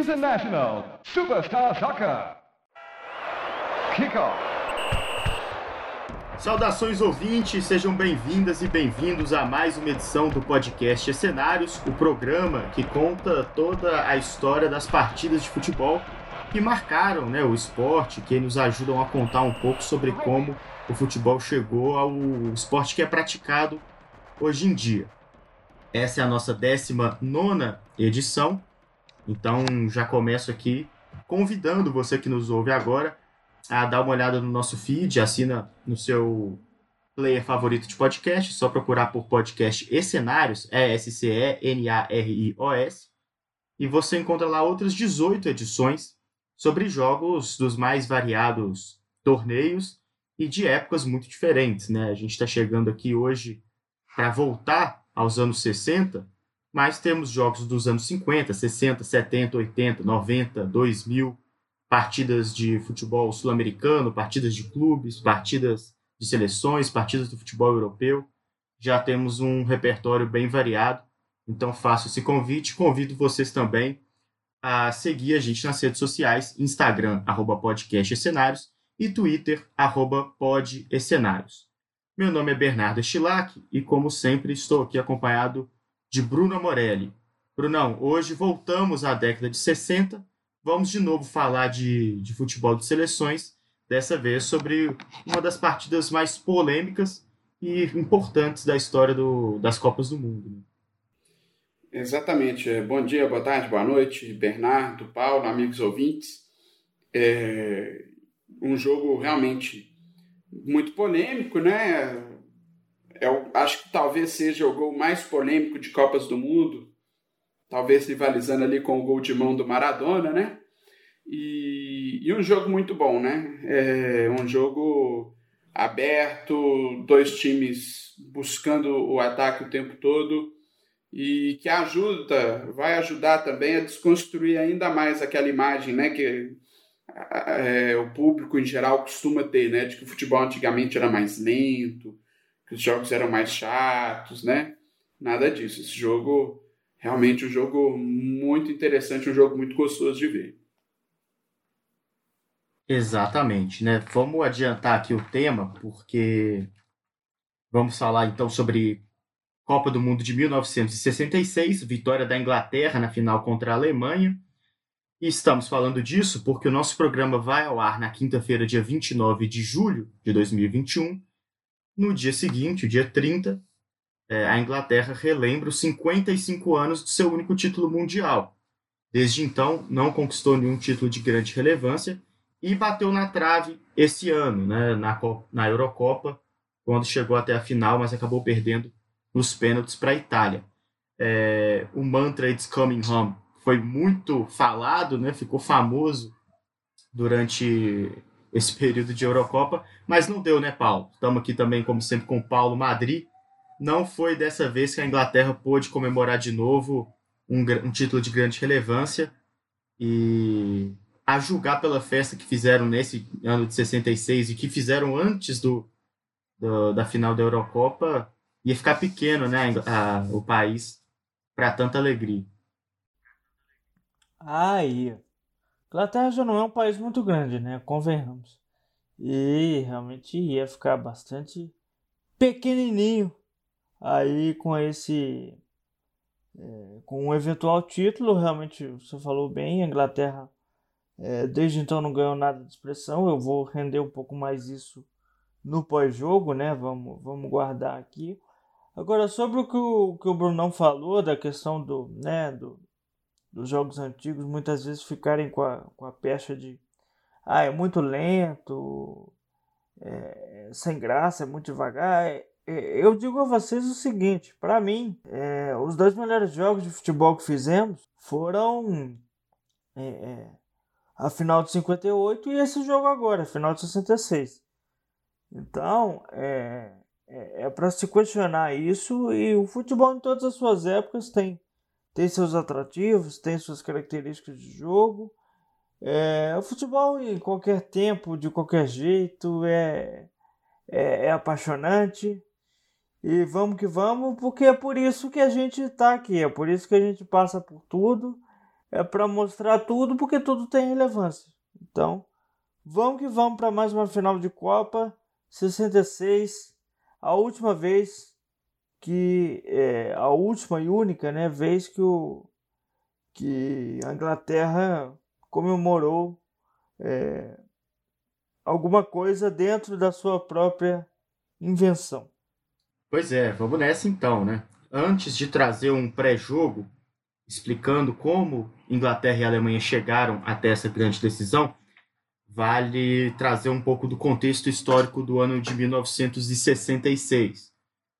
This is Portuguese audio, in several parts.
International Superstar Soccer. Kickoff. Saudações ouvintes, sejam bem-vindas e bem-vindos a mais uma edição do podcast Cenários, o programa que conta toda a história das partidas de futebol que marcaram, o esporte, que nos ajudam a contar um pouco sobre como o futebol chegou ao esporte que é praticado hoje em dia. Essa é a nossa 19ª edição, então já começo aqui convidando você que nos ouve agora a dar uma olhada no nosso feed, assina no seu player favorito de podcast, só procurar por podcast e Cenários, SCENARIOS, e você encontra lá outras 18 edições sobre jogos dos mais variados torneios e de épocas muito diferentes, né? A gente está chegando aqui hoje para voltar aos anos 60, mas temos jogos dos anos 50, 60, 70, 80, 90, 2000, partidas de futebol sul-americano, partidas de clubes, partidas de seleções, partidas do futebol europeu. Já temos um repertório bem variado, então faço esse convite. Convido vocês também a seguir a gente nas redes sociais, Instagram, @podcastecenários e Twitter, @podecenários. Meu nome é Bernardo Estilac e, como sempre, estou aqui acompanhado de Bruno Morelli. Brunão, hoje voltamos à década de 60, vamos de novo falar de futebol de seleções, dessa vez sobre uma das partidas mais polêmicas e importantes da história das Copas do Mundo. Exatamente. Bom dia, boa tarde, boa noite, Bernardo, Paulo, amigos ouvintes. Um jogo realmente muito polêmico, né? Acho que talvez seja o gol mais polêmico de Copas do Mundo, talvez rivalizando ali com o gol de mão do Maradona, né? E um jogo muito bom, né? Um jogo aberto, dois times buscando o ataque o tempo todo, e que vai ajudar também a desconstruir ainda mais aquela imagem, né, que o público em geral costuma ter, né, de que o futebol antigamente era mais lento, que os jogos eram mais chatos, né? Nada disso. Esse jogo, realmente um jogo muito interessante, um jogo muito gostoso de ver. Exatamente, né? Vamos adiantar aqui o tema, porque vamos falar então sobre Copa do Mundo de 1966, vitória da Inglaterra na final contra a Alemanha. E estamos falando disso porque o nosso programa vai ao ar na quinta-feira, dia 29 de julho de 2021. No dia seguinte, o dia 30, a Inglaterra relembra os 55 anos de seu único título mundial. Desde então, não conquistou nenhum título de grande relevância e bateu na trave esse ano, né, na Eurocopa, quando chegou até a final, mas acabou perdendo nos pênaltis para a Itália. O mantra It's Coming Home foi muito falado, né? Ficou famoso durante esse período de Eurocopa, mas não deu, né, Paulo? Estamos aqui também, como sempre, com o Paulo Madri. Não foi dessa vez que a Inglaterra pôde comemorar de novo um título de grande relevância, e a julgar pela festa que fizeram nesse ano de 66 e que fizeram antes da final da Eurocopa, ia ficar pequeno, né, o país para tanta alegria. Aí, Inglaterra já não é um país muito grande, né? Convenhamos. E realmente ia ficar bastante pequenininho aí com com um eventual título. Realmente, você falou bem, a Inglaterra desde então não ganhou nada de expressão. Eu vou render um pouco mais isso no pós-jogo, né? Vamos guardar aqui. Agora, sobre o que o Brunão falou, da questão dos jogos antigos muitas vezes ficarem com a pecha de é muito lento, sem graça, é muito devagar. Eu digo a vocês o seguinte, para mim, os dois melhores jogos de futebol que fizemos foram a final de 58 e esse jogo agora, a final de 66. Então, é para se questionar isso, e o futebol em todas as suas épocas tem seus atrativos, tem suas características de jogo. O futebol em qualquer tempo, de qualquer jeito, é apaixonante. E vamos que vamos, porque é por isso que a gente está aqui, é por isso que a gente passa por tudo. é para mostrar tudo, porque tudo tem relevância. Então, vamos que vamos para mais uma final de Copa 66, a última vez a última e única, né, vez que a Inglaterra comemorou alguma coisa dentro da sua própria invenção. Pois é, vamos nessa então, né? Antes de trazer um pré-jogo explicando como Inglaterra e Alemanha chegaram até essa grande decisão, vale trazer um pouco do contexto histórico do ano de 1966.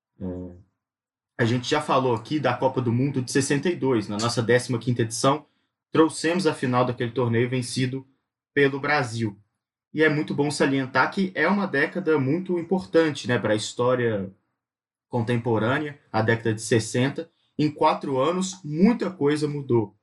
A gente já falou aqui da Copa do Mundo de 62, na nossa 15ª edição, trouxemos a final daquele torneio vencido pelo Brasil. E é muito bom salientar que é uma década muito importante, né, para a história contemporânea, a década de 60. Em 4 anos, muita coisa mudou.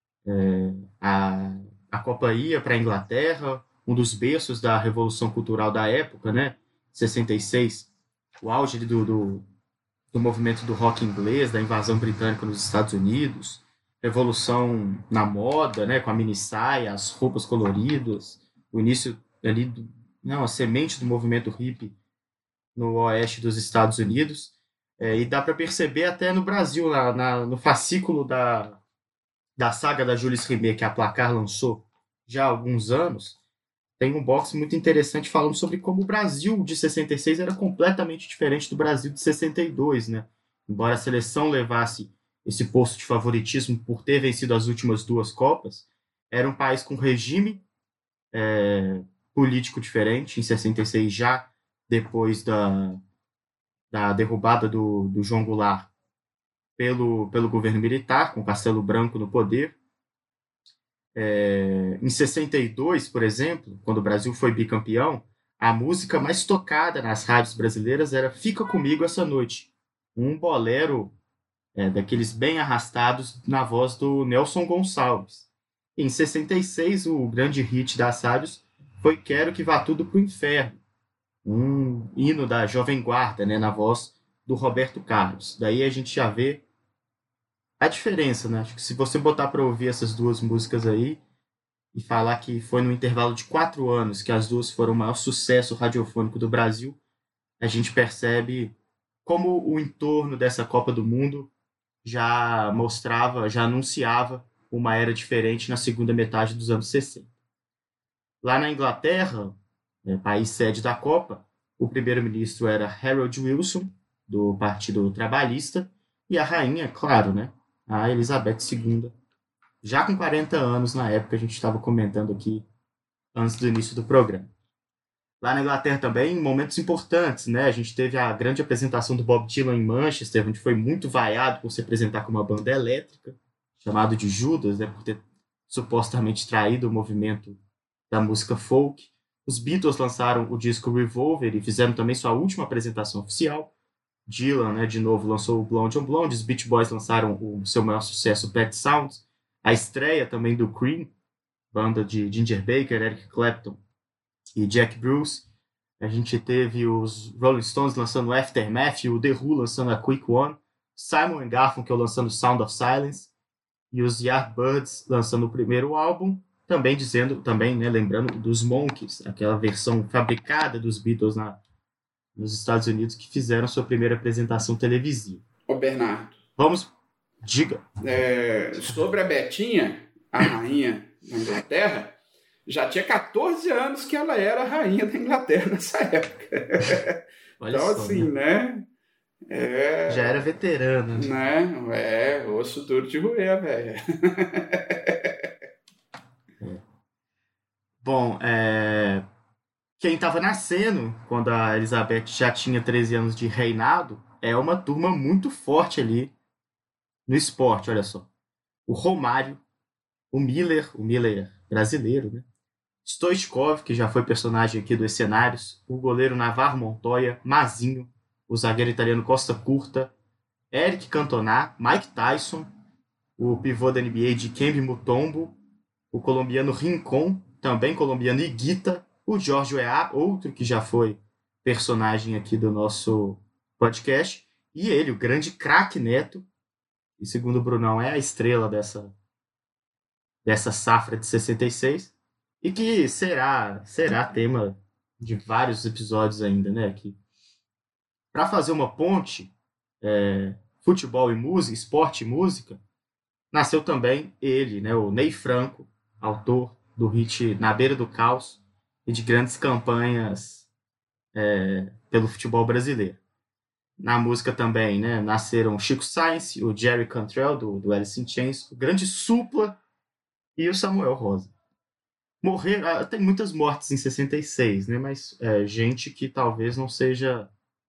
A Copa ia para a Inglaterra, um dos berços da Revolução Cultural da época, né, 66, o auge do movimento do rock inglês, da invasão britânica nos Estados Unidos, revolução na moda, né, com a mini saia, as roupas coloridas, o início ali a semente do movimento hippie no oeste dos Estados Unidos. E dá para perceber até no Brasil, no fascículo da saga da Jules Rimet, que a Placar lançou já há alguns anos, tem um box muito interessante falando sobre como o Brasil de 66 era completamente diferente do Brasil de 62, né? Embora a seleção levasse esse posto de favoritismo por ter vencido as últimas 2 Copas, era um país com regime político diferente, em 66 já depois da derrubada do João Goulart pelo governo militar, com Castelo Branco no poder. Em 62, por exemplo, quando o Brasil foi bicampeão, a música mais tocada nas rádios brasileiras era Fica Comigo Essa Noite, um bolero daqueles bem arrastados na voz do Nelson Gonçalves. Em 66, o grande hit das rádios foi Quero Que Vá Tudo Pro Inferno, um hino da Jovem Guarda, né, na voz do Roberto Carlos. Daí a gente já vê a diferença, né? Acho que se você botar para ouvir essas 2 músicas aí e falar que foi no intervalo de 4 anos que as 2 foram o maior sucesso radiofônico do Brasil, a gente percebe como o entorno dessa Copa do Mundo já mostrava, já anunciava uma era diferente na segunda metade dos anos 60. Lá na Inglaterra, país sede da Copa, o primeiro-ministro era Harold Wilson, do Partido Trabalhista, e a rainha, claro, né, a Elizabeth II, já com 40 anos na época, a gente estava comentando aqui antes do início do programa. Lá na Inglaterra também, momentos importantes, né? A gente teve a grande apresentação do Bob Dylan em Manchester, onde foi muito vaiado por se apresentar com uma banda elétrica, chamado de Judas, né, por ter supostamente traído o movimento da música folk. Os Beatles lançaram o disco Revolver e fizeram também sua última apresentação oficial. Dylan, né, de novo, lançou o Blonde on Blonde. Os Beach Boys lançaram o seu maior sucesso, Pet Sounds. A estreia também do Cream, banda de Ginger Baker, Eric Clapton e Jack Bruce. A gente teve os Rolling Stones lançando Aftermath, o The Who lançando a Quick One, Simon & Garfunkel lançando Sound of Silence e os Yardbirds lançando o primeiro álbum, também né, lembrando dos Monkees, aquela versão fabricada dos Beatles nos Estados Unidos que fizeram sua primeira apresentação televisiva. Ô Bernardo. Vamos, diga. Sobre a Betinha, a rainha da Inglaterra, já tinha 14 anos que ela era a rainha da Inglaterra nessa época. Olha então, só, assim, né? Já era veterana. Né? Osso duro de roer, velho. Bom, quem estava nascendo quando a Elizabeth já tinha 13 anos de reinado é uma turma muito forte ali no esporte, olha só. O Romário, o Miller brasileiro, né? Stoichkov, que já foi personagem aqui dos cenários, o goleiro Navarro Montoya, Mazinho, o zagueiro italiano Costa Curta, Eric Cantona, Mike Tyson, o pivô da NBA Dikembe Mutombo, o colombiano Rincon, também colombiano Higuita, o Jorge Weah, outro que já foi personagem aqui do nosso podcast, e ele, o grande craque Neto, e segundo o Brunão, é a estrela dessa safra de 66, e que será tema de vários episódios ainda, né? Que, para fazer uma ponte, futebol e música, esporte e música, nasceu também ele, né? O Ney Franco, autor do hit Na Beira do Caos e de grandes campanhas pelo futebol brasileiro. Na música também, né, nasceram o Chico Science, o Jerry Cantrell, do Alice in Chains, o grande Supla e o Samuel Rosa. Morreram, tem muitas mortes em 66, né, mas gente que talvez não seja...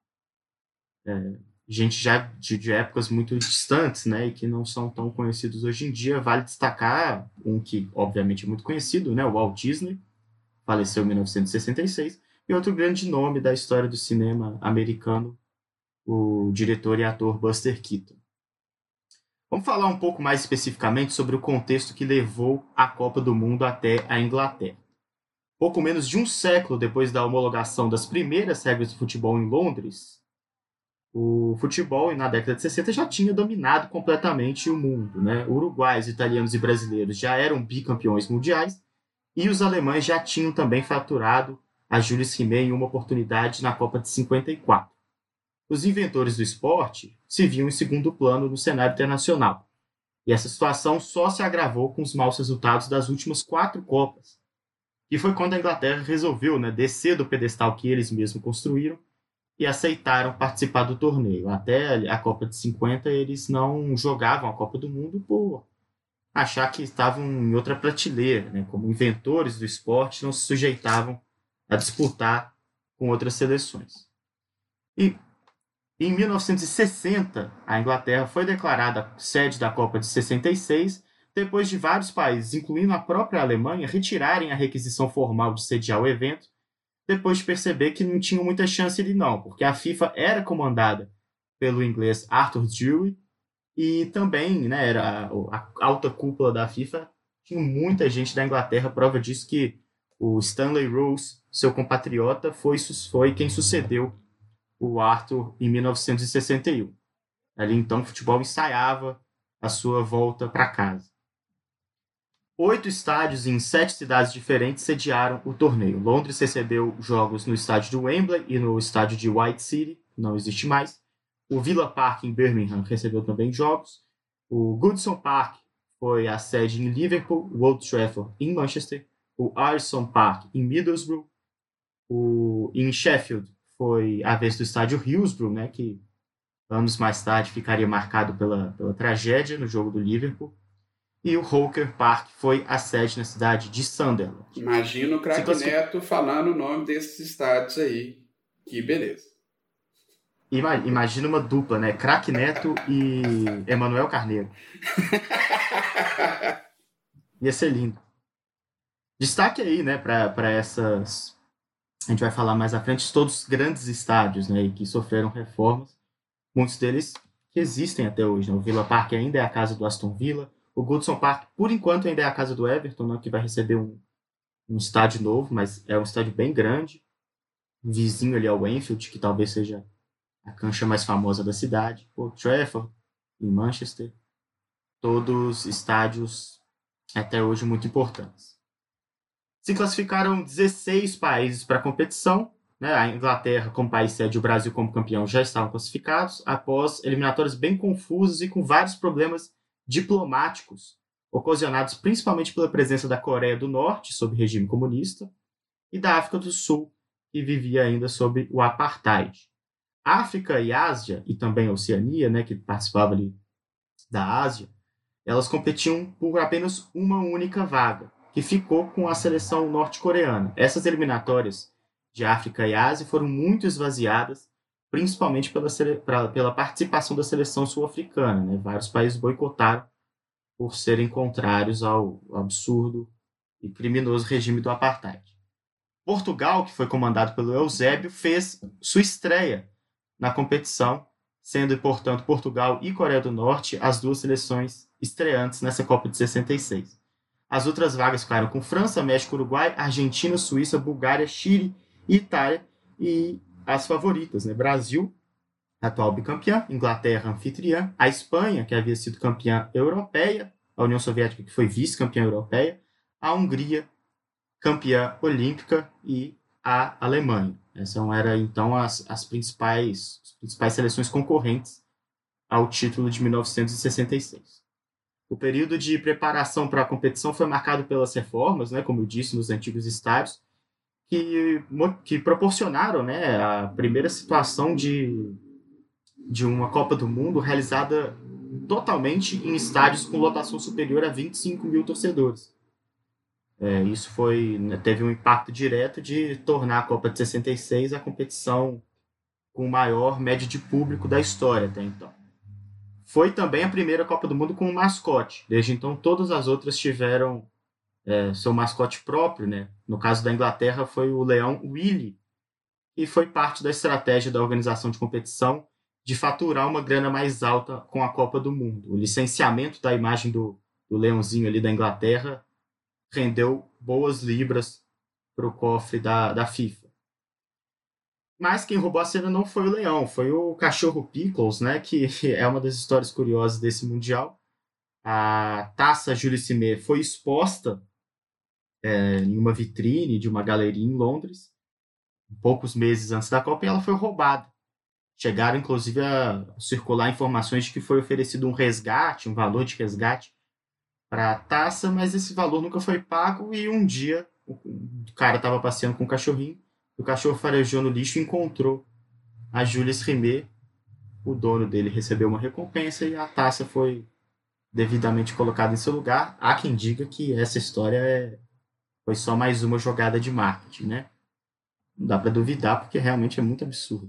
gente já de épocas muito distantes, né, e que não são tão conhecidos hoje em dia. Vale destacar um que, obviamente, é muito conhecido, né, o Walt Disney, faleceu em 1966, e outro grande nome da história do cinema americano, o diretor e ator Buster Keaton. Vamos falar um pouco mais especificamente sobre o contexto que levou a Copa do Mundo até a Inglaterra. Pouco menos de um século depois da homologação das primeiras regras de futebol em Londres, o futebol, na década de 60, já tinha dominado completamente o mundo, né? Uruguaios, italianos e brasileiros já eram bicampeões mundiais, e os alemães já tinham também faturado a Jules Rimet em uma oportunidade na Copa de 54. Os inventores do esporte se viam em segundo plano no cenário internacional. E essa situação só se agravou com os maus resultados das últimas 4 Copas. E foi quando a Inglaterra resolveu, né, descer do pedestal que eles mesmos construíram e aceitaram participar do torneio. Até a Copa de 50 eles não jogavam a Copa do Mundo por achar que estavam em outra prateleira, né? Como inventores do esporte, não se sujeitavam a disputar com outras seleções. E em 1960, a Inglaterra foi declarada sede da Copa de 66, depois de vários países, incluindo a própria Alemanha, retirarem a requisição formal de sediar o evento, depois de perceber que não tinham muita chance de não, porque a FIFA era comandada pelo inglês Arthur Dewey, e também, né, era a alta cúpula da FIFA, tinha muita gente da Inglaterra, prova disso que o Stanley Rose, seu compatriota, foi quem sucedeu o Arthur em 1961. Ali então o futebol ensaiava a sua volta para casa. 8 estádios em 7 cidades diferentes sediaram o torneio. Londres recebeu jogos no estádio de Wembley e no estádio de White City, não existe mais. O Villa Park em Birmingham recebeu também jogos. O Goodison Park foi a sede em Liverpool, o Old Trafford em Manchester, o Ayrton Park em Middlesbrough, em Sheffield foi a vez do estádio Hillsborough, né, que anos mais tarde ficaria marcado pela tragédia no jogo do Liverpool. E o Hawker Park foi a sede na cidade de Sunderland. Imagina o craque Neto falando o nome desses estádios aí. Que beleza. Imagina uma dupla, né? Craque Neto e Emanuel Carneiro. Ia ser lindo. Destaque aí, né, para essas... A gente vai falar mais à frente, todos os grandes estádios, né, que sofreram reformas. Muitos deles que existem até hoje, né? O Villa Park ainda é a casa do Aston Villa. O Goodison Park, por enquanto, ainda é a casa do Everton, né, que vai receber um estádio novo, mas é um estádio bem grande. Vizinho ali ao Anfield, que talvez seja a cancha mais famosa da cidade. O Trafford, em Manchester. Todos estádios até hoje muito importantes. Se classificaram 16 países para a competição, né? A Inglaterra como país sede e o Brasil como campeão já estavam classificados, após eliminatórias bem confusas e com vários problemas diplomáticos, ocasionados principalmente pela presença da Coreia do Norte, sob regime comunista, e da África do Sul, que vivia ainda sob o apartheid. África e Ásia, e também a Oceania, né, que participava ali da Ásia, elas competiam por apenas uma única vaga, que ficou com a seleção norte-coreana. Essas eliminatórias de África e Ásia foram muito esvaziadas, principalmente pela participação da seleção sul-africana, né? Vários países boicotaram por serem contrários ao absurdo e criminoso regime do apartheid. Portugal, que foi comandado pelo Eusébio, fez sua estreia na competição, sendo, portanto, Portugal e Coreia do Norte as duas seleções estreantes nessa Copa de 66. As outras vagas ficaram com França, México, Uruguai, Argentina, Suíça, Bulgária, Chile e Itália, e as favoritas, né? Brasil, atual bicampeã, Inglaterra, anfitriã, a Espanha, que havia sido campeã europeia, a União Soviética, que foi vice-campeã europeia, a Hungria, campeã olímpica, e a Alemanha. Essas eram, então, as principais seleções concorrentes ao título de 1966. O período de preparação para a competição foi marcado pelas reformas, né, como eu disse, nos antigos estádios, que proporcionaram, né, a primeira situação de uma Copa do Mundo realizada totalmente em estádios com lotação superior a 25 mil torcedores. Isso teve um impacto direto de tornar a Copa de 66 a competição com maior média de público da história até então. Foi também a primeira Copa do Mundo com um mascote. Desde então, todas as outras tiveram seu mascote próprio, né? No caso da Inglaterra, foi o leão Willy, e foi parte da estratégia da organização de competição de faturar uma grana mais alta com a Copa do Mundo. O licenciamento da imagem do leãozinho ali da Inglaterra rendeu boas libras para o cofre da FIFA. Mas quem roubou a cena não foi o leão, foi o cachorro Pickles, né, que é uma das histórias curiosas desse Mundial. A taça Jules Rimet foi exposta em uma vitrine de uma galeria em Londres, poucos meses antes da Copa, e ela foi roubada. Chegaram, inclusive, a circular informações de que foi oferecido um resgate, um valor de resgate para a taça, mas esse valor nunca foi pago, e um dia o cara estava passeando com o cachorrinho, o cachorro farejou no lixo e encontrou a Jules Rimet. O dono dele recebeu uma recompensa e a taça foi devidamente colocada em seu lugar. Há quem diga que essa história foi só mais uma jogada de marketing, né? Não dá para duvidar, porque realmente é muito absurdo.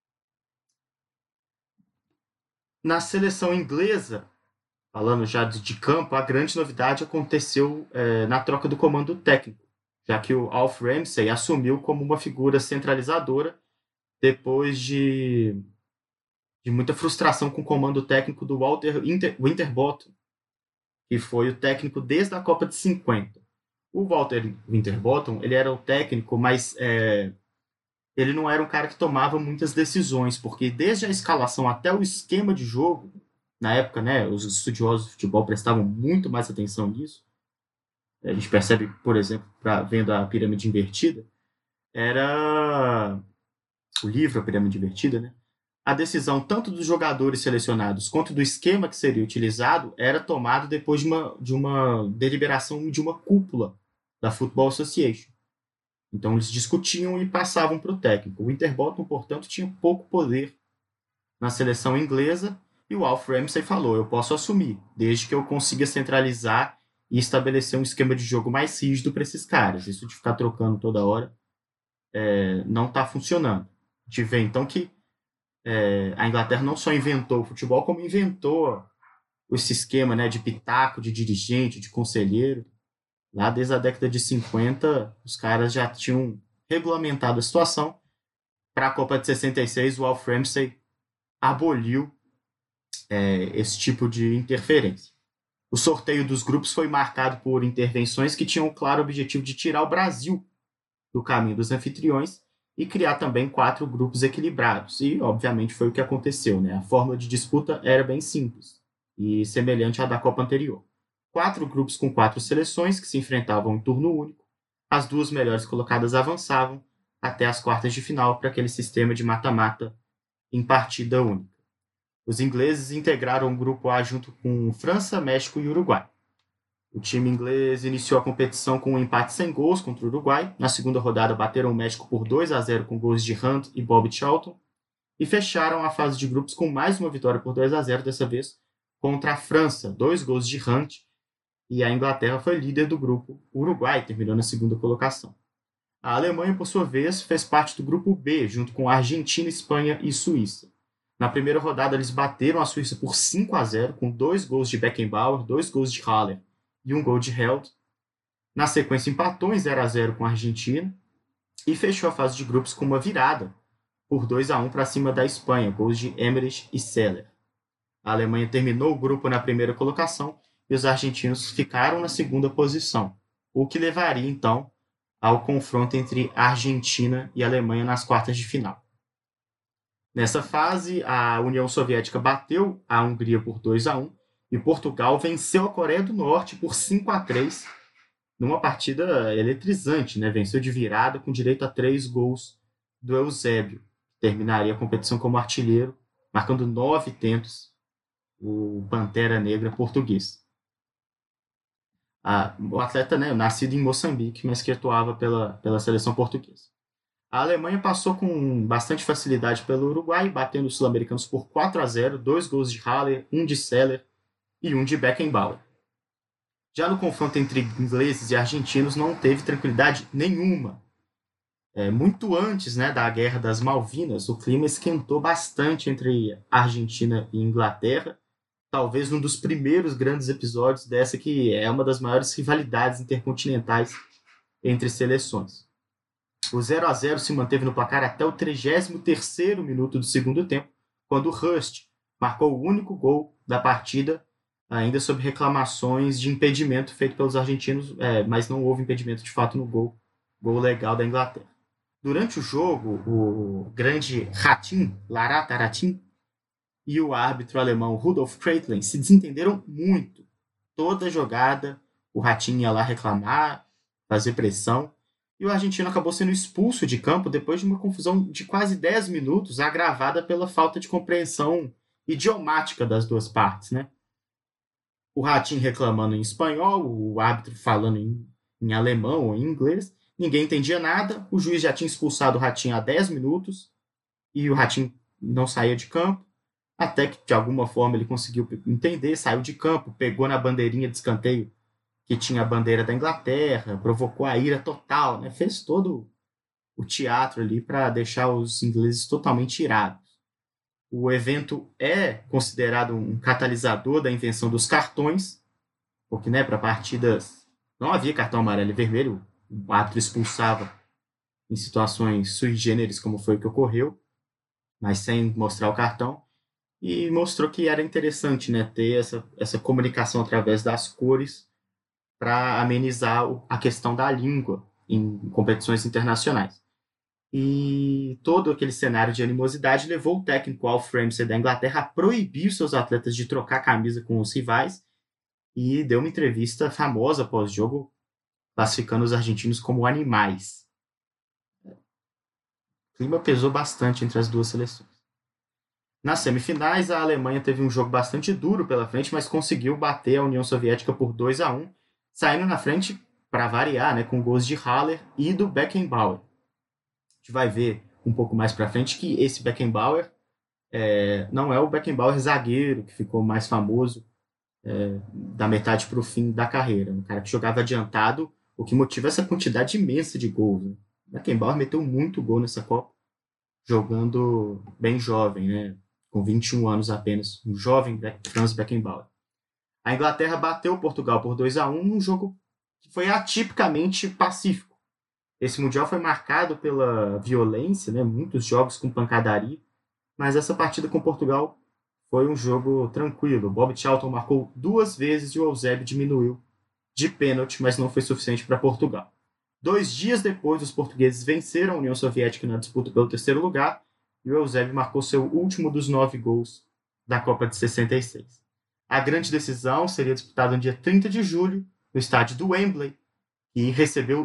Na seleção inglesa, falando já de campo, a grande novidade aconteceu na troca do comando técnico, já que o Alf Ramsey assumiu como uma figura centralizadora depois de muita frustração com o comando técnico do Walter Winterbottom, que foi o técnico desde a Copa de 50. O Walter Winterbottom, ele era o técnico, mas ele não era um cara que tomava muitas decisões, porque desde a escalação até o esquema de jogo, na época, né, os estudiosos de futebol prestavam muito mais atenção nisso. A gente percebe, por exemplo, vendo a Pirâmide Invertida, era o livro A Pirâmide Invertida, né? A decisão tanto dos jogadores selecionados quanto do esquema que seria utilizado era tomado depois de uma deliberação de uma cúpula da Football Association. Então eles discutiam e passavam para o técnico. O Winterbottom, portanto, tinha pouco poder na seleção inglesa, e o Alf Ramsey falou: eu posso assumir, desde que eu consiga centralizar e estabelecer um esquema de jogo mais rígido para esses caras. Isso de ficar trocando toda hora não está funcionando. A gente vê, então, que a Inglaterra não só inventou o futebol, como inventou esse esquema, né, de pitaco, de dirigente, de conselheiro. Lá desde a década de 50, os caras já tinham regulamentado a situação. Para a Copa de 66, o Alf Ramsey aboliu esse tipo de interferência. O sorteio dos grupos foi marcado por intervenções que tinham o claro objetivo de tirar o Brasil do caminho dos anfitriões e criar também 4 grupos equilibrados. E, obviamente, foi o que aconteceu, né? A fórmula de disputa era bem simples e semelhante à da Copa anterior. 4 grupos com 4 seleções que se enfrentavam em turno único. As 2 melhores colocadas avançavam até as quartas de final para aquele sistema de mata-mata em partida única. Os ingleses integraram o grupo A junto com França, México e Uruguai. O time inglês iniciou a competição com um empate sem gols contra o Uruguai. Na segunda rodada, bateram o México por 2-0 com gols de Hunt e Bob Charlton. E fecharam a fase de grupos com mais uma vitória por 2-0, dessa vez contra a França, 2 gols de Hunt. E a Inglaterra foi líder do grupo. O Uruguai terminou na segunda colocação. A Alemanha, por sua vez, fez parte do grupo B, junto com a Argentina, Espanha e Suíça. Na primeira rodada, eles bateram a Suíça por 5-0, com 2 gols de Beckenbauer, 2 gols de Haller e 1 gol de Held. Na sequência, empatou em 0-0 com a Argentina e fechou a fase de grupos com uma virada por 2-1 para cima da Espanha, gols de Emmerich e Seller. A Alemanha terminou o grupo na primeira colocação e os argentinos ficaram na segunda posição, o que levaria, então, ao confronto entre a Argentina e a Alemanha nas quartas de final. Nessa fase, a União Soviética bateu a Hungria por 2-1 e Portugal venceu a Coreia do Norte por 5-3 numa partida eletrizante, né? Venceu de virada com direito a 3 gols do Eusébio. Terminaria a competição como artilheiro, marcando 9 tentos, o Pantera Negra português. O atleta, né, nascido em Moçambique, mas que atuava pela seleção portuguesa. A Alemanha passou com bastante facilidade pelo Uruguai, batendo os sul-americanos por 4-0, 2 gols de Haller, 1 de Seller e 1 de Beckenbauer. Já no confronto entre ingleses e argentinos não teve tranquilidade nenhuma. Muito antes, né, da Guerra das Malvinas, o clima esquentou bastante entre Argentina e Inglaterra, talvez um dos primeiros grandes episódios dessa que é uma das maiores rivalidades intercontinentais entre seleções. O 0-0 se manteve no placar até o 33º minuto do segundo tempo, quando Hurst marcou o único gol da partida, ainda sob reclamações de impedimento feito pelos argentinos, mas não houve impedimento de fato no gol legal da Inglaterra. Durante o jogo, o grande Ratin, Larata Ratin, e o árbitro alemão Rudolf Kreitlein se desentenderam muito. Toda jogada, o Ratin ia lá reclamar, fazer pressão, e o argentino acabou sendo expulso de campo depois de uma confusão de quase 10 minutos, agravada pela falta de compreensão idiomática das duas partes, né? O Ratin reclamando em espanhol, o árbitro falando em alemão ou em inglês, ninguém entendia nada, o juiz já tinha expulsado o Ratin há 10 minutos, e o Ratin não saía de campo, até que de alguma forma ele conseguiu entender, saiu de campo, pegou na bandeirinha de escanteio que tinha a bandeira da Inglaterra, provocou a ira total, né? Fez todo o teatro ali para deixar os ingleses totalmente irados. O evento é considerado um catalisador da invenção dos cartões, porque, né, para partidas não havia cartão amarelo e vermelho, o árbitro expulsava em situações sui generis, como foi o que ocorreu, mas sem mostrar o cartão, e mostrou que era interessante, né, ter essa comunicação através das cores para amenizar a questão da língua em competições internacionais. E todo aquele cenário de animosidade levou o técnico Alf Ramsey da Inglaterra a proibir os seus atletas de trocar camisa com os rivais e deu uma entrevista famosa pós-jogo classificando os argentinos como animais. O clima pesou bastante entre as duas seleções. Nas semifinais, a Alemanha teve um jogo bastante duro pela frente, mas conseguiu bater a União Soviética por 2-1, saindo na frente, para variar, né, com gols de Haller e do Beckenbauer. A gente vai ver um pouco mais para frente que esse Beckenbauer não é o Beckenbauer zagueiro, que ficou mais famoso da metade para o fim da carreira. Um cara que jogava adiantado, o que motiva essa quantidade imensa de gols. Né? Beckenbauer meteu muito gol nessa Copa, jogando bem jovem, né? Com 21 anos apenas, um jovem Franz Beckenbauer. A Inglaterra bateu Portugal por 2-1 num jogo que foi atipicamente pacífico. Esse Mundial foi marcado pela violência, né? Muitos jogos com pancadaria, mas essa partida com Portugal foi um jogo tranquilo. Bob Charlton marcou 2 vezes e o Eusébio diminuiu de pênalti, mas não foi suficiente para Portugal. 2 dias depois, os portugueses venceram a União Soviética na disputa pelo 3º lugar e o Eusébio marcou seu último dos 9 gols da Copa de 66. A grande decisão seria disputada no dia 30 de julho, no estádio do Wembley, e recebeu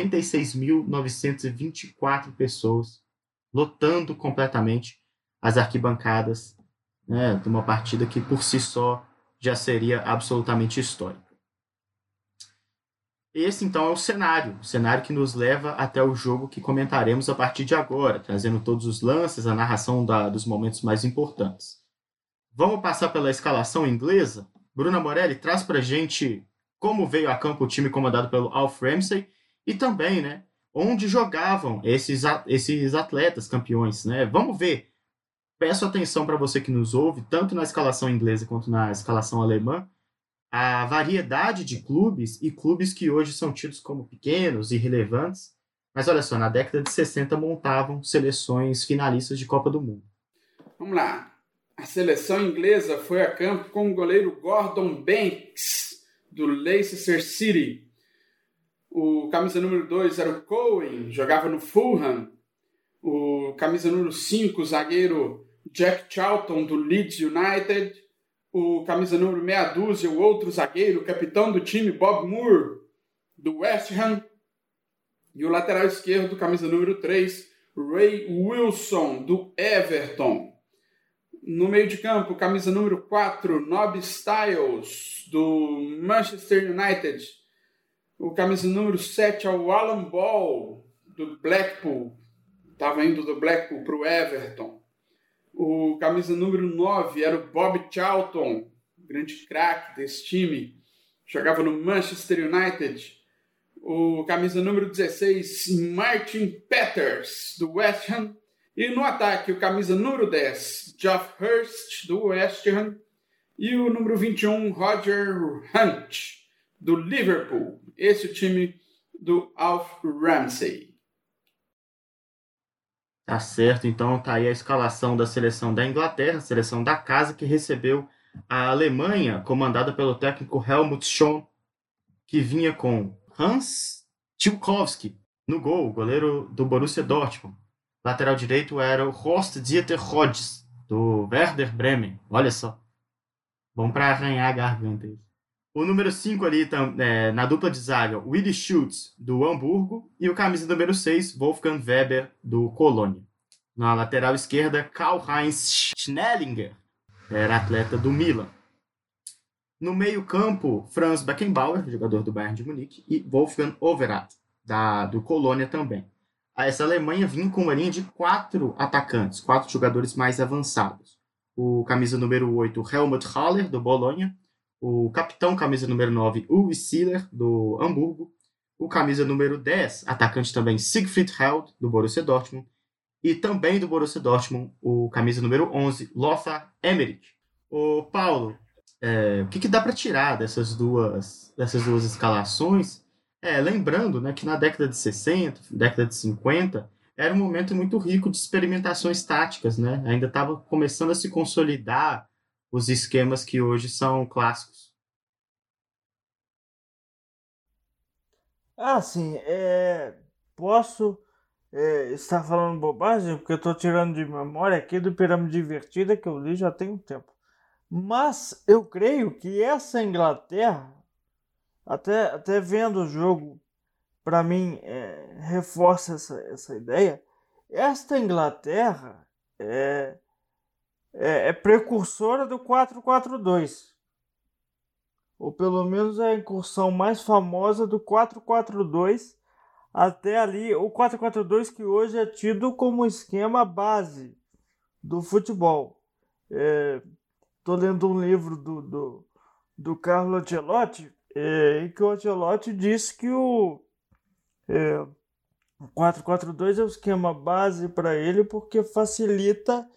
96.924 pessoas, lotando completamente as arquibancadas, né, de uma partida que por si só já seria absolutamente histórica. Esse, então, é o cenário que nos leva até o jogo que comentaremos a partir de agora, trazendo todos os lances, a narração dos momentos mais importantes. Vamos passar pela escalação inglesa? Bruna Morelli, traz pra gente como veio a campo o time comandado pelo Alf Ramsey e também, né, onde jogavam esses atletas campeões, né? Vamos ver. Peço atenção para você que nos ouve, tanto na escalação inglesa quanto na escalação alemã, a variedade de clubes e clubes que hoje são tidos como pequenos e irrelevantes, mas olha só, na década de 60 montavam seleções finalistas de Copa do Mundo. Vamos lá. A seleção inglesa foi a campo com o goleiro Gordon Banks, do Leicester City. O camisa número 2 era o Cohen, jogava no Fulham. O camisa número 5, o zagueiro Jack Charlton, do Leeds United. o camisa número meia dúzia, o outro zagueiro, o capitão do time, Bob Moore, do West Ham. E o lateral esquerdo, camisa número 3, Ray Wilson, do Everton. No meio de campo, camisa número 4, Nobby Stiles, do Manchester United. O camisa número 7 é o Alan Ball, do Blackpool. Estava indo do Blackpool para o Everton. O camisa número 9 era o Bob Charlton, grande craque desse time. Jogava no Manchester United. O camisa número 16, Martin Peters, do West Ham. E no ataque, o camisa número 10, Geoff Hurst, do West Ham. E o número 21, Roger Hunt, do Liverpool. Esse é o time do Alf Ramsey. Tá certo, então tá aí a escalação da seleção da Inglaterra, seleção da casa, que recebeu a Alemanha, comandada pelo técnico Helmut Schön, que vinha com Hans Tilkowski no gol, goleiro do Borussia Dortmund. Lateral direito era o Horst Dieter Rodgers, do Werder Bremen. Olha só, bom para arranhar a garganta. O número 5 ali, na dupla de zaga, Willi Schultz, do Hamburgo, e o camisa número 6, Wolfgang Weber, do Colônia. Na lateral esquerda, Karl-Heinz Schnellinger, era atleta do Milan. No meio-campo, Franz Beckenbauer, jogador do Bayern de Munique, e Wolfgang Overath, do Colônia também. Essa Alemanha vinha com uma linha de 4 atacantes, 4 jogadores mais avançados. O camisa número 8, Helmut Haller, do Bolonha. O capitão, camisa número 9, Uwe Seeler, do Hamburgo. O camisa número 10, atacante também, Siegfried Held, do Borussia Dortmund. E também do Borussia Dortmund, o camisa número 11, Lothar Emmerich. O Paulo, o que dá para tirar dessas duas escalações? Lembrando, né, que na década de 60, década de 50, era um momento muito rico de experimentações táticas, né? Ainda estava começando a se consolidar os esquemas que hoje são clássicos. Sim, posso estar falando bobagem, porque eu estou tirando de memória aqui do Pirâmide Invertida, que eu li já tem um tempo. Mas eu creio que essa Inglaterra, até vendo o jogo, para mim, reforça essa ideia. Esta Inglaterra é precursora do 4-4-2. Ou pelo menos a incursão mais famosa do 4-4-2 até ali. O 4-4-2 que hoje é tido como esquema base do futebol. Estou lendo um livro do Carlo Ancelotti, em que o Ancelotti disse que o 4-4-2 é o esquema base para ele porque facilita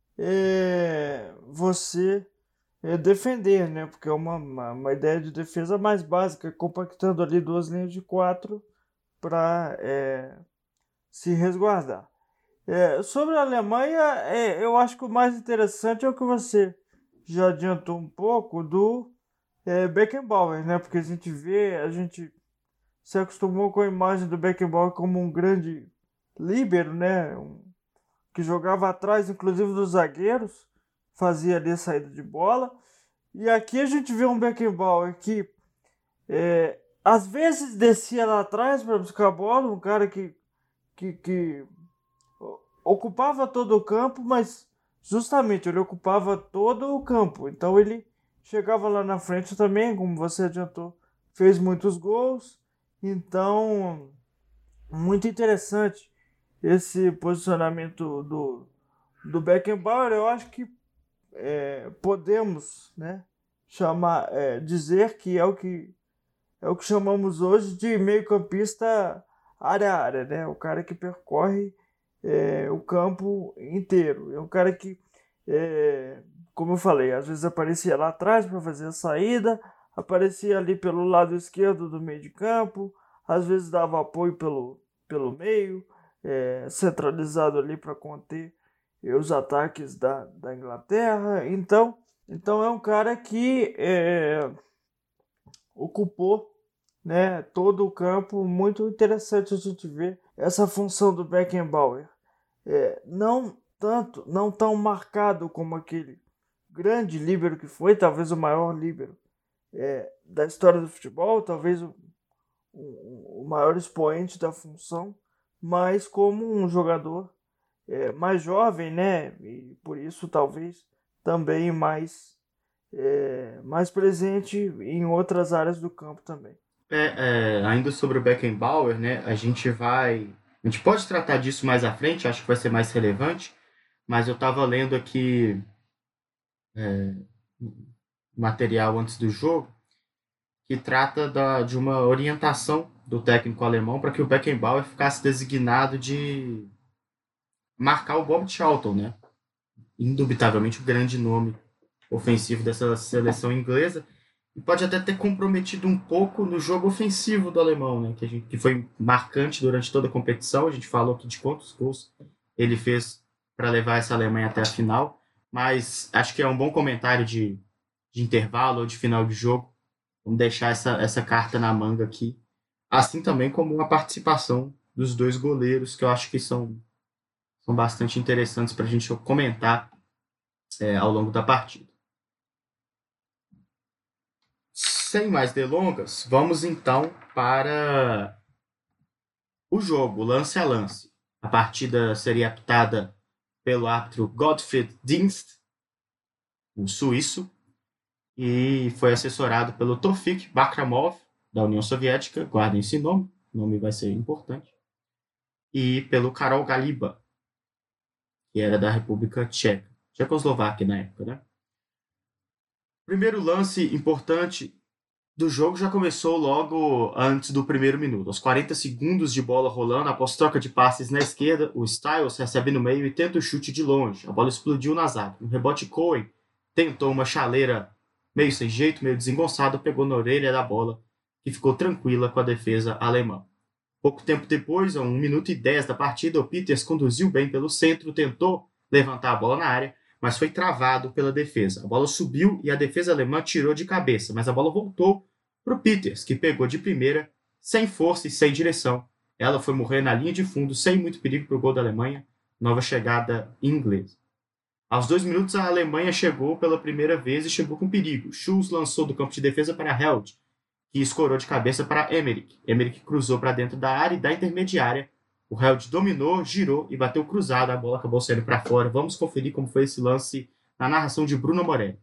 você defender, né? Porque é uma ideia de defesa mais básica, compactando ali 2 linhas de 4 para se resguardar. Sobre a Alemanha, eu acho que o mais interessante é o que você já adiantou um pouco do Beckenbauer, né? Porque a gente se acostumou com a imagem do Beckenbauer como um grande líbero, né? Que jogava atrás, inclusive dos zagueiros, fazia ali a saída de bola. E aqui a gente vê um Beckenbauer que às vezes descia lá atrás para buscar a bola, um cara que ocupava todo o campo, mas justamente ele ocupava todo o campo. Então ele chegava lá na frente também, como você adiantou, fez muitos gols. Então, muito interessante esse posicionamento do Beckenbauer. Eu acho que podemos, né, dizer que é o que chamamos hoje de meio-campista área a área, né? O cara que percorre o campo inteiro. É um cara que, como eu falei, às vezes aparecia lá atrás para fazer a saída, aparecia ali pelo lado esquerdo do meio de campo, às vezes dava apoio pelo meio, centralizado ali para conter os ataques da Inglaterra. Então é um cara que ocupou, né, todo o campo. Muito interessante a gente ver essa função do Beckenbauer. Não tão marcado como aquele grande líbero que foi, talvez o maior líbero da história do futebol, talvez o maior expoente da função, mas como um jogador mais jovem, né? E por isso talvez também mais presente em outras áreas do campo também. Ainda sobre o Beckenbauer, né? A gente pode tratar disso mais à frente, acho que vai ser mais relevante, mas eu estava lendo aqui material antes do jogo que trata de uma orientação do técnico alemão para que o Beckenbauer ficasse designado de marcar o Bob Charlton, né? Indubitavelmente o grande nome ofensivo dessa seleção inglesa, e pode até ter comprometido um pouco no jogo ofensivo do alemão, né? Que foi marcante durante toda a competição. A gente falou aqui de quantos gols ele fez para levar essa Alemanha até a final, mas acho que é um bom comentário de intervalo ou de final de jogo. Vamos deixar essa carta na manga aqui. Assim também como a participação dos dois goleiros, que eu acho que são bastante interessantes para a gente comentar ao longo da partida. Sem mais delongas, vamos então para o jogo, lance a lance. A partida seria apitada pelo árbitro Gottfried Dienst, o suíço, e foi assessorado pelo Tofik Bakramov, da União Soviética, guardem esse nome, o nome vai ser importante, e pelo Karol Galiba, que era da República Tcheca, Tchecoslováquia na época, né? Primeiro lance importante do jogo já começou logo antes do primeiro minuto. Aos 40 segundos de bola rolando, após troca de passes na esquerda, o Styles recebe no meio e tenta o chute de longe. A bola explodiu na zaga. No rebote, Cohen tentou uma chaleira meio sem jeito, meio desengonçado, pegou na orelha da bola, que ficou tranquila com a defesa alemã. Pouco tempo depois, a 1 minuto e 10 da partida, o Peters conduziu bem pelo centro, tentou levantar a bola na área, mas foi travado pela defesa. A bola subiu e a defesa alemã tirou de cabeça, mas a bola voltou para o Peters, que pegou de primeira, sem força e sem direção. Ela foi morrer na linha de fundo, sem muito perigo para o gol da Alemanha. Nova chegada inglesa. Aos 2 minutos, a Alemanha chegou pela primeira vez e chegou com perigo. Schulz lançou do campo de defesa para Held, que escorou de cabeça para Emmerich. Emmerich cruzou para dentro da área e da intermediária. O Held dominou, girou e bateu cruzado. A bola acabou saindo para fora. Vamos conferir como foi esse lance na narração de Bruno Morelli.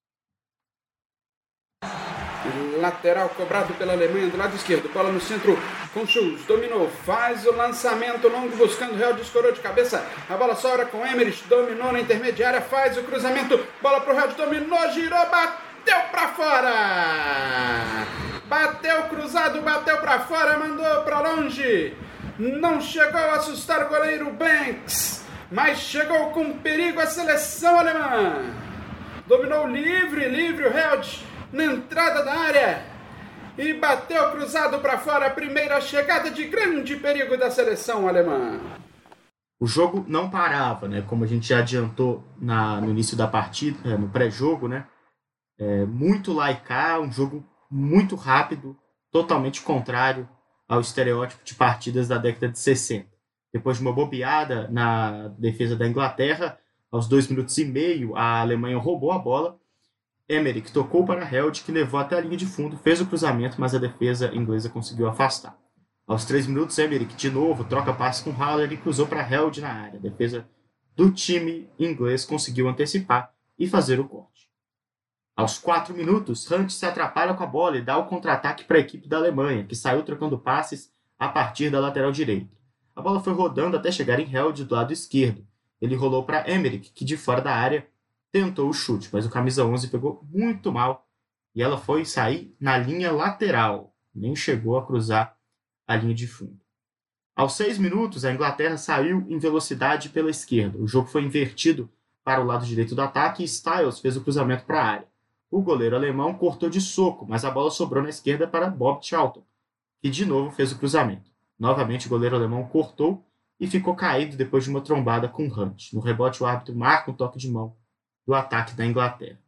Lateral cobrado pela Alemanha do lado esquerdo. Bola no centro com Schulz. Dominou. Faz o lançamento longo buscando o Held. Escorou de cabeça. A bola sobra com Emmerich. Dominou na intermediária. Faz o cruzamento. Bola pro Held. Dominou. Girou. Bateu para fora. Bateu cruzado. Bateu para fora. Mandou para longe. Não chegou a assustar o goleiro Banks. Mas chegou com perigo a seleção alemã. Dominou livre o Held na entrada da área e bateu cruzado para fora. A primeira chegada de grande perigo da seleção alemã. O jogo não parava, né? Como a gente já adiantou no início da partida, no pré-jogo, né? Muito laicar, um jogo muito rápido, totalmente contrário ao estereótipo de partidas da década de 60. Depois de uma bobeada na defesa da Inglaterra, aos 2 minutos e meio, a Alemanha roubou a bola. Emmerich tocou para Held, que levou até a linha de fundo, fez o cruzamento, mas a defesa inglesa conseguiu afastar. Aos 3 minutos, Emmerich, de novo, troca passe com Haller e cruzou para Held na área. A defesa do time inglês conseguiu antecipar e fazer o corte. Aos 4 minutos, Hunt se atrapalha com a bola e dá o contra-ataque para a equipe da Alemanha, que saiu trocando passes a partir da lateral direita. A bola foi rodando até chegar em Held do lado esquerdo. Ele rolou para Emmerich, que de fora da área tentou o chute, mas o camisa 11 pegou muito mal e ela foi sair na linha lateral, nem chegou a cruzar a linha de fundo. Aos 6 minutos, a Inglaterra saiu em velocidade pela esquerda. O jogo foi invertido para o lado direito do ataque e Styles fez o cruzamento para a área. O goleiro alemão cortou de soco, mas a bola sobrou na esquerda para Bob Charlton, que de novo fez o cruzamento. Novamente o goleiro alemão cortou e ficou caído depois de uma trombada com Hunt. No rebote, o árbitro marca um toque de mão do ataque da Inglaterra.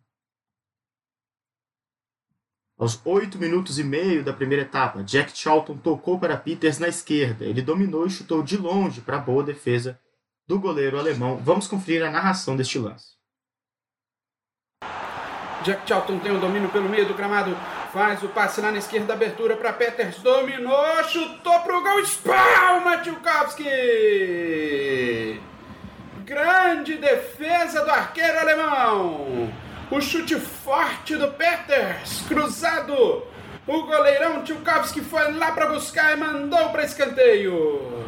Aos 8 minutos e meio da primeira etapa, Jack Charlton tocou para Peters na esquerda. Ele dominou e chutou de longe para a boa defesa do goleiro alemão. Vamos conferir a narração deste lance. Jack Charlton tem o domínio pelo meio do gramado. Faz o passe lá na esquerda, abertura para Peters. Dominou, chutou pro gol. Espalma Tchoukovsky. Grande defesa do arqueiro alemão. O chute forte do Peters. Cruzado. O goleirão Tchoukovsky foi lá para buscar e mandou para escanteio.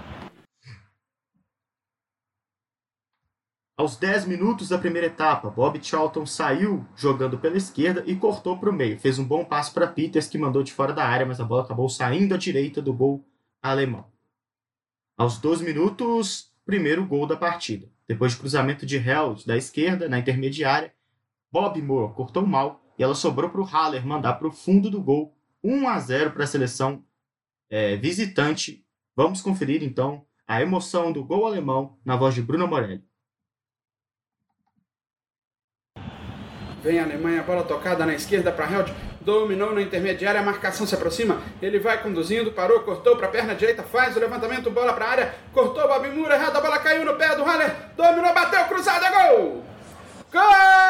Aos 10 minutos da primeira etapa, Bob Charlton saiu jogando pela esquerda e cortou para o meio. Fez um bom passe para Peters, que mandou de fora da área, mas a bola acabou saindo à direita do gol alemão. Aos 12 minutos, primeiro gol da partida. Depois de cruzamento de Held da esquerda, na intermediária, Bobby Moore cortou mal e ela sobrou para o Haller mandar para o fundo do gol. 1-0 para a seleção visitante. Vamos conferir então a emoção do gol alemão na voz de Bruno Morelli. Vem a Alemanha, bola tocada na esquerda para Held. Dominou na intermediária, a marcação se aproxima. Ele vai conduzindo, parou, cortou para a perna direita, faz o levantamento, bola para a área. Cortou, Bobby Moore, errado, a bola caiu no pé do Haller. Dominou, bateu, cruzado, é gol! Gol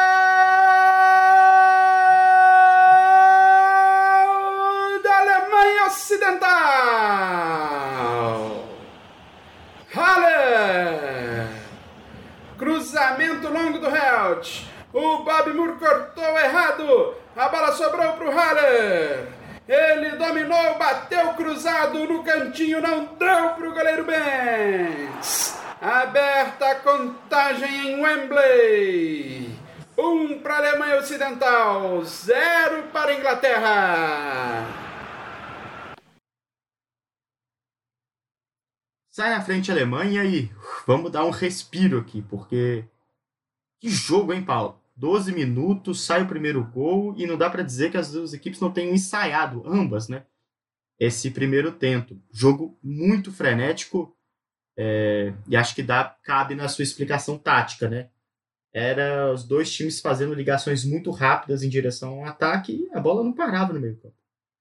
da Alemanha Ocidental! Haller! Cruzamento longo do Held. O Bobby Moore cortou errado. A bola sobrou para o Haller. Ele dominou, bateu cruzado no cantinho, não deu para o goleiro Banks. Aberta a contagem em Wembley. 1 para a Alemanha Ocidental, 0 para a Inglaterra. Sai na frente a Alemanha e vamos dar um respiro aqui, porque que jogo, hein, Paulo? 12 minutos, sai o primeiro gol e não dá para dizer que as duas equipes não tenham ensaiado, ambas, né? Esse primeiro tento. Jogo muito frenético e acho que cabe na sua explicação tática, né? Era os dois times fazendo ligações muito rápidas em direção ao ataque e a bola não parava no meio campo.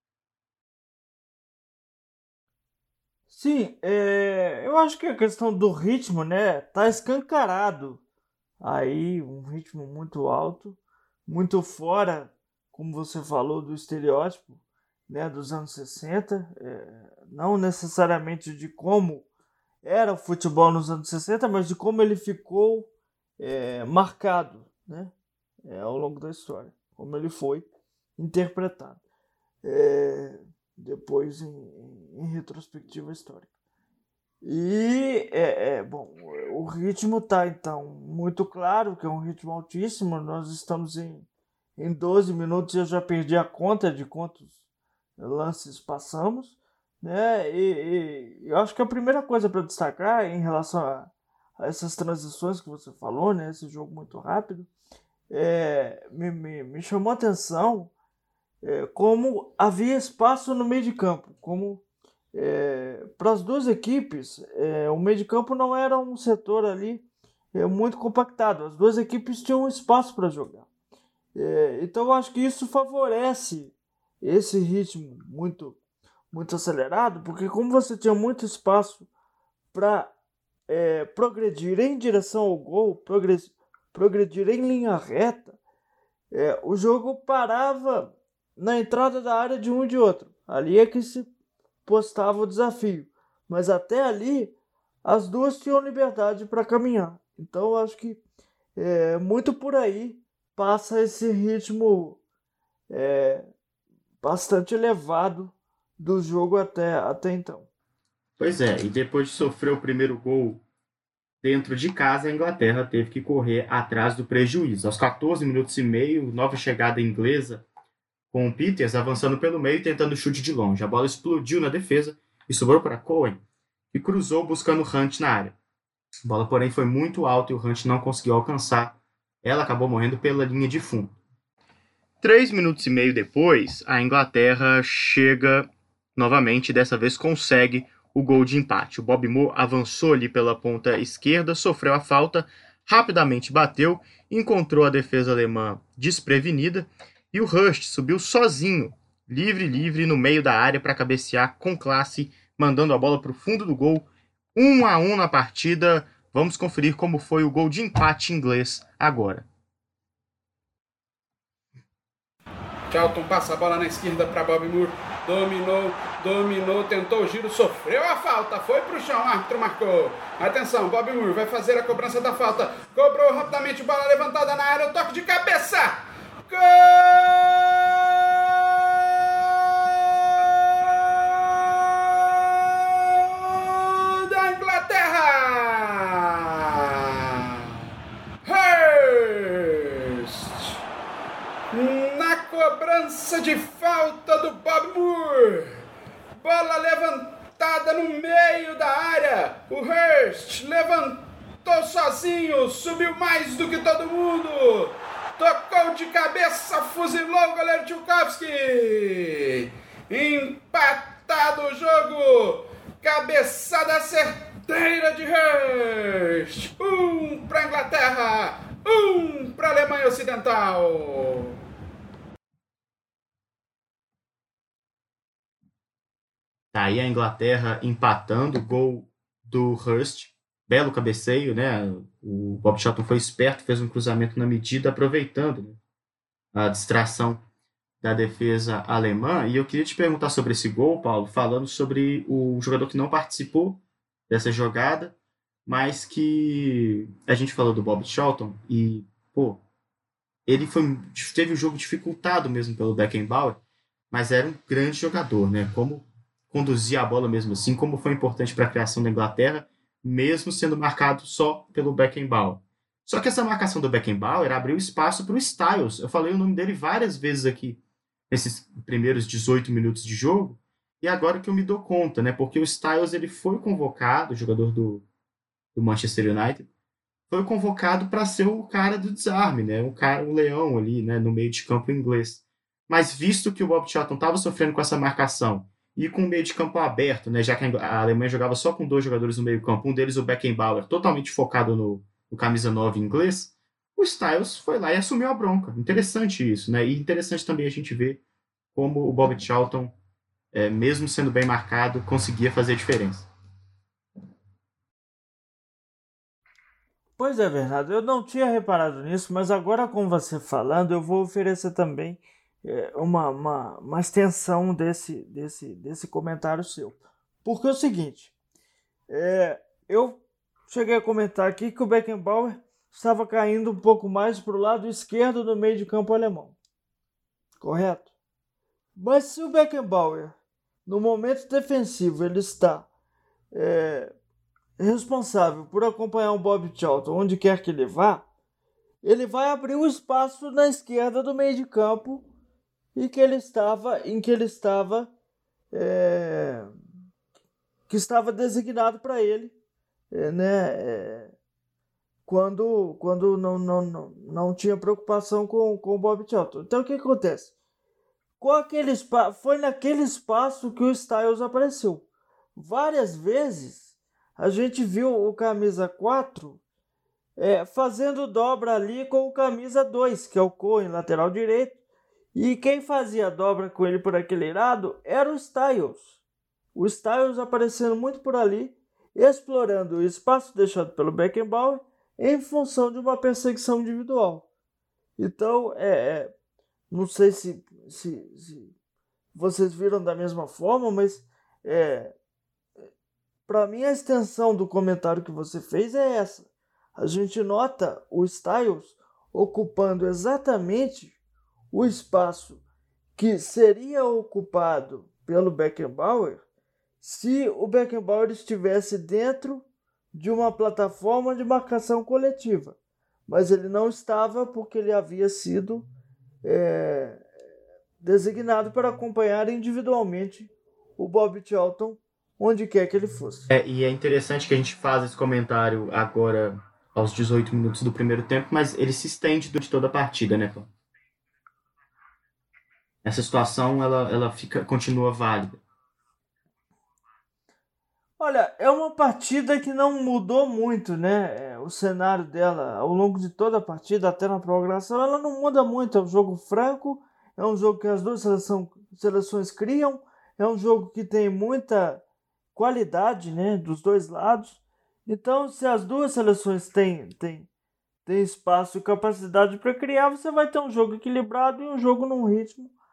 Sim, eu acho que a questão do ritmo, né, tá escancarado. Aí um ritmo muito alto, muito fora, como você falou, do estereótipo, né, dos anos 60, não necessariamente de como era o futebol nos anos 60, mas de como ele ficou marcado, né, ao longo da história, como ele foi interpretado, depois em retrospectiva histórica. E, bom, o ritmo está, então, muito claro que é um ritmo altíssimo. Nós estamos em 12 minutos e eu já perdi a conta de quantos lances passamos, né? E eu acho que a primeira coisa para destacar em relação a essas transições que você falou, né? Esse jogo muito rápido, me chamou a atenção como havia espaço no meio de campo, como para as duas equipes, o meio de campo não era um setor ali muito compactado. As duas equipes tinham espaço para jogar. Então eu acho que isso favorece esse ritmo muito, muito acelerado, porque como você tinha muito espaço para progredir em direção ao gol, progredir em linha reta, o jogo parava na entrada da área de um e de outro. Ali é que se postava o desafio, mas até ali as duas tinham liberdade para caminhar. Então eu acho que muito por aí passa esse ritmo bastante elevado do jogo até então. Pois é, e depois de sofrer o primeiro gol dentro de casa, a Inglaterra teve que correr atrás do prejuízo. Aos 14 minutos e meio, nova chegada inglesa, com o Peters avançando pelo meio e tentando chute de longe. A bola explodiu na defesa e sobrou para Cohen, que cruzou buscando Hunt na área. A bola, porém, foi muito alta e o Hunt não conseguiu alcançar. Ela acabou morrendo pela linha de fundo. 3 minutos e meio depois, a Inglaterra chega novamente e dessa vez consegue o gol de empate. O Bobby Moore avançou ali pela ponta esquerda, sofreu a falta, rapidamente bateu, encontrou a defesa alemã desprevenida e o Hurst subiu sozinho, livre no meio da área para cabecear com classe, mandando a bola para o fundo do gol. 1-1 na partida. Vamos conferir como foi o gol de empate inglês agora. Charlton passa a bola na esquerda para Bobby Moore. Dominou, tentou o giro, sofreu a falta, foi pro chão, o árbitro marcou. Atenção, Bobby Moore vai fazer a cobrança da falta. Cobrou rapidamente, bola levantada na área, o toque de cabeça. Gol da Inglaterra! Hurst! Na cobrança de falta do Bob Moore. Bola levantada no meio da área. O Hurst levantou sozinho, subiu mais do que todo mundo. Tocou de cabeça, fuzilou o goleiro Tchaikovsky. Empatado o jogo. Cabeçada certeira de Hurst. 1 para a Inglaterra, 1 para a Alemanha Ocidental. Tá aí a Inglaterra empatando, gol do Hurst. Belo cabeceio, né? O Bob Charlton foi esperto, fez um cruzamento na medida, aproveitando, né, a distração da defesa alemã. E eu queria te perguntar sobre esse gol, Paulo, falando sobre o jogador que não participou dessa jogada, mas que a gente falou do Bob Charlton e, pô, ele teve o jogo dificultado mesmo pelo Beckenbauer, mas era um grande jogador, né? Como conduzia a bola mesmo assim, como foi importante para a criação da Inglaterra, mesmo sendo marcado só pelo Beckenbauer. Só que essa marcação do Beckenbauer abriu espaço para o Styles. Eu falei o nome dele várias vezes aqui nesses primeiros 18 minutos de jogo, e agora que eu me dou conta, né? Porque o Styles ele foi convocado, o jogador do Manchester United, foi convocado para ser o cara do desarme, né? O leão ali, né? No meio de campo inglês. Mas visto que o Bob Charlton estava sofrendo com essa marcação e com o meio de campo aberto, né? Já que a Alemanha jogava só com 2 jogadores no meio campo, um deles o Beckenbauer, totalmente focado no camisa 9 inglês, o Styles foi lá e assumiu a bronca. Interessante isso, né? E interessante também a gente ver como o Bob Charlton, mesmo sendo bem marcado, conseguia fazer diferença. Pois é, Bernardo, eu não tinha reparado nisso, mas agora com você falando, eu vou oferecer também uma extensão desse comentário seu. Porque é o seguinte, eu cheguei a comentar aqui que o Beckenbauer estava caindo um pouco mais para o lado esquerdo do meio de campo alemão. Correto? Mas se o Beckenbauer, no momento defensivo, ele está responsável por acompanhar o Bob Charlton onde quer que ele vá, ele vai abrir um espaço na esquerda do meio de campo em que estava designado para ele, quando não tinha preocupação com o Bob Charlton. Então o que acontece? Foi naquele espaço que o Styles apareceu. Várias vezes a gente viu o camisa 4 fazendo dobra ali com o camisa 2, que é o Cohen, lateral direito, e quem fazia dobra com ele por aquele lado era o Styles. O Styles aparecendo muito por ali, explorando o espaço deixado pelo Beckenbauer em função de uma perseguição individual. Então, não sei se vocês viram da mesma forma, mas para mim a extensão do comentário que você fez é essa. A gente nota o Styles ocupando exatamente o espaço que seria ocupado pelo Beckenbauer se o Beckenbauer estivesse dentro de uma plataforma de marcação coletiva. Mas ele não estava porque ele havia sido designado para acompanhar individualmente o Bob Charlton onde quer que ele fosse. E é interessante que a gente faz esse comentário agora aos 18 minutos do primeiro tempo, mas ele se estende durante toda a partida, né, Paulo? Essa situação, ela continua válida. Olha, é uma partida que não mudou muito, né? O cenário dela ao longo de toda a partida, até na prorrogação, ela não muda muito. É um jogo franco, é um jogo que as duas seleções criam, é um jogo que tem muita qualidade, né, dos dois lados. Então, se as duas seleções têm espaço e capacidade para criar, você vai ter um jogo equilibrado e um jogo num ritmo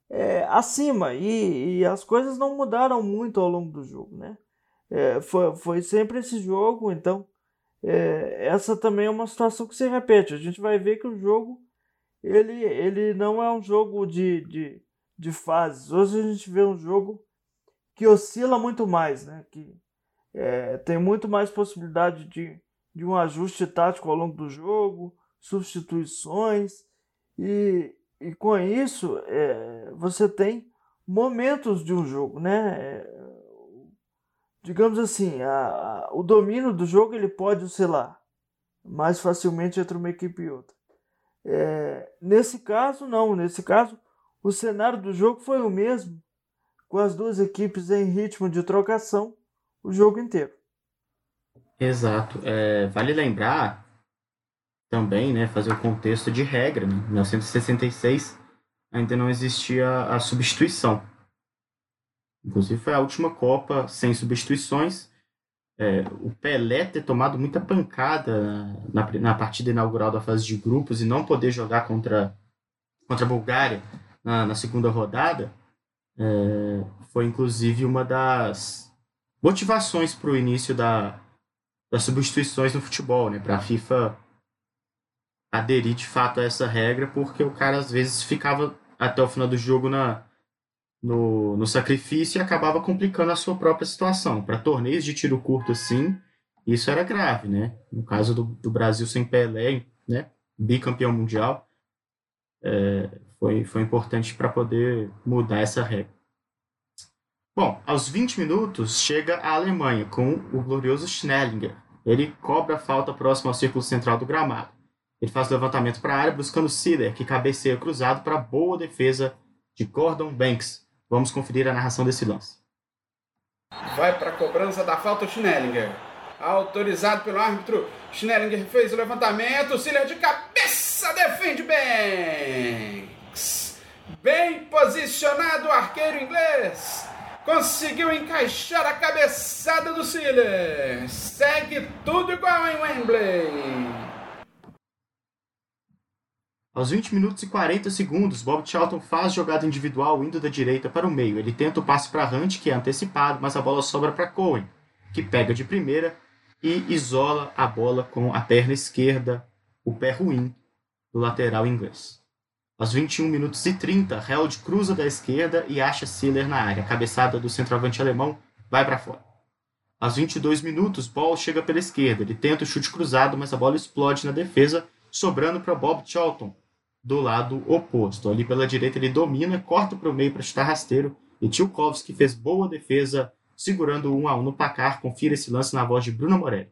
acima, e as coisas não mudaram muito ao longo do jogo, né? Foi sempre esse jogo, então essa também é uma situação que se repete. A gente vai ver que o jogo ele não é um jogo de fases. Hoje a gente vê um jogo que oscila muito mais, né? Que tem muito mais possibilidade de um ajuste tático ao longo do jogo, substituições, e com isso você tem momentos de um jogo, né? Digamos assim, o domínio do jogo ele pode oscilar mais facilmente entre uma equipe e outra. Nesse caso, não. Nesse caso, o cenário do jogo foi o mesmo, com as duas equipes em ritmo de trocação o jogo inteiro. Exato. Vale lembrar também, né, fazer o contexto de regra. Né? Em 1966 ainda não existia a substituição. Inclusive foi a última Copa sem substituições. O Pelé ter tomado muita pancada na partida inaugural da fase de grupos e não poder jogar contra a Bulgária na segunda rodada foi inclusive uma das motivações para o início das substituições no futebol, né? Para a FIFA aderir de fato a essa regra, porque o cara às vezes ficava até o final do jogo no sacrifício e acabava complicando a sua própria situação. Para torneios de tiro curto assim, isso era grave, né? No caso do Brasil sem Pelé, né? Bicampeão mundial, foi importante para poder mudar essa regra. Bom, aos 20 minutos chega a Alemanha com o glorioso Schnellinger. Ele cobra a falta próximo ao círculo central do gramado. Ele faz o levantamento para a área buscando Siller, que cabeceia cruzado para a boa defesa de Gordon Banks. Vamos conferir a narração desse lance. Vai para a cobrança da falta o Schnellinger. Autorizado pelo árbitro. Schnellinger fez o levantamento. Siller de cabeça defende Banks. Bem posicionado o arqueiro inglês. Conseguiu encaixar a cabeçada do Siller. Segue tudo igual em Wembley. Aos 20 minutos e 40 segundos, Bob Charlton faz jogada individual indo da direita para o meio. Ele tenta o passe para Hunt, que é antecipado, mas a bola sobra para Cohen, que pega de primeira e isola a bola com a perna esquerda, o pé ruim do lateral inglês. Aos 21 minutos e 30, Held cruza da esquerda e acha Siller na área. A cabeçada do centroavante alemão vai para fora. Aos 22 minutos, Ball chega pela esquerda. Ele tenta o chute cruzado, mas a bola explode na defesa, sobrando para Bob Charlton, do lado oposto. Ali pela direita ele domina, corta para o meio para chutar rasteiro, e Tchaikovsky fez boa defesa, segurando 1-1 no placar. Confira esse lance na voz de Bruno Morelli.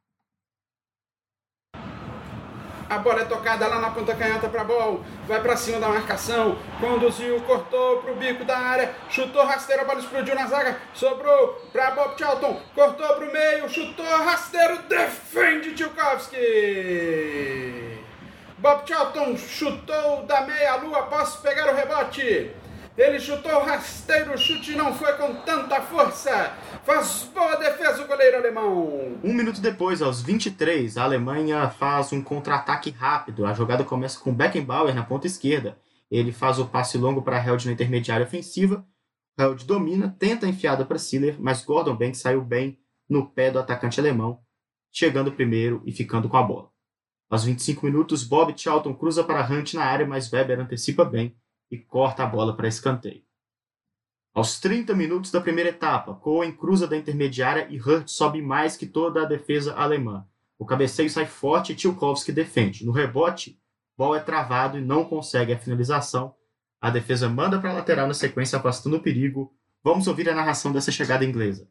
A bola é tocada lá na ponta canhota para Ball. Vai para cima da marcação. Conduziu, cortou para o bico da área. Chutou rasteiro, a bola explodiu na zaga. Sobrou para Bob Charlton. Cortou para o meio. Chutou rasteiro. Defende Tchaikovsky. Bob Charlton chutou da meia-lua após pegar o rebote. Ele chutou rasteiro, o chute não foi com tanta força. Faz boa defesa o goleiro alemão. 1 minuto depois, aos 23, a Alemanha faz um contra-ataque rápido. A jogada começa com Beckenbauer na ponta esquerda. Ele faz o passe longo para Held na intermediária ofensiva. Held domina, tenta a enfiada para Siller, mas Gordon Banks saiu bem no pé do atacante alemão, chegando primeiro e ficando com a bola. Aos 25 minutos, Bob Charlton cruza para Hunt na área, mas Weber antecipa bem e corta a bola para escanteio. Aos 30 minutos da primeira etapa, Cohen cruza da intermediária e Hurt sobe mais que toda a defesa alemã. O cabeceio sai forte e Tchaikovsky defende. No rebote, Ball é travado e não consegue a finalização. A defesa manda para a lateral na sequência, afastando o perigo. Vamos ouvir a narração dessa chegada inglesa.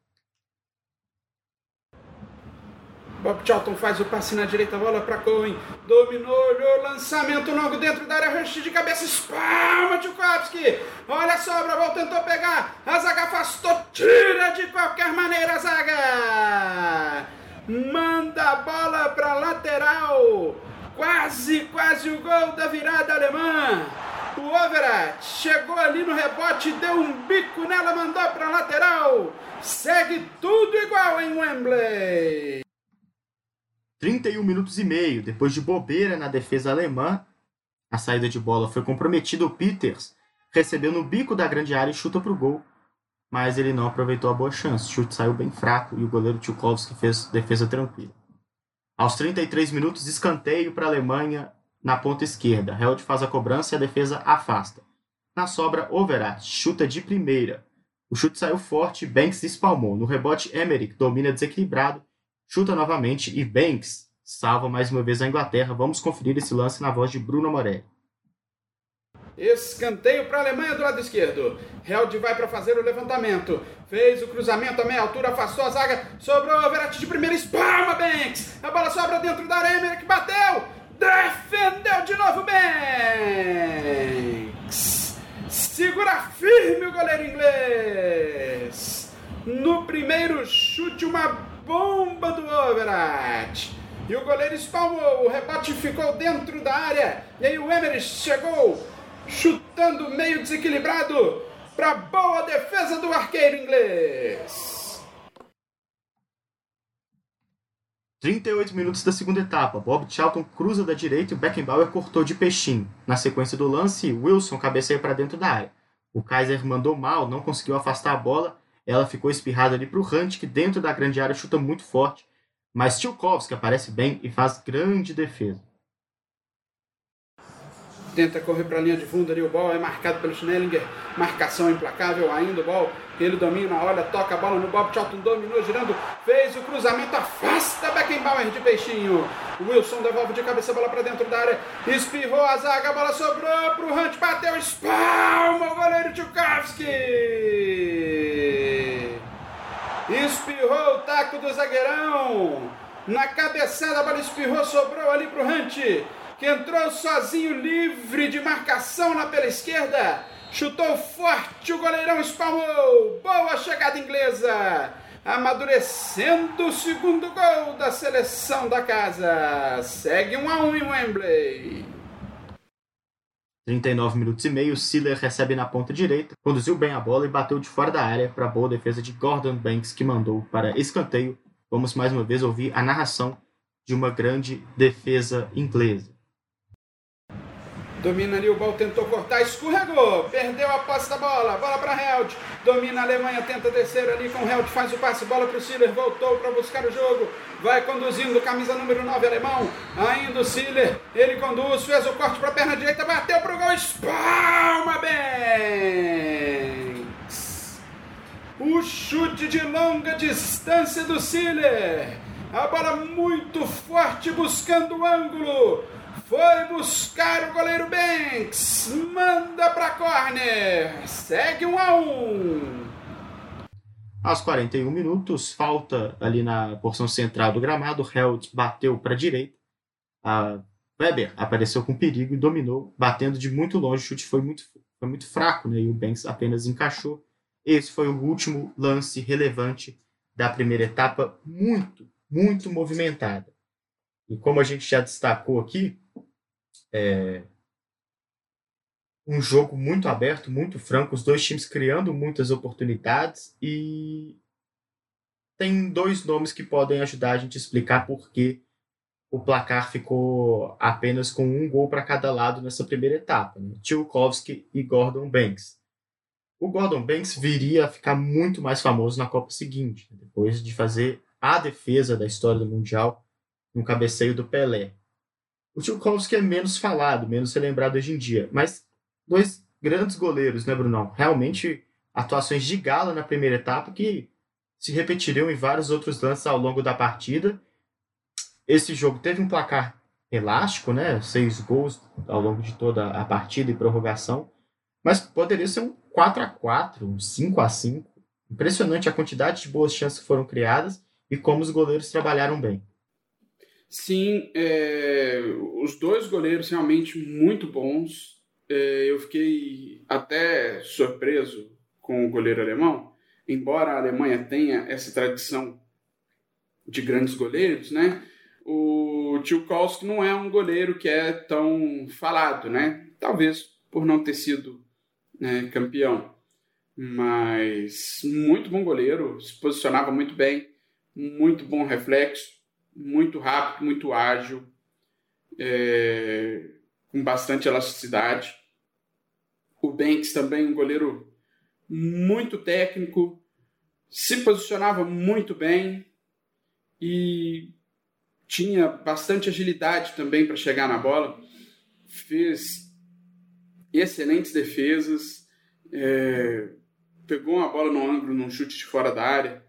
Bob Charlton faz o passe na direita, bola para Cohen. Dominou, olhou, lançamento longo dentro da área, Rush de cabeça, espalma Tchaikovsky. Olha a sobra, Ball tentou pegar. A zaga afastou, tira de qualquer maneira a zaga. Manda a bola para lateral. Quase o gol da virada alemã. O Overath chegou ali no rebote, deu um bico nela, mandou para lateral. Segue tudo igual em Wembley. 31 minutos e meio, depois de bobeira na defesa alemã, a saída de bola foi comprometida. O Peters recebeu no bico da grande área e chuta para o gol, mas ele não aproveitou a boa chance. O chute saiu bem fraco e o goleiro Tchaikovsky fez defesa tranquila. Aos 33 minutos, escanteio para a Alemanha na ponta esquerda. Held faz a cobrança e a defesa afasta. Na sobra, Overath chuta de primeira. O chute saiu forte e Banks espalmou. No rebote, Emerick domina desequilibrado, chuta novamente e Banks salva mais uma vez a Inglaterra. Vamos conferir esse lance na voz de Bruno Morelli. Escanteio para a Alemanha do lado esquerdo. Held vai para fazer o levantamento. Fez o cruzamento a meia altura, afastou a zaga. Sobrou Overath de primeira, espalma Banks. A bola sobra dentro da área, Emerick bateu. Defendeu de novo Banks. Segura firme o goleiro inglês. No primeiro chute, uma bomba do Overath. E o goleiro espalmou. O rebote ficou dentro da área. E aí o Emerick chegou chutando meio desequilibrado para boa defesa do arqueiro inglês. 38 minutos da segunda etapa. Bob Charlton cruza da direita e o Beckenbauer cortou de peixinho. Na sequência do lance, Wilson cabeceia para dentro da área. O Kaiser mandou mal, não conseguiu afastar a bola. Ela ficou espirrada ali para o Hunt, que dentro da grande área chuta muito forte. Mas Tchaikovsky aparece bem e faz grande defesa. Tenta correr para a linha de fundo ali, o Ball é marcado pelo Schnellinger, marcação implacável ainda, o Ball, ele domina, olha, toca a bola no Bob Charlton, dominou, girando, fez o cruzamento, afasta Beckenbauer de peixinho, o Wilson devolve de cabeça a bola para dentro da área, espirrou a zaga, a bola sobrou para o Hunt, bateu, espalma o goleiro Tchaikovsky, espirrou o taco do zagueirão, na cabeçada a bola espirrou, sobrou ali para o Hunt, que entrou sozinho, livre de marcação lá pela esquerda, chutou forte, o goleirão espalmou, boa chegada inglesa, amadurecendo o segundo gol da seleção da casa, segue 1-1 em Wembley. 39 minutos e meio, Siller recebe na ponta direita, conduziu bem a bola e bateu de fora da área para a boa defesa de Gordon Banks, que mandou para escanteio. Vamos mais uma vez ouvir a narração de uma grande defesa inglesa. Domina ali, o Ball tentou cortar, escorregou, perdeu a posse da bola, bola para Held, domina a Alemanha, tenta descer ali com o Held, faz o passe, bola para o Siller, voltou para buscar o jogo, vai conduzindo, camisa número 9 alemão, ainda o Siller, ele conduz, fez o corte para a perna direita, bateu para o gol, espalma Banks, o chute de longa distância do Siller, a bola muito forte buscando o ângulo, foi buscar o goleiro Banks, manda para corner, segue 1-1. Aos 41 minutos, falta ali na porção central do gramado, Held bateu para a direita, a Weber apareceu com perigo e dominou, batendo de muito longe, o chute foi muito fraco, né? E o Banks apenas encaixou. Esse foi o último lance relevante da primeira etapa, muito movimentada. E como a gente já destacou aqui, um jogo muito aberto, muito franco, os dois times criando muitas oportunidades e tem dois nomes que podem ajudar a gente a explicar por que o placar ficou apenas com um gol para cada lado nessa primeira etapa, né? Tchaikovsky e Gordon Banks. O Gordon Banks viria a ficar muito mais famoso na Copa seguinte, depois de fazer a defesa da história do Mundial no cabeceio do Pelé. O Tchaikovsky é menos falado, menos relembrado hoje em dia, mas dois grandes goleiros, né, Brunão? Realmente atuações de gala na primeira etapa que se repetiriam em vários outros lances ao longo da partida. Esse jogo teve um placar elástico, né? 6 gols ao longo de toda a partida e prorrogação, mas poderia ser um 4-4, um 5-5. Impressionante a quantidade de boas chances que foram criadas e como os goleiros trabalharam bem. Sim, os dois goleiros realmente muito bons. Eu fiquei até surpreso com o goleiro alemão, embora a Alemanha tenha essa tradição de grandes goleiros, né? O Tchaikovsky não é um goleiro que é tão falado, né? Talvez por não ter sido, né, campeão, mas muito bom goleiro, se posicionava muito bem, muito bom reflexo, muito rápido, muito ágil, com bastante elasticidade. O Banks também, um goleiro muito técnico, se posicionava muito bem e tinha bastante agilidade também para chegar na bola. Fez excelentes defesas, pegou uma bola no ângulo, num chute de fora da área,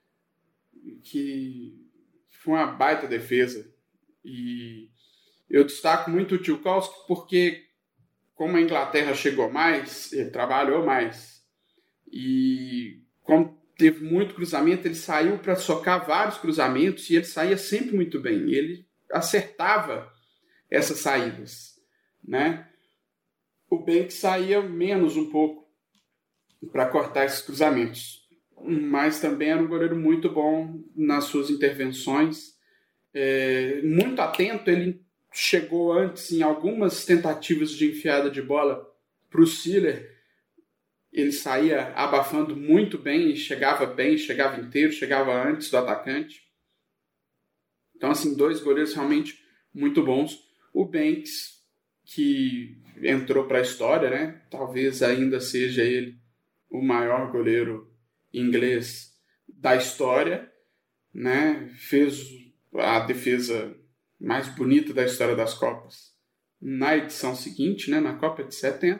que foi uma baita defesa. E eu destaco muito o Tchaikovsky porque, como a Inglaterra chegou mais, ele trabalhou mais. E como teve muito cruzamento, ele saiu para socar vários cruzamentos e ele saía sempre muito bem. Ele acertava essas saídas, né? O Banks saía menos um pouco para cortar esses cruzamentos, mas também era um goleiro muito bom nas suas intervenções, muito atento. Ele chegou antes em algumas tentativas de enfiada de bola para o Siller. Ele saía abafando muito bem, chegava inteiro, chegava antes do atacante. Então, assim, 2 goleiros realmente muito bons. O Banks, que entrou para a história, né? Talvez ainda seja ele o maior goleiro inglês da história, né? Fez a defesa mais bonita da história das Copas na edição seguinte, né? Na Copa de 70.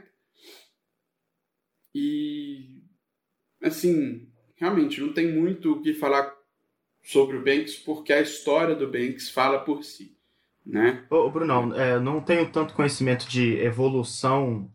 E, assim, realmente não tem muito o que falar sobre o Banks, porque a história do Banks fala por si, né? Ô, Brunão, não tenho tanto conhecimento de evolução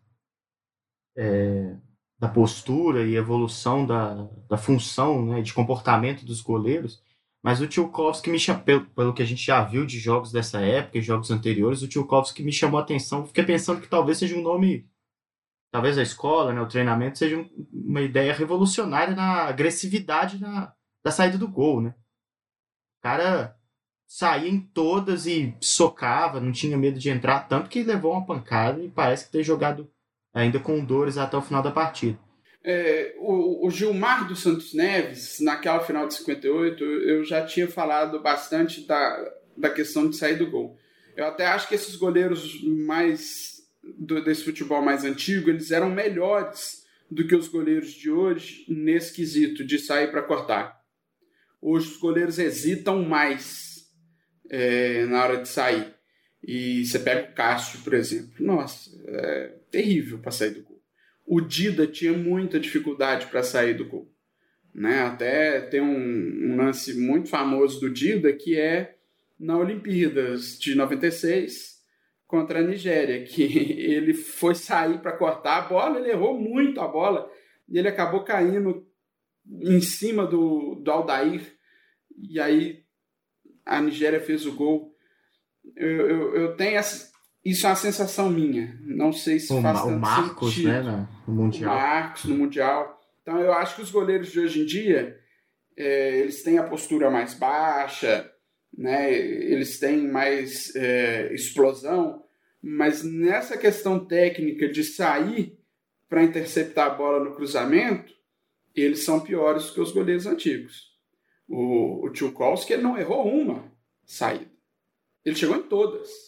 da postura e evolução da função, né, de comportamento dos goleiros, mas o Tchaikovsky pelo que a gente já viu de jogos dessa época e jogos anteriores, o Tchaikovsky me chamou a atenção. Fiquei pensando que talvez seja um nome, talvez a escola, né, o treinamento, seja uma ideia revolucionária na agressividade da saída do gol, né? O cara saía em todas e socava, não tinha medo de entrar, tanto que levou uma pancada e parece que ter jogado ainda com dores até o final da partida. O Gilmar dos Santos Neves, naquela final de 58, eu já tinha falado bastante da questão de sair do gol. Eu até acho que esses goleiros desse futebol mais antigo, eles eram melhores do que os goleiros de hoje nesse quesito de sair para cortar. Hoje os goleiros hesitam mais na hora de sair. E você pega o Cássio, por exemplo. Nossa, é terrível para sair do gol. O Dida tinha muita dificuldade para sair do gol, né? Até tem um lance muito famoso do Dida, que é na Olimpíadas de 96 contra a Nigéria, que ele foi sair para cortar a bola, ele errou muito a bola e ele acabou caindo em cima do Aldair, e aí a Nigéria fez o gol. Eu tenho isso é uma sensação minha. Não sei se faz tanto o Marcos, sentido. Né, no Mundial. O Marcos no Mundial. Então eu acho que os goleiros de hoje em dia, eles têm a postura mais baixa, né? Eles têm mais explosão, mas nessa questão técnica de sair para interceptar a bola no cruzamento, eles são piores que os goleiros antigos. O Tchaikovsky, ele não errou uma saída. Ele chegou em todas.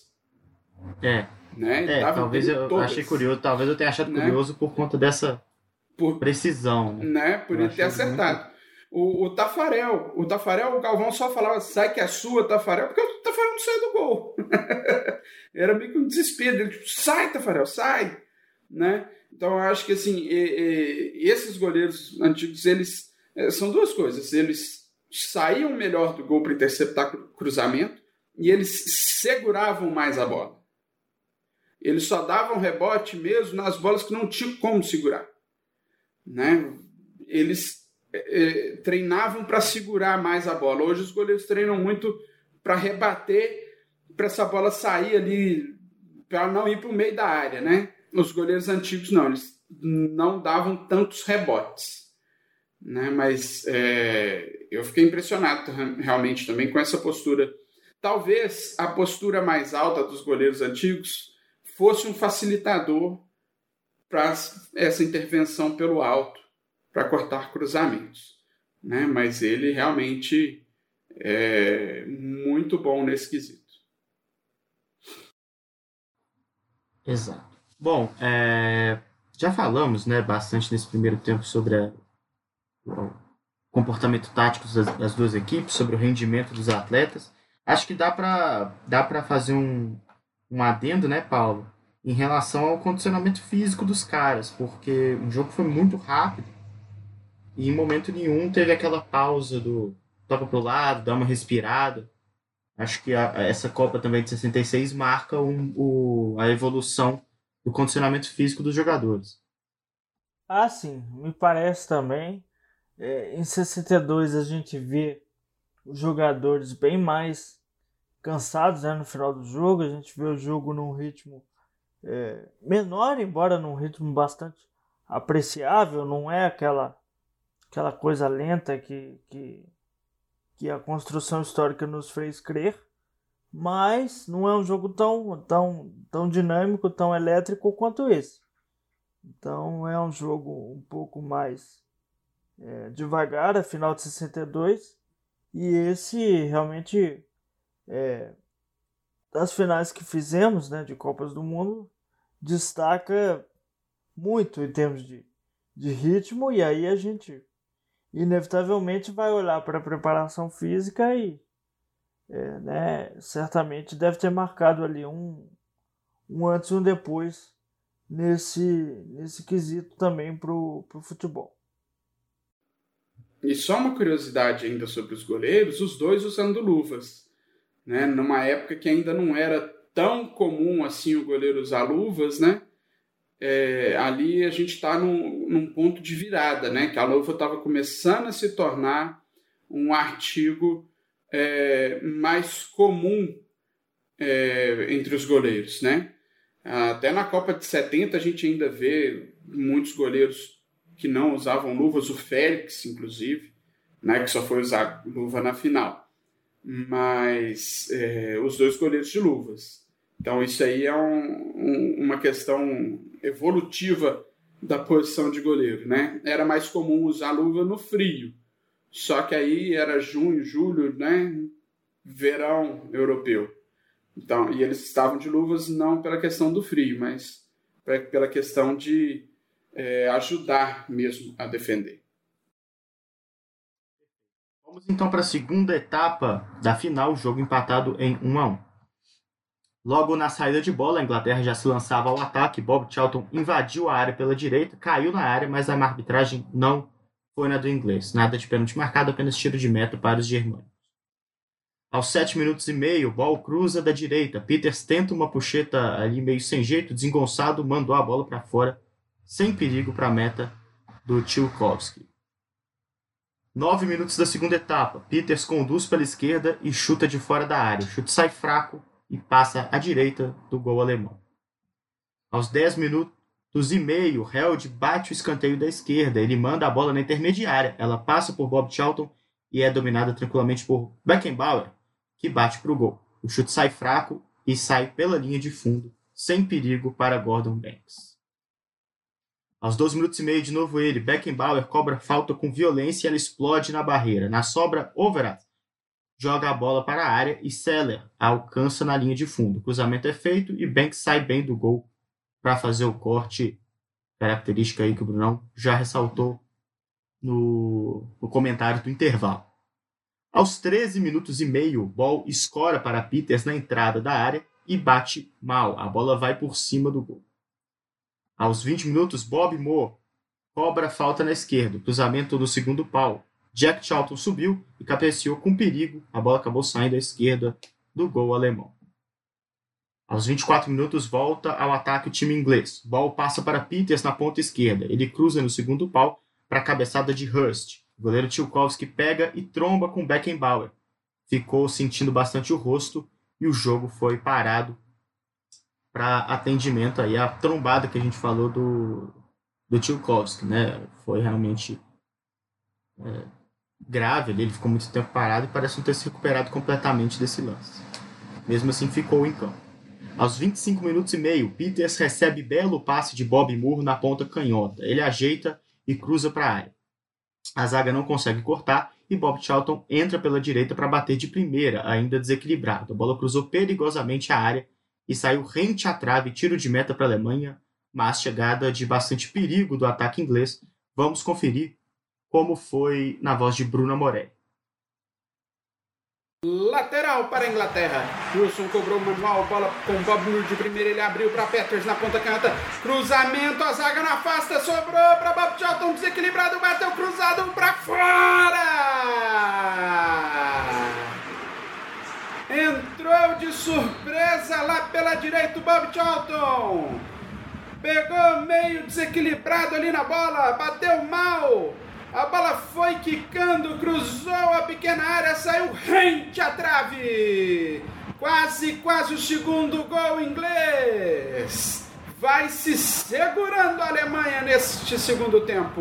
Né? Talvez eu achei curioso, talvez eu tenha achado curioso por conta dessa precisão. Né? Por ele ter acertado. O Tafarel, o Galvão só falava, sai que é sua, Tafarel, porque o Tafarel não saiu do gol. Era meio que um desespero dele, tipo, sai, Tafarel, sai! Né? Então eu acho que assim, esses goleiros antigos, eles são duas coisas. Eles saíam melhor do gol para interceptar cruzamento e eles seguravam mais a bola. Eles só davam rebote mesmo nas bolas que não tinham como segurar. Né? Eles treinavam para segurar mais a bola. Hoje os goleiros treinam muito para rebater, para essa bola sair ali, para não ir para o meio da área. Né? Os goleiros antigos não, eles não davam tantos rebotes. Né? Mas eu fiquei impressionado realmente também com essa postura. Talvez a postura mais alta dos goleiros antigos fosse um facilitador para essa intervenção pelo alto, para cortar cruzamentos. Né? Mas ele realmente é muito bom nesse quesito. Exato. Bom, Já falamos, né, bastante nesse primeiro tempo sobre o comportamento tático das duas equipes, sobre o rendimento dos atletas. Acho que dá para fazer um adendo, né, Paulo, em relação ao condicionamento físico dos caras, porque o jogo foi muito rápido e em momento nenhum teve aquela pausa do toca pro lado, dá uma respirada. Acho que essa Copa também de 66 marca a evolução do condicionamento físico dos jogadores. Ah, sim, me parece também. Em 62 a gente vê os jogadores bem mais cansados, né, no final do jogo. A gente vê o jogo num ritmo menor, embora num ritmo bastante apreciável. Não é aquela coisa lenta que a construção histórica nos fez crer, mas não é um jogo tão dinâmico, tão elétrico quanto esse. Então é um jogo um pouco mais devagar, a final de 62, e esse realmente das finais que fizemos, né, de Copas do Mundo, destaca muito em termos de ritmo, e aí a gente inevitavelmente vai olhar para a preparação física e certamente deve ter marcado ali um antes e um depois nesse quesito também para o futebol. E só uma curiosidade ainda sobre os goleiros, os dois usando luvas, né? Numa época que ainda não era tão comum assim o goleiro usar luvas, né? Ali a gente está num ponto de virada, né? Que a luva estava começando a se tornar um artigo mais comum entre os goleiros, né? Até na Copa de 70 a gente ainda vê muitos goleiros que não usavam luvas, o Félix, inclusive, né, que só foi usar luva na final. Mas os dois goleiros de luvas. Então isso aí é uma questão evolutiva da posição de goleiro, né? Era mais comum usar luva no frio. Só que aí era junho, julho, né? Verão europeu. Então, e eles estavam de luvas não pela questão do frio, mas pela questão de ajudar mesmo a defender. Vamos então para a segunda etapa da final, jogo empatado em 1-1. Logo na saída de bola, a Inglaterra já se lançava ao ataque. Bob Charlton invadiu a área pela direita, caiu na área, mas a arbitragem não foi na do inglês. Nada de pênalti marcado, apenas tiro de meta para os germânicos. Aos 7 minutos e meio, Ball cruza da direita. Peters tenta uma puxeta ali meio sem jeito, desengonçado, mandou a bola para fora, sem perigo para a meta do Tchaikovsky. 9 minutos da segunda etapa. Peters conduz pela esquerda e chuta de fora da área. O chute sai fraco e passa à direita do gol alemão. Aos 10 minutos e meio, Held bate o escanteio da esquerda. Ele manda a bola na intermediária. Ela passa por Bob Charlton e é dominada tranquilamente por Beckenbauer, que bate para o gol. O chute sai fraco e sai pela linha de fundo, sem perigo para Gordon Banks. Aos 12 minutos e meio, de novo ele, Beckenbauer cobra falta com violência e ela explode na barreira. Na sobra, Overath joga a bola para a área e Seller alcança na linha de fundo. O cruzamento é feito e Banks sai bem do gol para fazer o corte, característica aí que o Brunão já ressaltou no comentário do intervalo. Aos 13 minutos e meio, Ball escora para Peters na entrada da área e bate mal. A bola vai por cima do gol. Aos 20 minutos, Bob Moore cobra falta na esquerda. Cruzamento do segundo pau. Jack Charlton subiu e cabeceou com perigo. A bola acabou saindo à esquerda do gol alemão. Aos 24 minutos, volta ao ataque o time inglês. Ball passa para Peters na ponta esquerda. Ele cruza no segundo pau para a cabeçada de Hurst. O goleiro Tchaikovsky pega e tromba com Beckenbauer. Ficou sentindo bastante o rosto e o jogo foi parado para atendimento aí. A trombada que a gente falou do Tchaikovsky, né? Foi realmente grave. Ele ficou muito tempo parado e parece não ter se recuperado completamente desse lance. Mesmo assim, ficou em campo. Aos 25 minutos e meio, Peters recebe belo passe de Bob Moore na ponta canhota. Ele ajeita e cruza para a área. A zaga não consegue cortar e Bob Charlton entra pela direita para bater de primeira, ainda desequilibrado. A bola cruzou perigosamente a área e saiu rente à trave, tiro de meta para a Alemanha, mas chegada de bastante perigo do ataque inglês. Vamos conferir como foi na voz de Bruno Morelli. Lateral para a Inglaterra. Wilson cobrou manual, bola com Bob Moore de primeira, ele abriu para Peters na ponta canhota. Cruzamento, a zaga não afasta, sobrou para Bob Charlton, desequilibrado, bateu cruzado para fora. Entrou de surpresa lá pela direita o Bob Charlton. Pegou meio desequilibrado ali na bola, bateu mal. A bola foi quicando, cruzou a pequena área, saiu rente à trave. Quase o segundo gol inglês. Vai se segurando a Alemanha neste segundo tempo.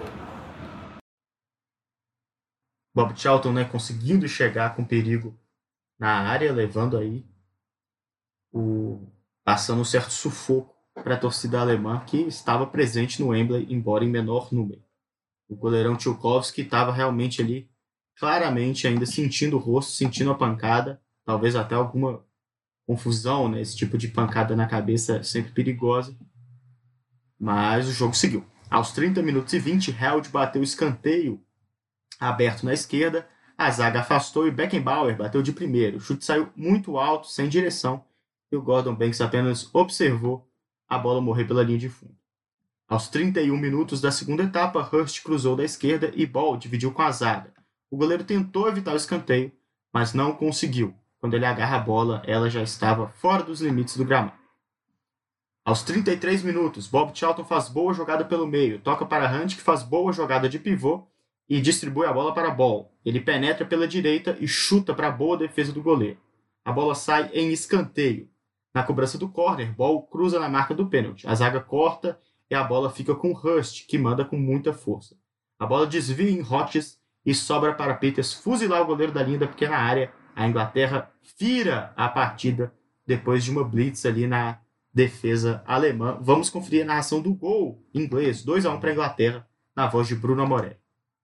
Bob Charlton, né, conseguindo chegar com perigo na área, levando aí passando um certo sufoco para a torcida alemã que estava presente no Wembley, embora em menor número. O goleirão Tchoukovsky estava realmente ali, claramente ainda sentindo o rosto, sentindo a pancada, talvez até alguma confusão, né? Esse tipo de pancada na cabeça é sempre perigosa. Mas o jogo seguiu. Aos 30 minutos e 20, Held bateu o escanteio aberto na esquerda, a zaga afastou e Beckenbauer bateu de primeiro. O chute saiu muito alto, sem direção, e o Gordon Banks apenas observou a bola morrer pela linha de fundo. Aos 31 minutos da segunda etapa, Hurst cruzou da esquerda e Ball dividiu com a zaga. O goleiro tentou evitar o escanteio, mas não conseguiu. Quando ele agarra a bola, ela já estava fora dos limites do gramado. Aos 33 minutos, Bob Charlton faz boa jogada pelo meio, toca para Hunt, que faz boa jogada de pivô e distribui a bola para Ball. Ele penetra pela direita e chuta para a boa defesa do goleiro. A bola sai em escanteio. Na cobrança do corner, Ball cruza na marca do pênalti. A zaga corta e a bola fica com Hurst, que manda com muita força. A bola desvia em Hodges e sobra para Peters fuzilar o goleiro da linha da pequena área. A Inglaterra vira a partida depois de uma blitz ali na defesa alemã. Vamos conferir a narração do gol inglês, 2-1 para a Inglaterra, na voz de Bruno Morelli.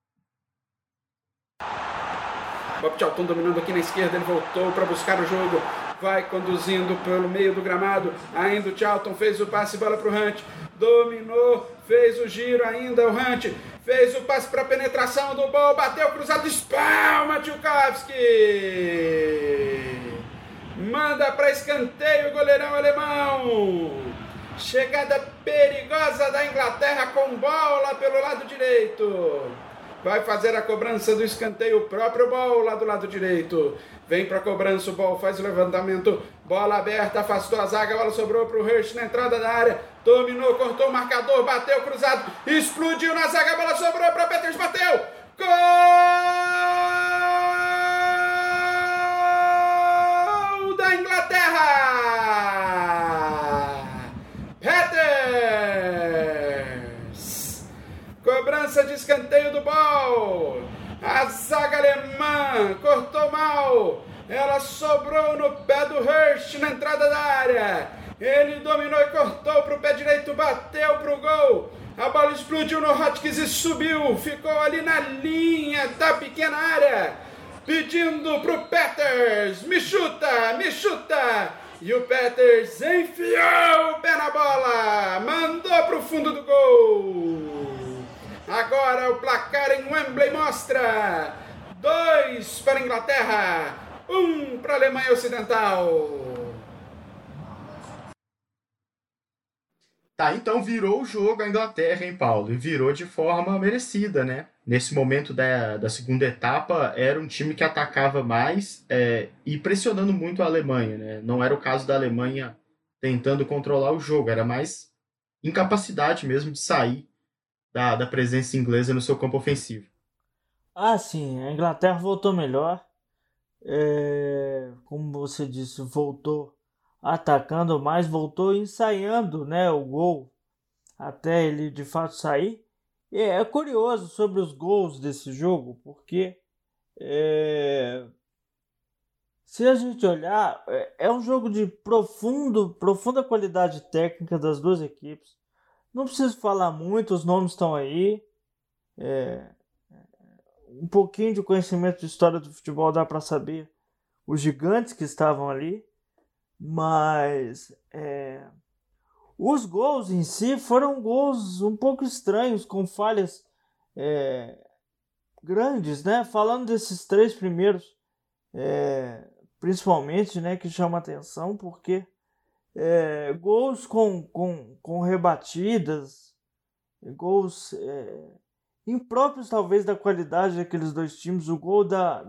Bob Charlton dominando aqui na esquerda, ele voltou para buscar o jogo. Vai conduzindo pelo meio do gramado. Ainda o Charlton fez o passe, bola para o Hunt. Dominou, fez o giro ainda o Hunt. Fez o passe para a penetração do Ball. Bateu cruzado, espalma Tchoukovsky. Manda para escanteio o goleirão alemão. Chegada perigosa da Inglaterra com bola pelo lado direito. Vai fazer a cobrança do escanteio o próprio Ball lá do lado direito. Vem para a cobrança, o Ball faz o levantamento. Bola aberta, afastou a zaga, a bola sobrou para o Hurst na entrada da área. Dominou, cortou o marcador, bateu cruzado, explodiu na zaga, a bola sobrou para Peters, bateu. Gol da Inglaterra! Peters! Cobrança de escanteio do Ball. A zaga alemã cortou mal. Ela sobrou no pé do Hurst na entrada da área. Ele dominou e cortou para o pé direito, bateu para o gol. A bola explodiu no Hodges e subiu. Ficou ali na linha da pequena área, pedindo para o Peters: me chuta, me chuta. E o Peters enfiou o pé na bola, mandou para o fundo do gol. Agora o placar em Wembley mostra 2 para a Inglaterra, 1 para a Alemanha Ocidental. Tá, então virou o jogo a Inglaterra, hein, Paulo? E virou de forma merecida, né? Nesse momento da segunda etapa, era um time que atacava mais e pressionando muito a Alemanha, né? Não era o caso da Alemanha tentando controlar o jogo, era mais incapacidade mesmo de sair da presença inglesa no seu campo ofensivo. Ah, sim, a Inglaterra voltou melhor. Como você disse, voltou atacando mais, voltou ensaiando, né, o gol até ele de fato sair. E é curioso sobre os gols desse jogo, porque se a gente olhar, é um jogo de profunda qualidade técnica das duas equipes. Não preciso falar muito, os nomes estão aí. Um pouquinho de conhecimento de história do futebol dá para saber os gigantes que estavam ali. Mas Os gols em si foram gols um pouco estranhos, com falhas grandes, né? Falando desses 3 primeiros, principalmente, né, que chama atenção, porque gols com rebatidas, gols impróprios talvez da qualidade daqueles 2 times. O gol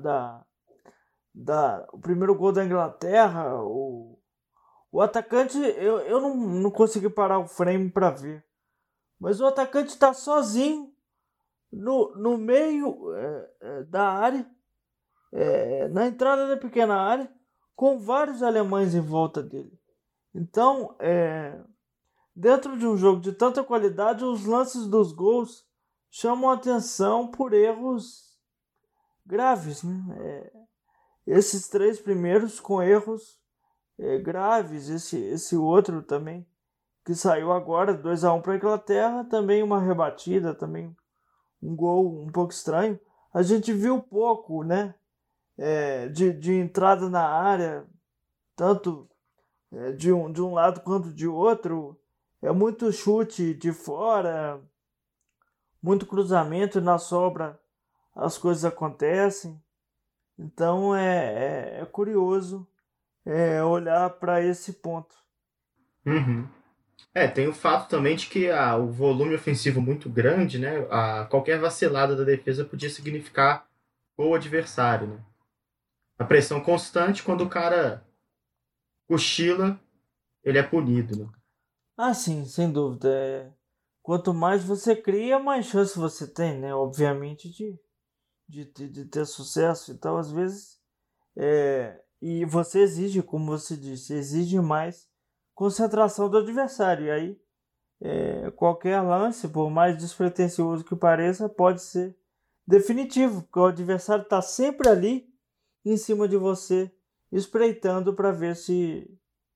o primeiro gol da Inglaterra, o atacante, eu não consegui parar o frame para ver, mas o atacante está sozinho no meio da área, na entrada da pequena área, com vários alemães em volta dele. Então, dentro de um jogo de tanta qualidade, os lances dos gols chamam a atenção por erros graves, né? Esses 3 primeiros com erros graves, esse outro também, que saiu agora, 2-1 para a Inglaterra, também uma rebatida, também um gol um pouco estranho. A gente viu pouco, né, de entrada na área, tanto de um lado quanto de outro. Muito chute de fora, muito cruzamento, e na sobra as coisas acontecem. Então é curioso olhar para esse ponto. Uhum. Tem o fato também de que o volume ofensivo muito grande, né? Qualquer vacilada da defesa podia significar gol adversário, né? A pressão constante, quando o cara cochila, ele é punido, né? Ah, sim, sem dúvida. Quanto mais você cria, mais chance você tem, né? Obviamente, de ter sucesso. Então, às vezes, e você exige, como você disse, exige mais concentração do adversário. E aí, qualquer lance, por mais despretensioso que pareça, pode ser definitivo, porque o adversário está sempre ali em cima de você, espreitando para ver se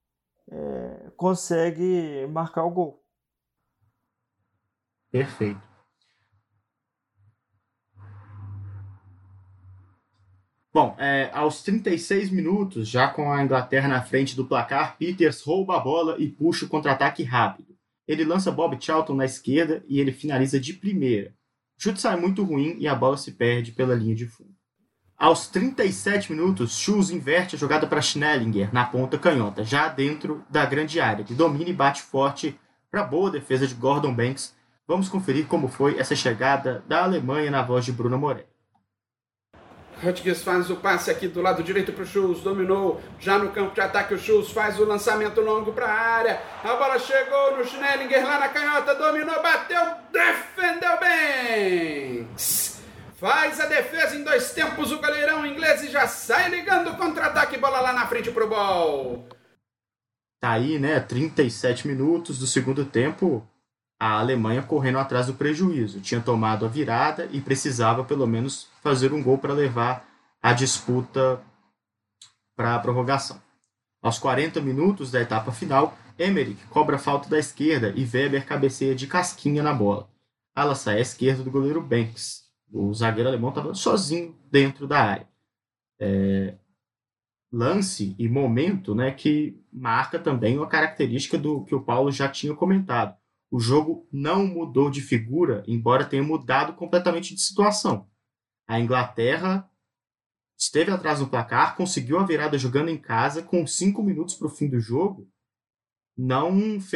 consegue marcar o gol. Perfeito. Bom, aos 36 minutos, já com a Inglaterra na frente do placar, Peters rouba a bola e puxa o contra-ataque rápido. Ele lança Bob Charlton na esquerda e ele finaliza de primeira. O chute sai muito ruim e a bola se perde pela linha de fundo. Aos 37 minutos, Schulz inverte a jogada para Schnellinger na ponta canhota, já dentro da grande área, que domina e bate forte para boa defesa de Gordon Banks. Vamos conferir como foi essa chegada da Alemanha na voz de Bruno Morelli. Rodrigues faz o passe aqui do lado direito para o Schulz, dominou, já no campo de ataque o Schulz faz o lançamento longo para a área, a bola chegou no Schnellinger lá na canhota, dominou, bateu, defendeu Banks, faz a defesa em 2 tempos o goleirão inglês e já sai ligando o contra-ataque, bola lá na frente pro Ball. Tá aí, né, 37 minutos do segundo tempo, a Alemanha correndo atrás do prejuízo. Tinha tomado a virada e precisava pelo menos fazer um gol para levar a disputa para a prorrogação. Aos 40 minutos da etapa final, Emmerich cobra a falta da esquerda e Weber cabeceia de casquinha na bola. Ela sai à esquerda do goleiro Banks. O zagueiro alemão estava sozinho dentro da área. Lance e momento, né, que marca também uma característica do que o Paulo já tinha comentado. O jogo não mudou de figura, embora tenha mudado completamente de situação. A Inglaterra esteve atrás no placar, conseguiu a virada jogando em casa, com 5 minutos para o fim do jogo, não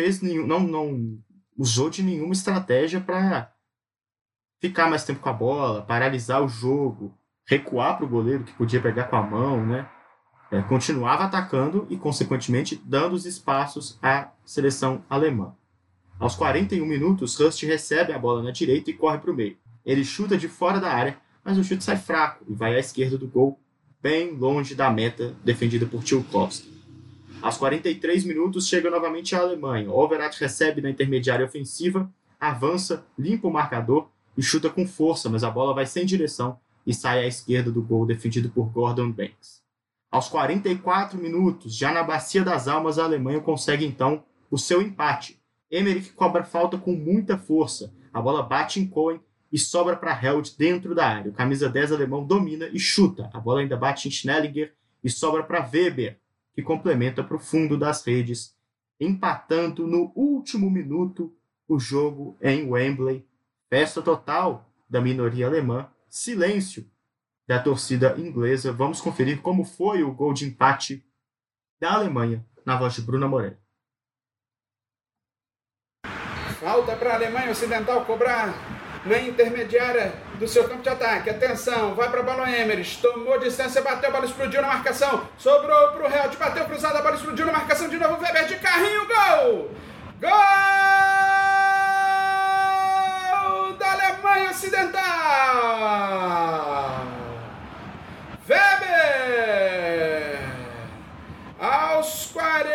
usou de nenhuma estratégia para ficar mais tempo com a bola, paralisar o jogo, recuar para o goleiro que podia pegar com a mão, né? Continuava atacando e, consequentemente, dando os espaços à seleção alemã. Aos 41 minutos, Rust recebe a bola na direita e corre para o meio. Ele chuta de fora da área, mas o chute sai fraco e vai à esquerda do gol, bem longe da meta defendida por Tchaikovsky. Aos 43 minutos, chega novamente a Alemanha. Overath recebe na intermediária ofensiva, avança, limpa o marcador e chuta com força, mas a bola vai sem direção e sai à esquerda do gol defendido por Gordon Banks. Aos 44 minutos, já na Bacia das Almas, a Alemanha consegue então o seu empate. Emmerich cobra falta com muita força. A bola bate em Cohen e sobra para Held dentro da área. O camisa 10 alemão domina e chuta. A bola ainda bate em Schnellinger e sobra para Weber, que complementa para o fundo das redes empatando no último minuto o jogo em Wembley. Festa total da minoria alemã, silêncio da torcida inglesa. Vamos conferir como foi o gol de empate da Alemanha, na voz de Bruna Morelli. Falta para a Alemanha Ocidental cobrar na intermediária do seu campo de ataque. Atenção, vai para a bola o Emmerich. Tomou distância, bateu, a bola explodiu na marcação. Sobrou para o Held, bateu cruzada, a bola explodiu na marcação. De novo, Weber de carrinho, gol! Gol da Alemanha Ocidental! Weber! Aos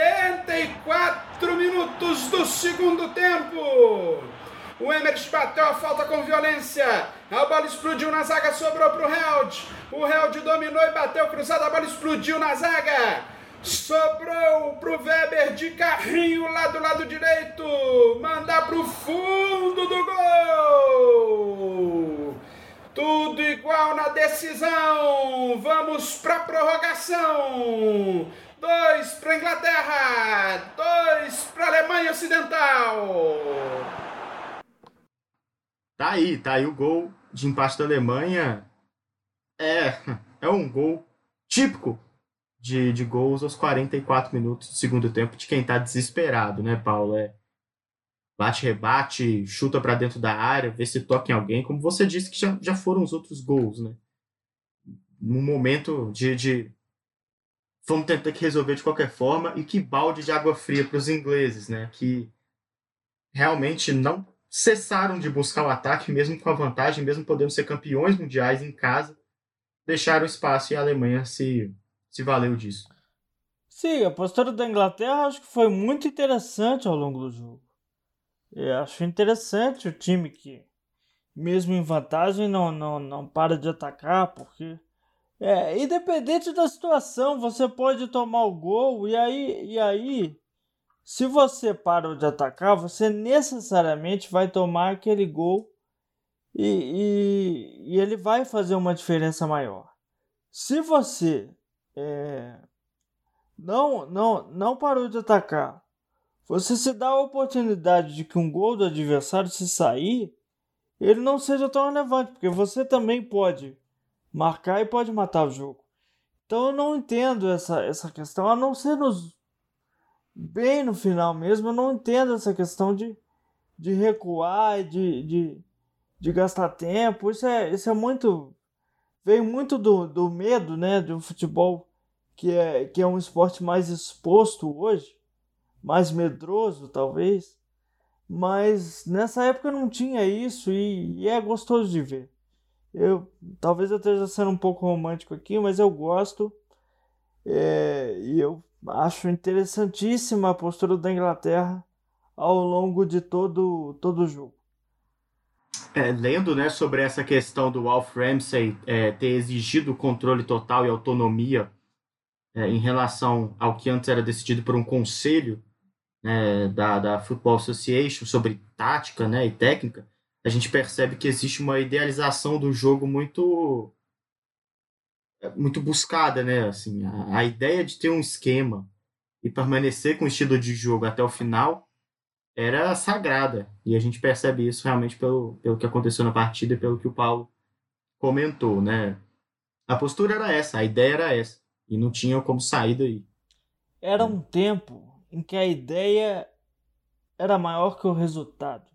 44 minutos do segundo tempo. O Emmerich bateu a falta com violência. A bola explodiu na zaga, sobrou para o Held. O Held dominou e bateu cruzada. A bola explodiu na zaga. Sobrou para o Weber de carrinho lá do lado direito. Mandar para o fundo do gol. Tudo igual na decisão. Vamos para a prorrogação. 2 para a Inglaterra. 2 para a Alemanha Ocidental. Tá aí o gol de empate da Alemanha. É um gol típico de gols aos 44 minutos do segundo tempo de quem tá desesperado, né, Paulo? Bate, rebate, chuta para dentro da área, vê se toca em alguém. Como você disse que já foram os outros gols, né? Num momento de vamos tentar que resolver de qualquer forma, e que balde de água fria para os ingleses, né? Que realmente não cessaram de buscar o ataque, mesmo com a vantagem, mesmo podendo ser campeões mundiais em casa, deixaram espaço e a Alemanha se valeu disso. Sim, a postura da Inglaterra acho que foi muito interessante ao longo do jogo. Eu acho interessante o time que, mesmo em vantagem, não para de atacar, porque independente da situação, você pode tomar o gol e aí se você parou de atacar, você necessariamente vai tomar aquele gol e ele vai fazer uma diferença maior. Se você não parou de atacar, você se dá a oportunidade de que um gol do adversário, se sair, ele não seja tão relevante, porque você também pode marcar e pode matar o jogo. Então eu não entendo essa questão, a não ser bem no final mesmo, eu não entendo essa questão de recuar e de gastar tempo. Isso é muito... Vem muito do medo, né, do futebol, que é um esporte mais exposto hoje, mais medroso talvez, mas nessa época não tinha isso e é gostoso de ver. Talvez eu esteja sendo um pouco romântico aqui, mas eu gosto e eu acho interessantíssima a postura da Inglaterra ao longo de todo o jogo. Lendo, né, sobre essa questão do Alf Ramsey ter exigido controle total e autonomia em relação ao que antes era decidido por um conselho, né, da Football Association sobre tática, né, e técnica, a gente percebe que existe uma idealização do jogo muito buscada, né? Assim, a ideia de ter um esquema e permanecer com o estilo de jogo até o final era sagrada. E a gente percebe isso realmente pelo que aconteceu na partida e pelo que o Paulo comentou, né? A postura era essa, a ideia era essa. E não tinha como sair daí. Era um tempo em que a ideia era maior que o resultado.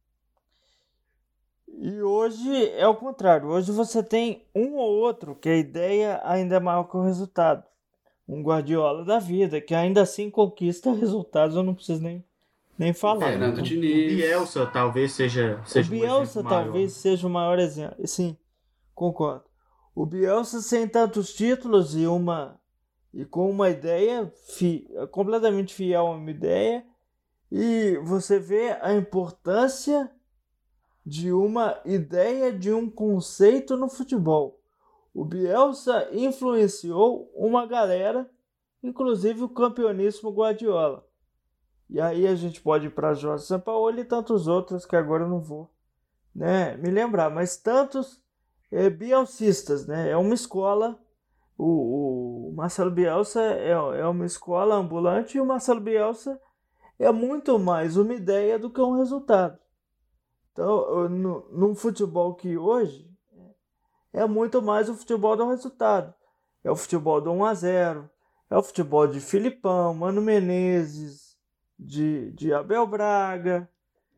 E hoje é o contrário. Hoje você tem um ou outro que a ideia ainda é maior que o resultado. Um Guardiola da vida, que ainda assim conquista resultados, eu não preciso nem falar. Fernando Diniz. O Bielsa talvez seja o Bielsa talvez seja o maior exemplo. Sim, concordo. O Bielsa sem tantos títulos e com uma ideia completamente fiel a uma ideia, e você vê a importância de uma ideia, de um conceito no futebol. O Bielsa influenciou uma galera, inclusive o campeoníssimo Guardiola. E aí a gente pode ir para Jorge Sampaoli e tantos outros que agora eu não vou, né, me lembrar, mas tantos bielcistas, né? É uma escola. O Marcelo Bielsa é uma escola ambulante, e o Marcelo Bielsa é muito mais uma ideia do que um resultado. Então, no futebol que hoje é muito mais o futebol do resultado. É o futebol do 1-0, é o futebol de Filipão, Mano Menezes, de Abel Braga.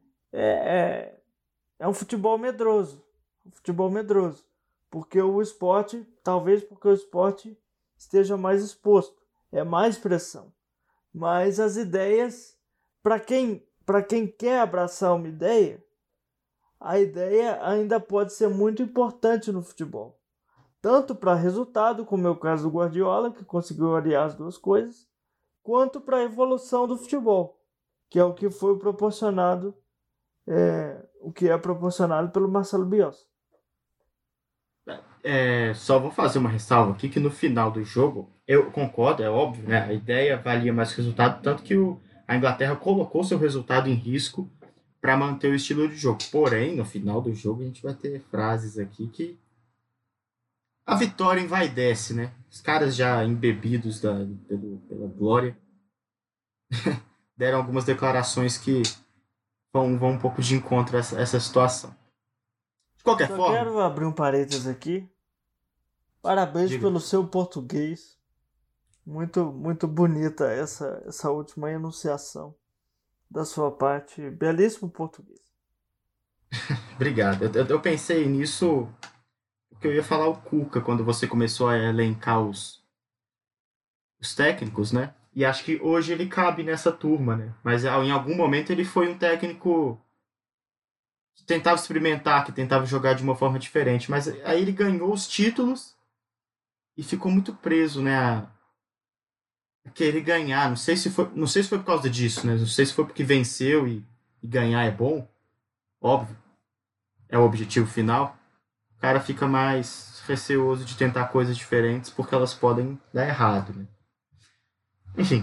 É um futebol medroso. Porque o esporte, talvez porque o esporte esteja mais exposto. É mais pressão. Mas as ideias, para quem quer abraçar uma ideia, a ideia ainda pode ser muito importante no futebol. Tanto para resultado, como é o caso do Guardiola, que conseguiu aliar as duas coisas, quanto para a evolução do futebol, que é o que foi proporcionado, o que é proporcionado pelo Marcelo Bielsa. Só vou fazer uma ressalva aqui que no final do jogo, eu concordo, é óbvio, né? A ideia valia mais que o resultado, tanto que a Inglaterra colocou seu resultado em risco para manter o estilo de jogo. Porém, no final do jogo, a gente vai ter frases aqui que a vitória envaidece, né? Os caras já embebidos pela glória deram algumas declarações que vão um pouco de encontro a essa situação. De qualquer forma... quero abrir um parênteses aqui. Parabéns Diga. pelo seu português. Muito, muito bonita essa última enunciação da sua parte. Belíssimo português. Obrigado. Eu pensei nisso porque eu ia falar o Cuca quando você começou a elencar os técnicos, né? E acho que hoje ele cabe nessa turma, né? Mas em algum momento ele foi um técnico que tentava experimentar, que tentava jogar de uma forma diferente. Mas aí ele ganhou os títulos e ficou muito preso, né? A querer ganhar. Não sei se foi por causa disso, né? Não sei se foi porque venceu e ganhar é bom. Óbvio. É o objetivo final. O cara fica mais receoso de tentar coisas diferentes porque elas podem dar errado, né? Enfim,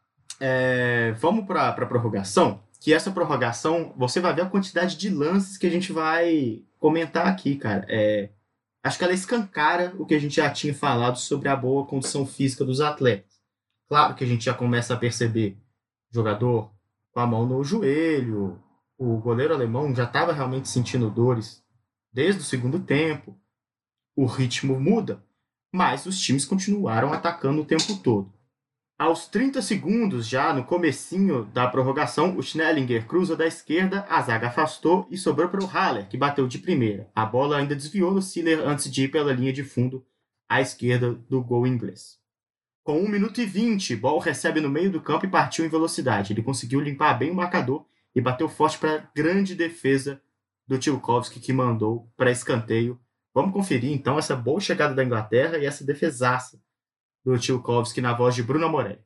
vamos para a prorrogação, que essa prorrogação, você vai ver a quantidade de lances que a gente vai comentar aqui, cara. Acho que ela escancara o que a gente já tinha falado sobre a boa condição física dos atletas. Claro que a gente já começa a perceber jogador com a mão no joelho, o goleiro alemão já estava realmente sentindo dores desde o segundo tempo, o ritmo muda, mas os times continuaram atacando o tempo todo. Aos 30 segundos, já no comecinho da prorrogação, o Schnellinger cruza da esquerda, a zaga afastou e sobrou para o Haller, que bateu de primeira. A bola ainda desviou no Siller antes de ir pela linha de fundo à esquerda do gol inglês. Com 1 minuto e 20, Ball recebe no meio do campo e partiu em velocidade. Ele conseguiu limpar bem o marcador e bateu forte para a grande defesa do Tchaikovsky, que mandou para escanteio. Vamos conferir então essa boa chegada da Inglaterra e essa defesaça do Tchaikovsky na voz de Bruno Morelli.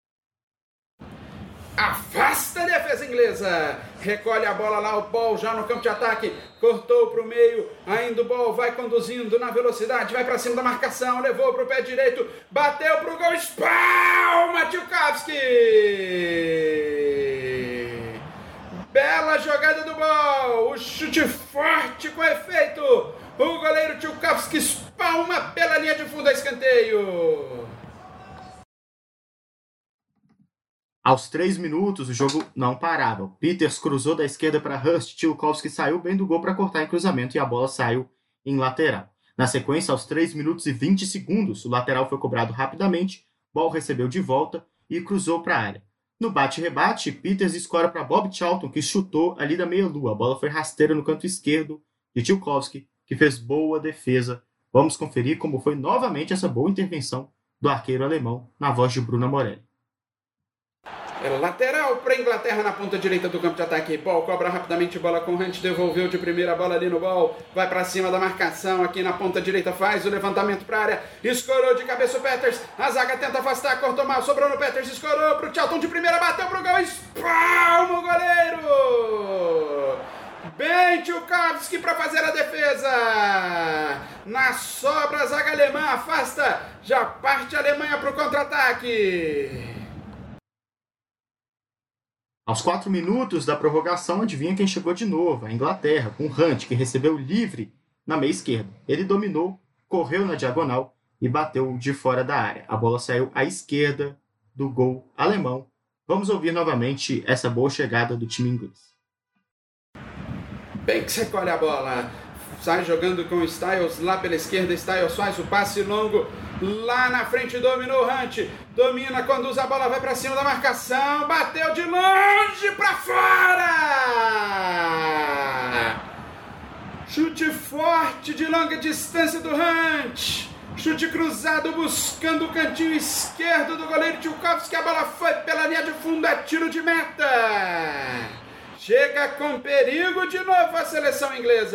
Afasta a defesa inglesa, recolhe a bola lá, o Ball já no campo de ataque, cortou para o meio, ainda o Ball vai conduzindo na velocidade, vai para cima da marcação, levou para o pé direito, bateu para o gol, espalma Tchaikovsky! Bela jogada do Ball, o chute forte com efeito, o goleiro Tchaikovsky espalma pela linha de fundo a escanteio. Aos 3 minutos, o jogo não parava. Peters cruzou da esquerda para Hurst. Tchaikovsky saiu bem do gol para cortar em cruzamento e a bola saiu em lateral. Na sequência, aos 3 minutos e 20 segundos, o lateral foi cobrado rapidamente, Ball recebeu de volta e cruzou para a área. No bate-rebate, Peters escora para Bob Charlton, que chutou ali da meia-lua. A bola foi rasteira no canto esquerdo de Tchaikovsky, que fez boa defesa. Vamos conferir como foi novamente essa boa intervenção do arqueiro alemão, na voz de Bruno Morelli. Lateral para a Inglaterra na ponta direita do campo de ataque. Ball cobra rapidamente, bola com Hunt, devolveu de primeira, bola ali no Ball, vai para cima da marcação aqui na ponta direita, faz o levantamento para a área, escorou de cabeça o Peters, a zaga tenta afastar, cortou mal, sobrou no Peters, escorou para o Charlton de primeira, bateu para o gol, espalma o goleiro! Bem Tchaikovsky para fazer a defesa. Na sobra a zaga alemã afasta, já parte a Alemanha para o contra-ataque. Aos 4 minutos da prorrogação, adivinha quem chegou de novo? A Inglaterra, com Hunt, que recebeu livre na meia esquerda. Ele dominou, correu na diagonal e bateu de fora da área. A bola saiu à esquerda do gol alemão. Vamos ouvir novamente essa boa chegada do time inglês. Bem que você colhe a bola. Sai jogando com o Styles lá pela esquerda. Styles faz o passe longo. Lá na frente dominou o Hunt. Domina, conduz a bola, vai pra cima da marcação. Bateu de longe pra fora. Chute forte de longa distância do Hunt. Chute cruzado buscando o cantinho esquerdo do goleiro Tchaikovsky. A bola foi pela linha de fundo. É tiro de meta. Chega com perigo de novo a seleção inglesa.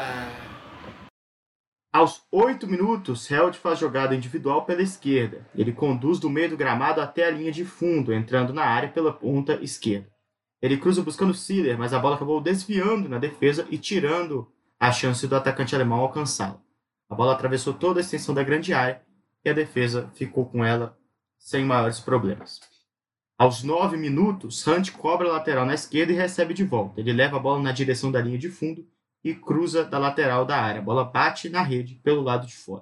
Aos 8 minutos, Held faz jogada individual pela esquerda. Ele conduz do meio do gramado até a linha de fundo, entrando na área pela ponta esquerda. Ele cruza buscando Siller, mas a bola acabou desviando na defesa e tirando a chance do atacante alemão alcançá-la. A bola atravessou toda a extensão da grande área e a defesa ficou com ela sem maiores problemas. Aos 9 minutos, Hunt cobra a lateral na esquerda e recebe de volta. Ele leva a bola na direção da linha de fundo e cruza da lateral da área. A bola bate na rede pelo lado de fora.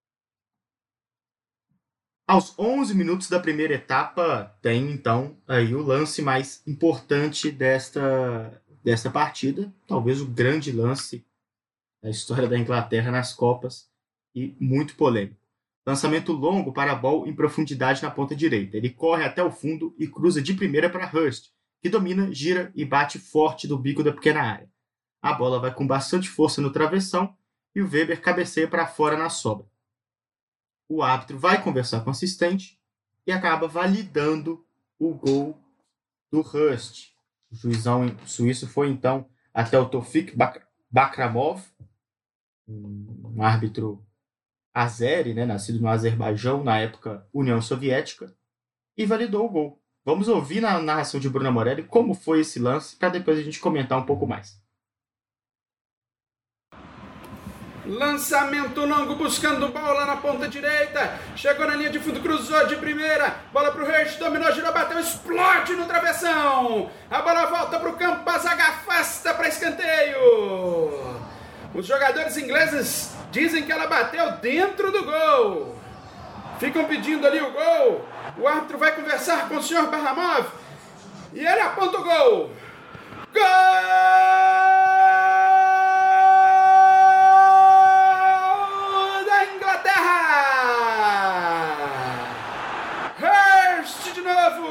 Aos 11 minutos da primeira etapa, tem então aí o lance mais importante desta partida. Talvez o grande lance da história da Inglaterra nas Copas e muito polêmico. Lançamento longo para a bola em profundidade na ponta direita. Ele corre até o fundo e cruza de primeira para Hurst, que domina, gira e bate forte do bico da pequena área. A bola vai com bastante força no travessão e o Weber cabeceia para fora na sobra. O árbitro vai conversar com o assistente e acaba validando o gol do Hurst. O juizão suíço foi então até o Tofik Bakramov, um árbitro azeri, nascido no Azerbaijão, na época União Soviética, e validou o gol. Vamos ouvir na narração de Bruno Morelli como foi esse lance, para depois a gente comentar um pouco mais. Lançamento longo buscando bola na ponta direita. Chegou na linha de fundo, cruzou de primeira. Bola pro Hurst, dominou, girou, bateu, explode no travessão. A bola volta pro campo, a zaga afasta para escanteio. Os jogadores ingleses dizem que ela bateu dentro do gol. Ficam pedindo ali o gol. O árbitro vai conversar com o senhor Barramov e ele aponta o gol. Gol da Inglaterra! Hurst de novo!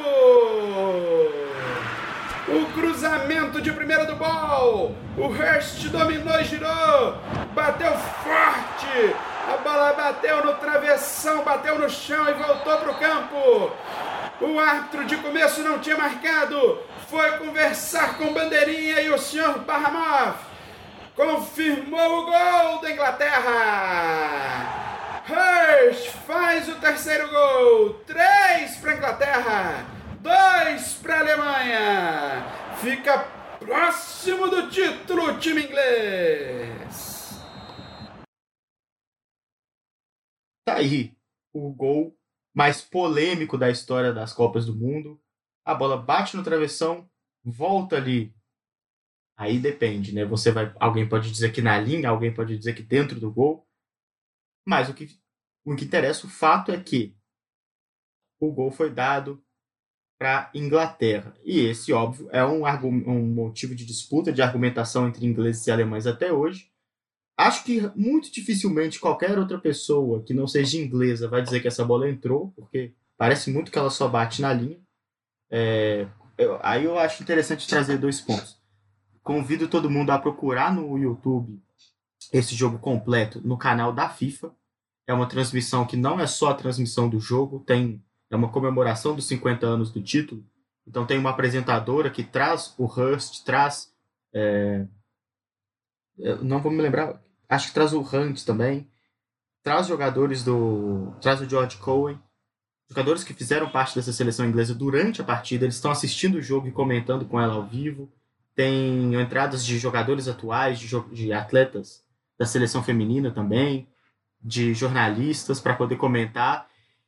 O cruzamento de primeira do Ball. O Hurst dominou e girou. Bateu forte. A bola bateu no travessão, bateu no chão e voltou para o campo. O árbitro de começo não tinha marcado. Foi conversar com bandeirinha e o senhor Barramov confirmou o gol da Inglaterra. Hurst faz o terceiro gol. 3 para a Inglaterra, 2 para a Alemanha. Fica próximo do título o time inglês. Tá aí o gol mais polêmico da história das Copas do Mundo. A bola bate no travessão, volta ali. Aí depende, alguém pode dizer que na linha, alguém pode dizer que dentro do gol. Mas o que interessa, o fato é que o gol foi dado para a Inglaterra. E esse, óbvio, é um motivo de disputa, de argumentação entre ingleses e alemães até hoje. Acho que muito dificilmente qualquer outra pessoa que não seja inglesa vai dizer que essa bola entrou, porque parece muito que ela só bate na linha. Aí eu acho interessante trazer 2 pontos. Convido todo mundo a procurar no YouTube esse jogo completo no canal da FIFA. É uma transmissão que não é só a transmissão do jogo, é uma comemoração dos 50 anos do título. Então tem uma apresentadora que traz o Hurst, eu não vou me lembrar, acho que traz o Hunt também, traz jogadores traz o George Cohen, jogadores que fizeram parte dessa seleção inglesa durante a partida, eles estão assistindo o jogo e comentando com ela ao vivo. Tem entradas de jogadores atuais, de atletas da seleção feminina também, de jornalistas para poder comentar.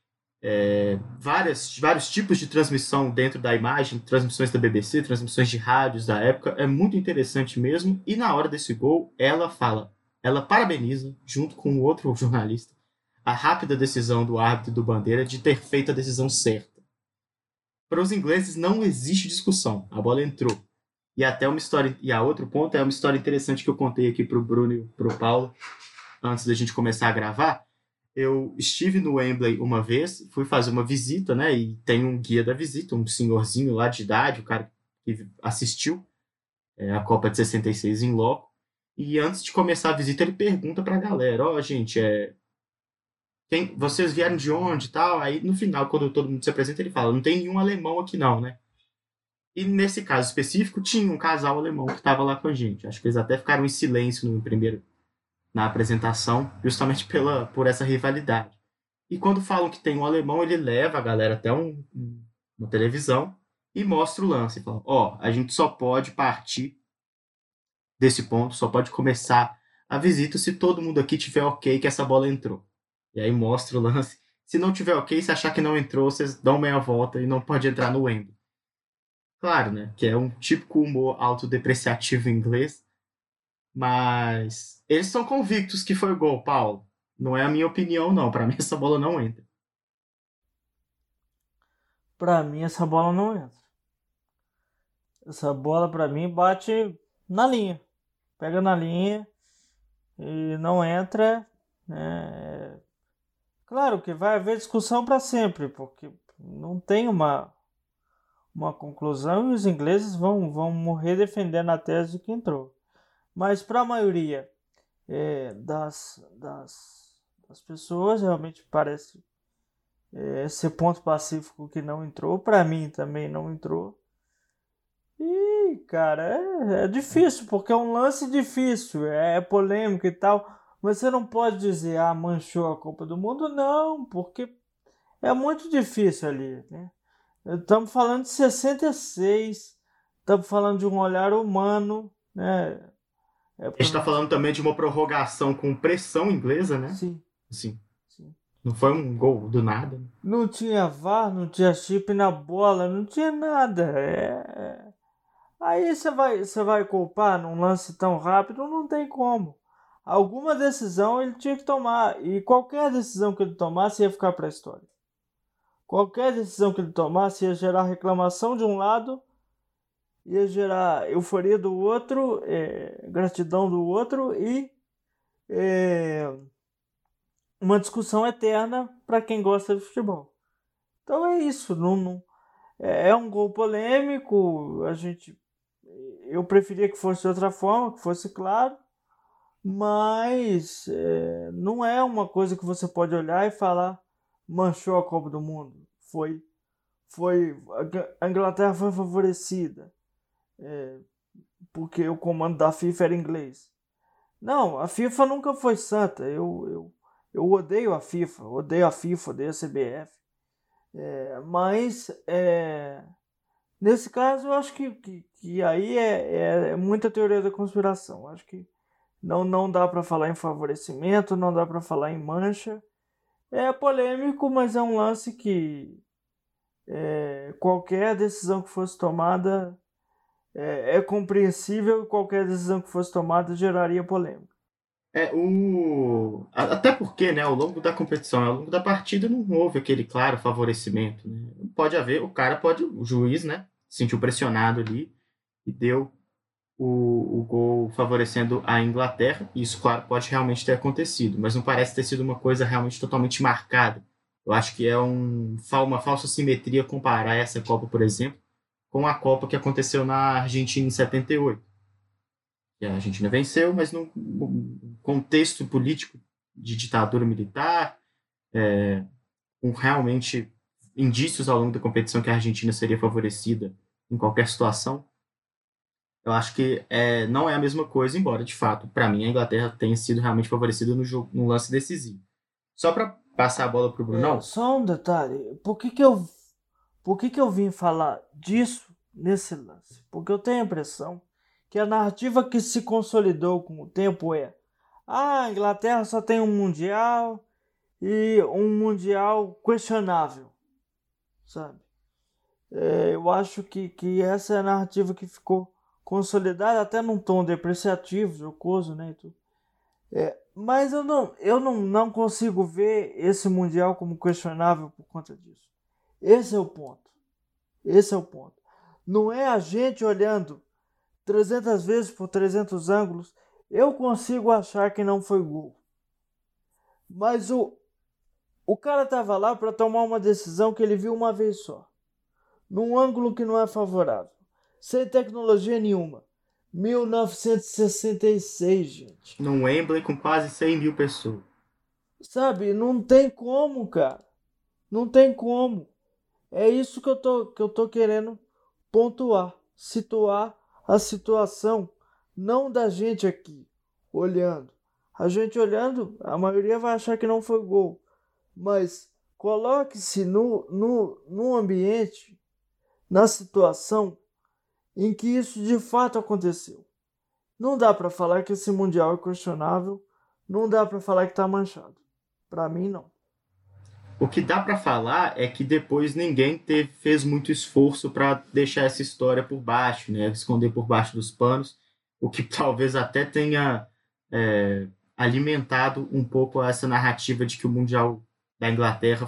Vários tipos de transmissão dentro da imagem, transmissões da BBC, transmissões de rádios da época. É muito interessante mesmo. E na hora desse gol, ela parabeniza, junto com o outro jornalista, a rápida decisão do árbitro e do Bandeira de ter feito a decisão certa. para os ingleses não existe discussão. A bola entrou. E até uma história, e a outro ponto é uma história interessante que eu contei aqui pro Bruno e pro Paulo antes da gente começar a gravar. Eu estive no Wembley uma vez, fui fazer uma visita, né? E tem um guia da visita, um senhorzinho lá de idade, o cara que assistiu a Copa de 66 em loco. E antes de começar a visita, ele pergunta pra galera: ó, gente, vocês vieram de onde e tal? Aí no final, quando todo mundo se apresenta, ele fala: não tem nenhum alemão aqui não, né? E nesse caso específico, tinha um casal alemão que estava lá com a gente. Acho que eles até ficaram em silêncio na apresentação, justamente por essa rivalidade. E quando falam que tem um alemão, ele leva a galera até uma televisão e mostra o lance. E fala: ó, a gente só pode partir desse ponto, só pode começar a visita se todo mundo aqui tiver ok que essa bola entrou. E aí mostra o lance. Se não tiver ok, se achar que não entrou, vocês dão meia volta e não pode entrar no Wembley. Claro, né? Que é um típico humor autodepreciativo inglês. Mas eles são convictos que foi gol, Paulo. Não é a minha opinião, não. Para mim, essa bola não entra. Pra mim, essa bola não entra. Essa bola, pra mim, bate na linha. Pega na linha e não entra. Claro que vai haver discussão para sempre, porque não tem uma conclusão e os ingleses vão morrer defendendo a tese de que entrou. Mas para a maioria das pessoas, realmente parece ser ponto pacífico que não entrou. Para mim também não entrou. E, cara, é difícil, porque é um lance difícil, é polêmico e tal. Mas você não pode dizer, manchou a Copa do Mundo. Não, porque é muito difícil ali, né? Estamos falando de 66, estamos falando de um olhar humano, né? A gente está falando também de uma prorrogação com pressão inglesa, né? Sim. Sim. Não foi um gol do nada. Não tinha VAR, não tinha chip na bola, não tinha nada. Aí você vai culpar num lance tão rápido, não tem como. Alguma decisão ele tinha que tomar, e qualquer decisão que ele tomasse ia ficar para a história. Qualquer decisão que ele tomasse ia gerar reclamação de um lado, ia gerar euforia do outro, gratidão do outro e uma discussão eterna para quem gosta de futebol. Então é isso. É um gol polêmico. Eu preferia que fosse de outra forma, que fosse claro, mas não é uma coisa que você pode olhar e falar manchou a Copa do Mundo. A Inglaterra foi favorecida porque o comando da FIFA era inglês. Não, a FIFA nunca foi santa. Eu odeio a FIFA, odeio a CBF. Mas nesse caso eu acho que aí é muita teoria da conspiração. Acho que não dá para falar em favorecimento, não dá para falar em mancha. É polêmico, mas é um lance que qualquer decisão que fosse tomada é compreensível, e qualquer decisão que fosse tomada geraria polêmica. Até porque, né, ao longo da competição, ao longo da partida, não houve aquele claro favorecimento. Né? Pode haver, o juiz, né, se sentiu pressionado ali e deu o gol favorecendo a Inglaterra. Isso, claro, pode realmente ter acontecido, mas não parece ter sido uma coisa realmente totalmente marcada. Eu acho que é uma falsa simetria comparar essa Copa, por exemplo, com a Copa que aconteceu na Argentina em 78. A Argentina venceu, mas num contexto político de ditadura militar, com realmente indícios ao longo da competição que a Argentina seria favorecida em qualquer situação. Eu acho que não é a mesma coisa, embora, de fato, para mim, a Inglaterra tenha sido realmente favorecida no lance decisivo. Só para passar a bola para o Brunão. Só um detalhe. Por que eu vim falar disso nesse lance? Porque eu tenho a impressão que a narrativa que se consolidou com o tempo a Inglaterra só tem um Mundial e um Mundial questionável, sabe? Eu acho que essa é a narrativa que ficou consolidada até num tom depreciativo, jocoso, né? Mas eu não consigo ver esse Mundial como questionável por conta disso. Esse é o ponto. Esse é o ponto. Não é a gente olhando 300 vezes por 300 ângulos, eu consigo achar que não foi gol. Mas o cara estava lá para tomar uma decisão que ele viu uma vez só, num ângulo que não é favorável, sem tecnologia nenhuma. 1966, gente. Num Wembley com quase 100 mil pessoas. Sabe, não tem como, cara. Não tem como. É isso que eu tô querendo pontuar, situar a situação, não da gente aqui olhando. A gente olhando, a maioria vai achar que não foi gol. Mas coloque-se no ambiente, na situação em que isso de fato aconteceu. Não dá para falar que esse Mundial é questionável, não dá para falar que está manchado. Para mim, não. O que dá para falar é que depois ninguém fez muito esforço para deixar essa história por baixo, né? Esconder por baixo dos panos, o que talvez até tenha alimentado um pouco essa narrativa de que o Mundial da Inglaterra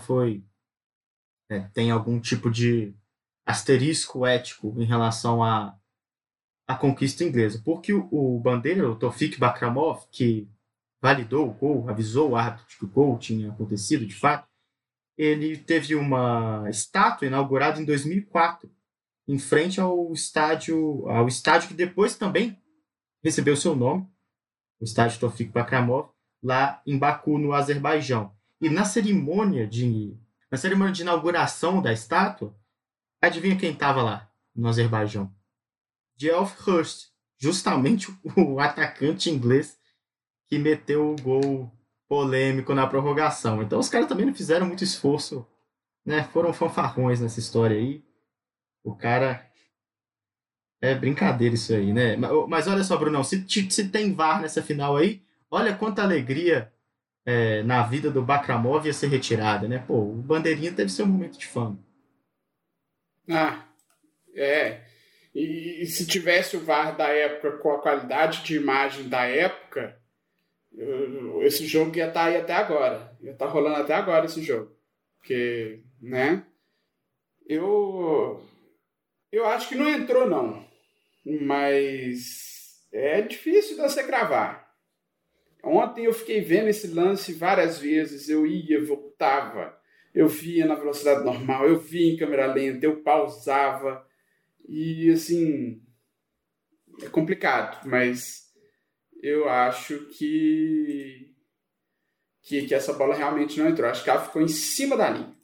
tem algum tipo de asterisco ético em relação à conquista inglesa. Porque o bandeira, o Tofik Bakramov, que validou o gol, avisou o árbitro de que o gol tinha acontecido de fato, ele teve uma estátua inaugurada em 2004, em frente ao estádio que depois também recebeu seu nome, o estádio Tofik Bakramov, lá em Baku, no Azerbaijão. E na cerimônia de inauguração da estátua, adivinha quem estava lá no Azerbaijão? Geoff Hurst, justamente o atacante inglês que meteu o gol polêmico na prorrogação. Então os caras também não fizeram muito esforço, né? Foram fanfarrões nessa história aí. O cara... É brincadeira isso aí, né? Mas olha só, Brunão, se tem VAR nessa final aí, olha quanta alegria na vida do Bakramov ia ser retirada, né? Pô, o Bandeirinha deve ser um momento de fama. Ah, é. E se tivesse o VAR da época com a qualidade de imagem da época, esse jogo ia estar aí até agora. Ia estar rolando até agora esse jogo. Porque, né? Eu acho que não entrou, não. Mas é difícil de você cravar. Ontem eu fiquei vendo esse lance várias vezes. Eu ia, voltava. Eu via na velocidade normal. Eu via em câmera lenta. Eu pausava. E, assim... É complicado. Mas eu acho que essa bola realmente não entrou. Acho que ela ficou em cima da linha.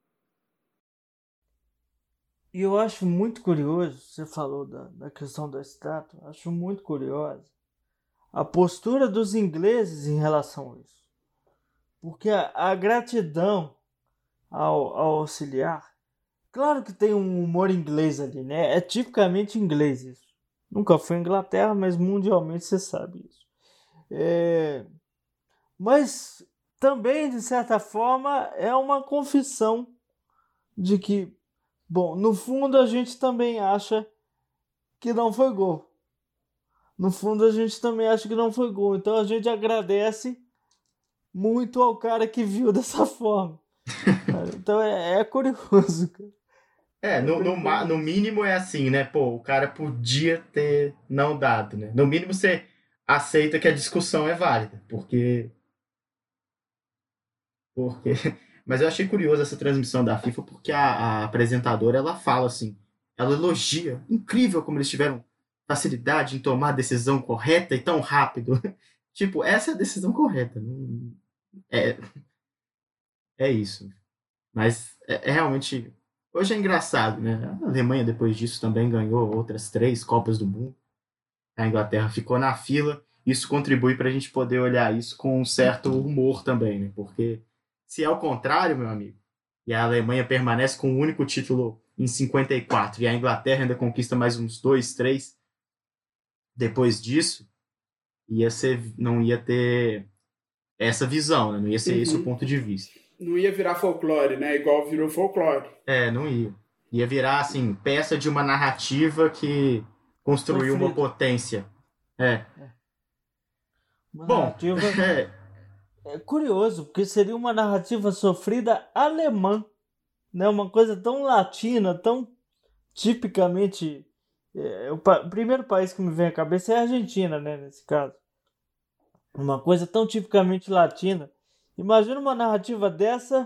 E eu acho muito curioso, você falou da questão da estátua, acho muito curiosa a postura dos ingleses em relação a isso. Porque a gratidão ao auxiliar, claro que tem um humor inglês ali, né? É tipicamente inglês isso. Nunca foi Inglaterra, mas mundialmente você sabe isso. Mas também, de certa forma, é uma confissão de que, bom, no fundo a gente também acha que não foi gol. No fundo a gente também acha que não foi gol. Então a gente agradece muito ao cara que viu dessa forma. Então é curioso, cara. No mínimo é assim, né? Pô, o cara podia ter não dado, né? No mínimo você aceita que a discussão é válida, porque... Mas eu achei curioso essa transmissão da FIFA, porque a apresentadora, ela fala assim, ela elogia, incrível como eles tiveram facilidade em tomar a decisão correta e tão rápido. Tipo, essa é a decisão correta. É isso. Mas é realmente... Hoje é engraçado, né? A Alemanha, depois disso, também ganhou outras 3 Copas do Mundo. A Inglaterra ficou na fila. Isso contribui para a gente poder olhar isso com um certo humor também, né? Porque se é o contrário, meu amigo, e a Alemanha permanece com o único título em 54 e a Inglaterra ainda conquista mais uns 2, 3 depois disso, não ia ter essa visão, né? Não ia ser esse o ponto de vista. Não ia virar folclore, né? Igual virou folclore. Não ia. Ia virar, assim, peça de uma narrativa que construiu uma potência. Uma narrativa... É curioso, porque seria uma narrativa sofrida alemã, né? Uma coisa tão latina, tão tipicamente... o primeiro país que me vem à cabeça é a Argentina, né, nesse caso. Uma coisa tão tipicamente latina. Imagina uma narrativa dessa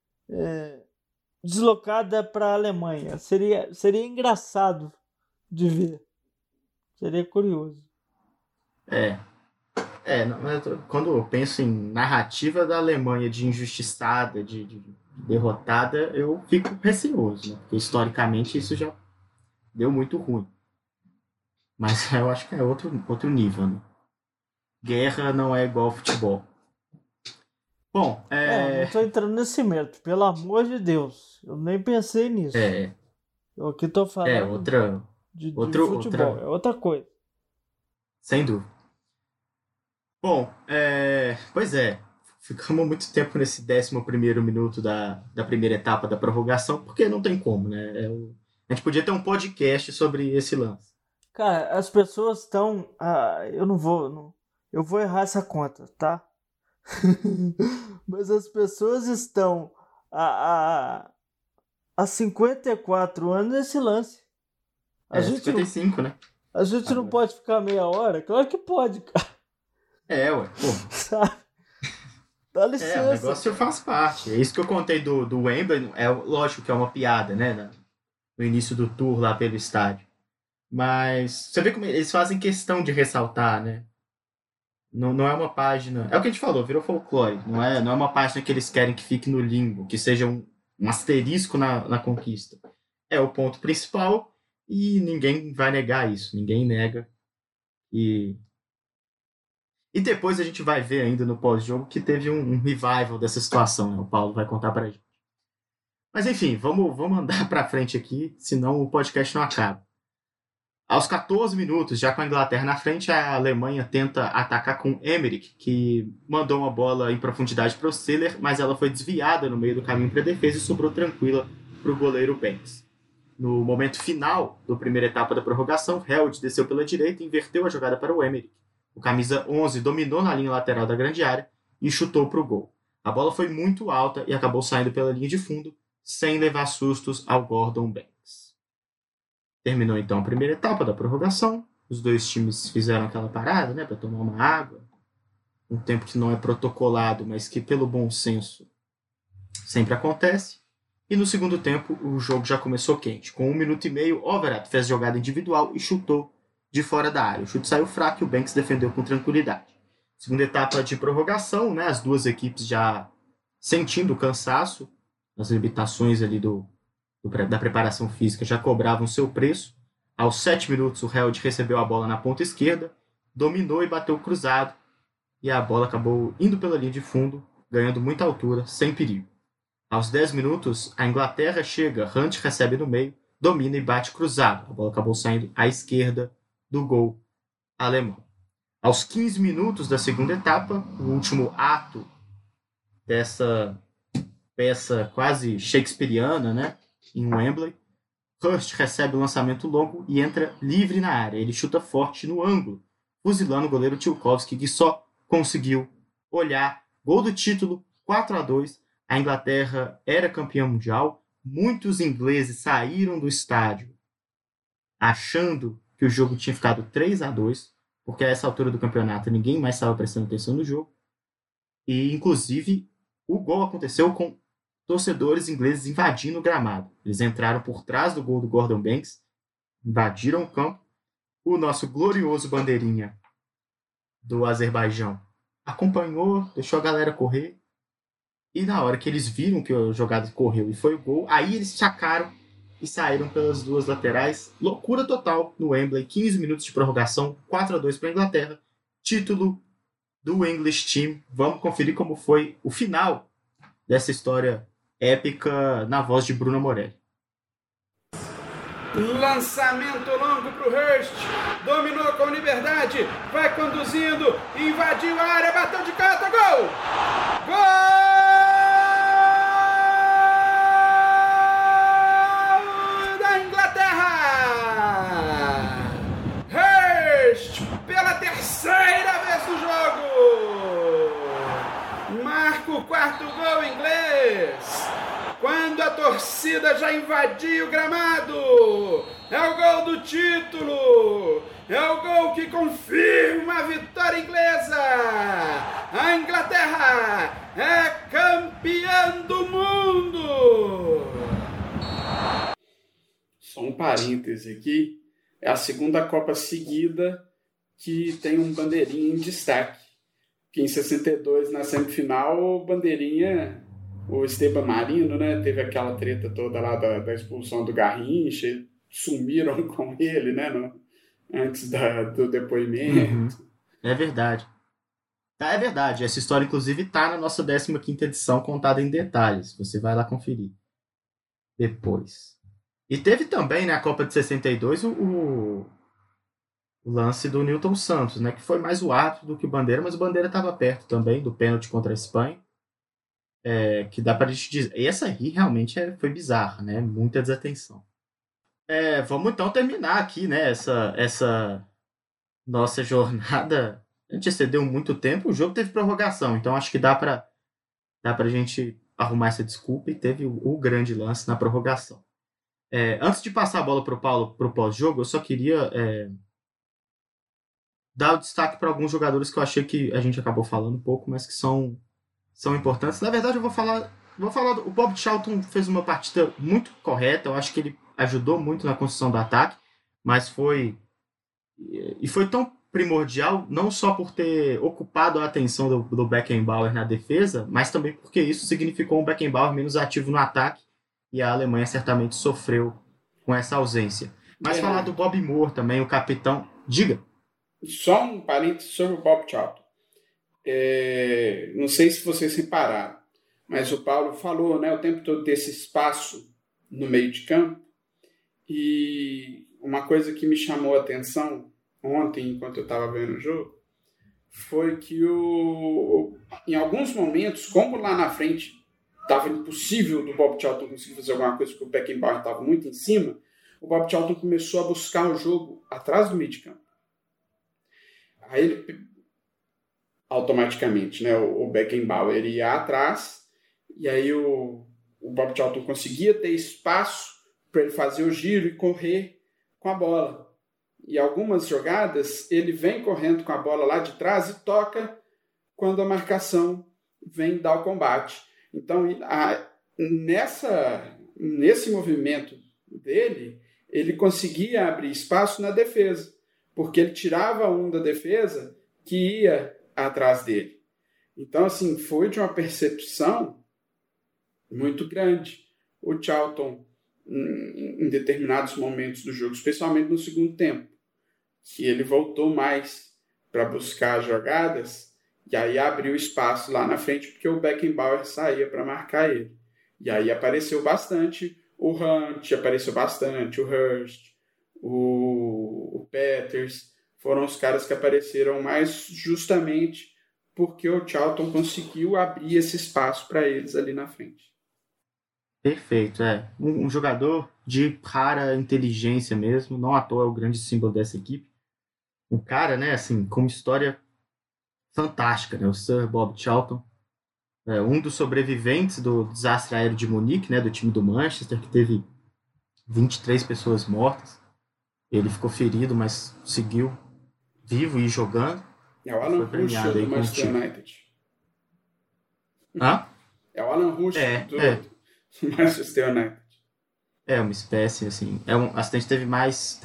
deslocada para a Alemanha. Seria engraçado de ver. Seria curioso. Quando eu penso em narrativa da Alemanha de injustiçada, de derrotada, eu fico receoso, né? Porque historicamente isso já deu muito ruim. Mas eu acho que é outro nível, né? Guerra não é igual ao futebol. Bom, não tô entrando nesse mérito, pelo amor de Deus. Eu nem pensei nisso. Eu aqui tô falando de futebol, é outra coisa. Sem dúvida. Bom, pois é. Ficamos muito tempo nesse 11º minuto da primeira etapa da prorrogação, porque não tem como, né? A gente podia ter um podcast sobre esse lance. Cara, as pessoas estão... eu vou errar essa conta, tá? Mas as pessoas estão há 54 anos nesse lance. 55, né? A gente não pode ficar meia hora? Claro que pode, cara. Ué, pô. Sabe? Dá licença. O negócio faz parte. É isso que eu contei do Wembley. Lógico que é uma piada, né? No início do tour lá pelo estádio. Mas você vê como eles fazem questão de ressaltar, né? Não é uma página... É o que a gente falou, virou folclore. Não é uma página que eles querem que fique no limbo, que seja um asterisco na conquista. É o ponto principal e ninguém vai negar isso. Ninguém nega. E depois a gente vai ver ainda no pós-jogo que teve um revival dessa situação, né? O Paulo vai contar pra gente. Mas enfim, vamos andar pra frente aqui, senão o podcast não acaba. Aos 14 minutos, já com a Inglaterra na frente, a Alemanha tenta atacar com Emmerich, que mandou uma bola em profundidade para o Seller, mas ela foi desviada no meio do caminho para a defesa e sobrou tranquila para o goleiro Banks. No momento final da primeira etapa da prorrogação, Held desceu pela direita e inverteu a jogada para o Emmerich. O camisa 11 dominou na linha lateral da grande área e chutou para o gol. A bola foi muito alta e acabou saindo pela linha de fundo, sem levar sustos ao Gordon Banks. Terminou então a primeira etapa da prorrogação. Os dois times fizeram aquela parada, né, para tomar uma água. Um tempo que não é protocolado, mas que pelo bom senso sempre acontece. E no segundo tempo o jogo já começou quente. Com 1 minuto e meio, Overath fez jogada individual e chutou de fora da área. O chute saiu fraco e o Banks defendeu com tranquilidade. Segunda etapa de prorrogação, né, as duas equipes já sentindo o cansaço, as limitações ali da preparação física já cobravam seu preço. Aos 7 minutos, o Held recebeu a bola na ponta esquerda, dominou e bateu cruzado, e a bola acabou indo pela linha de fundo, ganhando muita altura, sem perigo. Aos 10 minutos, a Inglaterra chega, Hunt recebe no meio, domina e bate cruzado. A bola acabou saindo à esquerda do gol alemão. Aos 15 minutos da segunda etapa, o último ato dessa peça quase shakespeariana, né? Em Wembley, Hurst recebe o lançamento longo e entra livre na área. Ele chuta forte no ângulo, fuzilando o goleiro Tchaikovsky, que só conseguiu olhar. Gol do título, 4-2. A Inglaterra era campeã mundial. Muitos ingleses saíram do estádio achando que o jogo tinha ficado 3-2, porque a essa altura do campeonato ninguém mais estava prestando atenção no jogo. E, inclusive, o gol aconteceu com torcedores ingleses invadindo o gramado. Eles entraram por trás do gol do Gordon Banks, invadiram o campo. O nosso glorioso bandeirinha do Azerbaijão acompanhou, deixou a galera correr. E na hora que eles viram que a jogada correu e foi o gol, aí eles sacaram e saíram pelas duas laterais. Loucura total no Wembley. 15 minutos de prorrogação, 4-2 para a Inglaterra. Título do English Team. Vamos conferir como foi o final dessa história épica na voz de Bruno Morelli. Lançamento longo para o Hurst, dominou com liberdade, vai conduzindo, invadiu a área, bateu de canto, gol! Gol da Inglaterra! Hurst, pela terceira vez no jogo, marca o quarto gol inglês. Quando a torcida já invadiu o gramado. É o gol do título. É o gol que confirma a vitória inglesa. A Inglaterra é campeã do mundo. Só um parêntese aqui. É a segunda Copa seguida que tem um bandeirinha em destaque. Que em 62, na semifinal, o bandeirinha, o Esteban Marino, né, teve aquela treta toda lá da expulsão do Garrincha, sumiram com ele, né, antes do depoimento. Uhum. É verdade. É verdade. Essa história, inclusive, está na nossa 15ª edição, contada em detalhes. Você vai lá conferir depois. E teve também, na Copa de 62, o lance do Nilton Santos, né, que foi mais o árbitro do que o Bandeira, mas o Bandeira estava perto também do pênalti contra a Espanha. Que dá pra gente dizer. Essa aí realmente foi bizarra, né? Muita desatenção. Vamos então terminar aqui, né? Essa nossa jornada. A gente excedeu muito tempo, o jogo teve prorrogação, então acho que dá pra gente arrumar essa desculpa e teve o grande lance na prorrogação. Antes de passar a bola pro Paulo pro pós-jogo, eu só queria dar o destaque para alguns jogadores que eu achei que a gente acabou falando um pouco, mas que são importantes. Na verdade, eu vou falar o Bob Charlton fez uma partida muito correta, eu acho que ele ajudou muito na construção do ataque, mas foi tão primordial, não só por ter ocupado a atenção do Beckenbauer na defesa, mas também porque isso significou um Beckenbauer menos ativo no ataque, e a Alemanha certamente sofreu com essa ausência. Mas falar do Bob Moore também, o capitão... Diga! Só um parênteses sobre o Bob Charlton. Não sei se vocês repararam, mas o Paulo falou, né, o tempo todo desse espaço no meio de campo, e uma coisa que me chamou a atenção ontem, enquanto eu estava vendo o jogo, foi que em alguns momentos, como lá na frente estava impossível do Bob Charlton conseguir fazer alguma coisa porque o Beckenbauer estava muito em cima, o Bob Charlton começou a buscar o jogo atrás do meio de campo. Aí ele automaticamente, né, o Beckenbauer ia atrás, e aí o Bob Charlton conseguia ter espaço para ele fazer o giro e correr com a bola. E algumas jogadas ele vem correndo com a bola lá de trás e toca quando a marcação vem dar o combate. Então, nesse movimento dele, ele conseguia abrir espaço na defesa, porque ele tirava um da defesa que ia atrás dele. Então, assim, foi de uma percepção muito grande. O Charlton, em determinados momentos do jogo, especialmente no segundo tempo, que ele voltou mais para buscar jogadas e aí abriu espaço lá na frente porque o Beckenbauer saía para marcar ele. E aí apareceu bastante o Hunt, apareceu bastante o Hurst, o Peters. Foram os caras que apareceram mais justamente porque o Charlton conseguiu abrir esse espaço para eles ali na frente. Perfeito, um jogador de rara inteligência mesmo, não à toa é o grande símbolo dessa equipe. Um cara, né, assim, com uma história fantástica, né, o Sir Bob Charlton, um dos sobreviventes do desastre aéreo de Munique, né, do time do Manchester, que teve 23 pessoas mortas. Ele ficou ferido, mas seguiu vivo e jogando. É o Alan Rush do Manchester United. Hã? É o Alan Rush do Manchester United. É uma espécie, assim... um acidente teve mais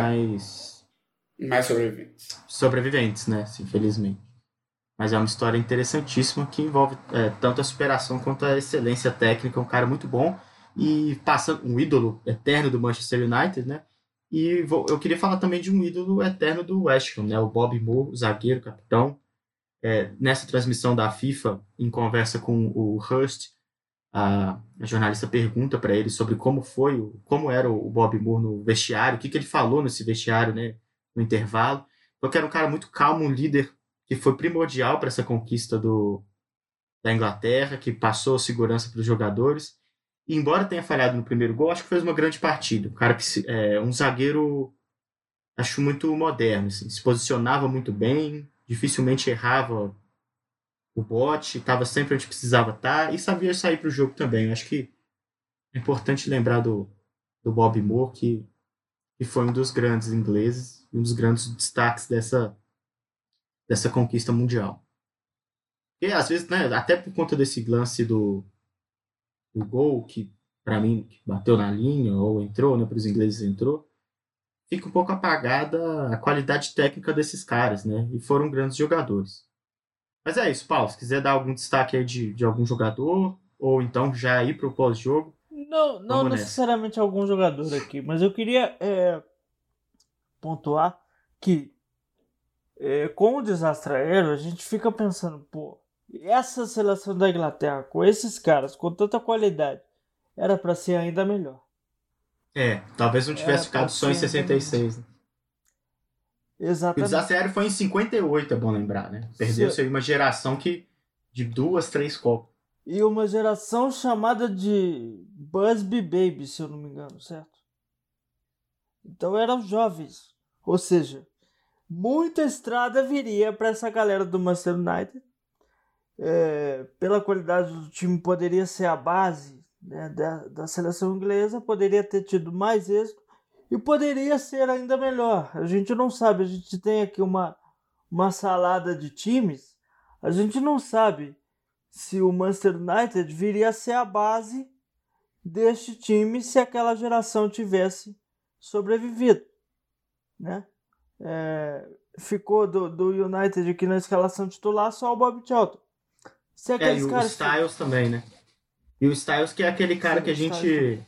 sobreviventes, né? Assim, infelizmente. Mas é uma história interessantíssima que envolve tanto a superação quanto a excelência técnica. Um cara muito bom e passando um ídolo eterno do Manchester United, né? E eu queria falar também de um ídolo eterno do West Ham, né? O Bob Moore, o zagueiro, capitão. Nessa transmissão da FIFA, em conversa com o Hurst, a jornalista pergunta para ele sobre como era o Bob Moore no vestiário, o que ele falou nesse vestiário, né, no intervalo. Porque era um cara muito calmo, um líder que foi primordial para essa conquista da Inglaterra, que passou segurança para os jogadores. E embora tenha falhado no primeiro gol, acho que fez uma grande partida. Um cara um zagueiro, acho muito moderno, assim, se posicionava muito bem, dificilmente errava o bote, estava sempre onde precisava estar e sabia sair para o jogo também. Acho que É importante lembrar do Bob Moore, que foi um dos grandes ingleses, um dos grandes destaques dessa conquista mundial. E às vezes, né, até por conta desse lance do gol, que para mim que bateu na linha ou entrou, né, para os ingleses entrou, fica um pouco apagada a qualidade técnica desses caras, né? E foram grandes jogadores. Mas é isso, Paulo. Se quiser dar algum destaque aí de algum jogador, ou então já ir para o pós-jogo, Não vamos nessa. necessariamente algum jogador aqui, mas eu queria pontuar que com o desastre aéreo a gente fica pensando, pô, essa seleção da Inglaterra com esses caras, com tanta qualidade, era para ser ainda melhor. Talvez não tivesse Era ficado pra só em ser 66. Né? O Exatamente. desastre aéreo foi em 58, é bom lembrar, né? Perdeu-se aí uma geração de 2, 3 Copas. E uma geração chamada de Busby Baby, se eu não me engano, certo? Então eram jovens. Ou seja, muita estrada viria para essa galera do Manchester United. Pela qualidade do time, poderia ser a base, né, da seleção inglesa, poderia ter tido mais êxito e poderia ser ainda melhor. A gente não sabe, a gente tem aqui uma salada de times, a gente não sabe se o Manchester United viria a ser a base deste time se aquela geração tivesse sobrevivido, né? Ficou do United aqui na escalação titular só o Bob Charlton. E o Styles também, né? E o Styles, que é aquele cara que a gente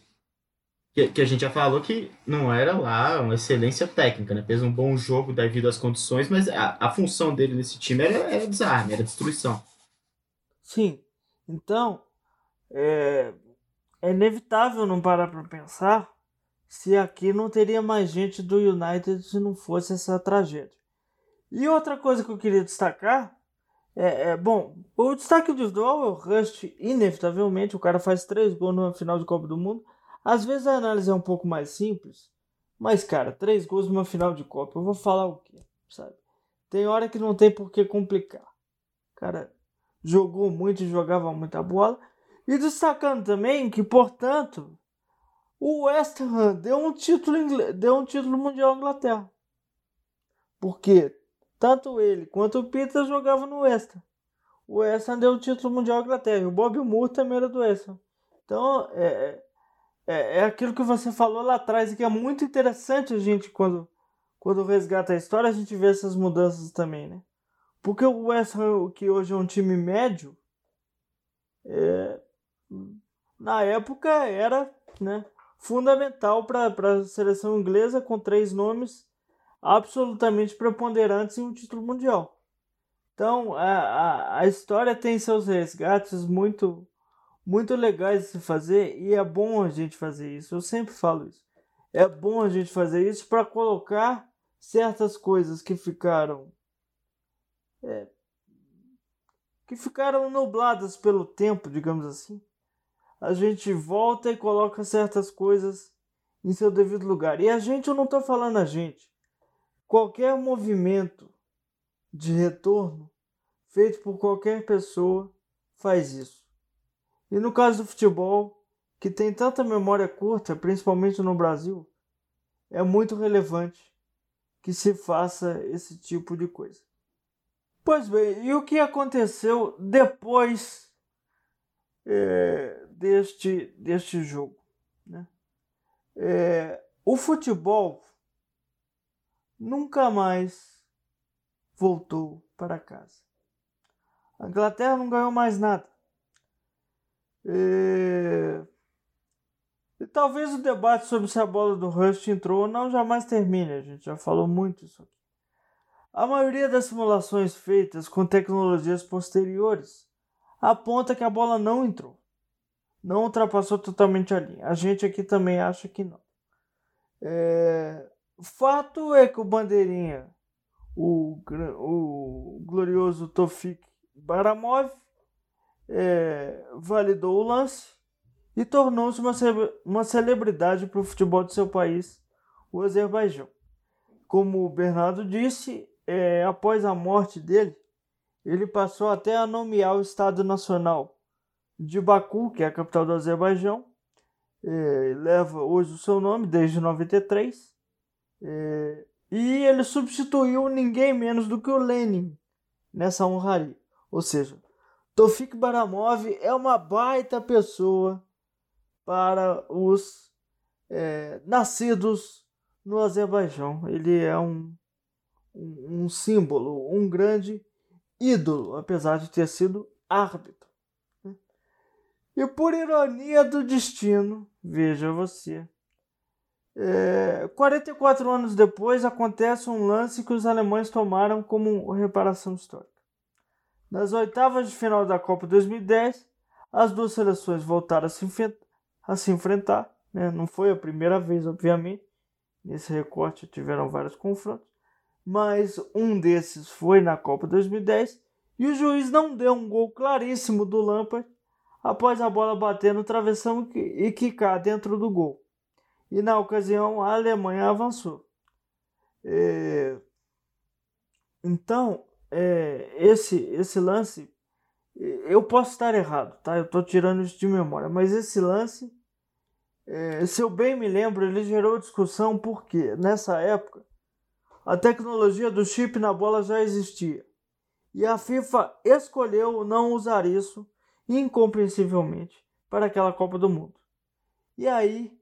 já falou que não era lá uma excelência técnica, né? Fez um bom jogo devido às condições, mas a função dele nesse time era desarme, era destruição. Sim. Então, é inevitável não parar para pensar se aqui não teria mais gente do United se não fosse essa tragédia. E outra coisa que eu queria destacar bom, o destaque individual é o Rust, inevitavelmente, o cara faz 3 gols numa final de Copa do Mundo. Às vezes a análise é um pouco mais simples, mas cara, 3 gols numa final de Copa, eu vou falar o quê, sabe? Tem hora que não tem por que complicar. O cara jogou muito e jogava muita bola. E destacando também que, portanto, o West Ham deu um título mundial à Inglaterra. Porque tanto ele quanto o Peter jogavam no West Ham. O West Ham deu o título mundial à Inglaterra. E o Bob Moore também era do West Ham. Então, é aquilo que você falou lá atrás, e que é muito interessante a gente, quando resgata a história, a gente vê essas mudanças também, né? Porque o West Ham, que hoje é um time médio, na época era, né, fundamental para a seleção inglesa, com 3 nomes absolutamente preponderantes em um título mundial. Então, a história tem seus resgates muito, muito legais de se fazer, e é bom a gente fazer isso. Eu sempre falo isso. É bom a gente fazer isso para colocar certas coisas que ficaram nubladas pelo tempo, digamos assim. A gente volta e coloca certas coisas em seu devido lugar. E a gente, eu não estou falando a gente. Qualquer movimento de retorno feito por qualquer pessoa faz isso. E no caso do futebol, que tem tanta memória curta, principalmente no Brasil, é muito relevante que se faça esse tipo de coisa. Pois bem, e o que aconteceu depois deste jogo, né? O futebol nunca mais voltou para casa. A Inglaterra não ganhou mais nada. E talvez o debate sobre se a bola do Rust entrou ou não jamais termine. A gente já falou muito isso aqui. A maioria das simulações feitas com tecnologias posteriores aponta que a bola não entrou. Não ultrapassou totalmente a linha. A gente aqui também acha que não. O fato é que o bandeirinha, o glorioso Tofik Baramov, validou o lance e tornou-se uma celebridade para o futebol de seu país, o Azerbaijão. Como o Bernardo disse, após a morte dele, ele passou até a nomear o Estado Nacional de Baku, que é a capital do Azerbaijão, leva hoje o seu nome desde 93. E ele substituiu ninguém menos do que o Lenin nessa honraria. Ou seja, Tofik Baramov é uma baita pessoa para os nascidos no Azerbaijão. Ele é um símbolo, um grande ídolo, apesar de ter sido árbitro. E por ironia do destino, veja você, 44 anos depois acontece um lance que os alemães tomaram como reparação histórica. Nas oitavas de final da Copa 2010, as duas seleções voltaram a se enfrentar. Né? Não foi a primeira vez, obviamente. Nesse recorte tiveram vários confrontos. Mas um desses foi na Copa 2010. E o juiz não deu um gol claríssimo do Lampard após a bola bater no travessão e quicar dentro do gol. E na ocasião a Alemanha avançou. Então, esse lance, eu posso estar errado, tá? Eu estou tirando isso de memória, mas esse lance, se eu bem me lembro, ele gerou discussão porque nessa época a tecnologia do chip na bola já existia. E a FIFA escolheu não usar isso, incompreensivelmente, para aquela Copa do Mundo. E aí,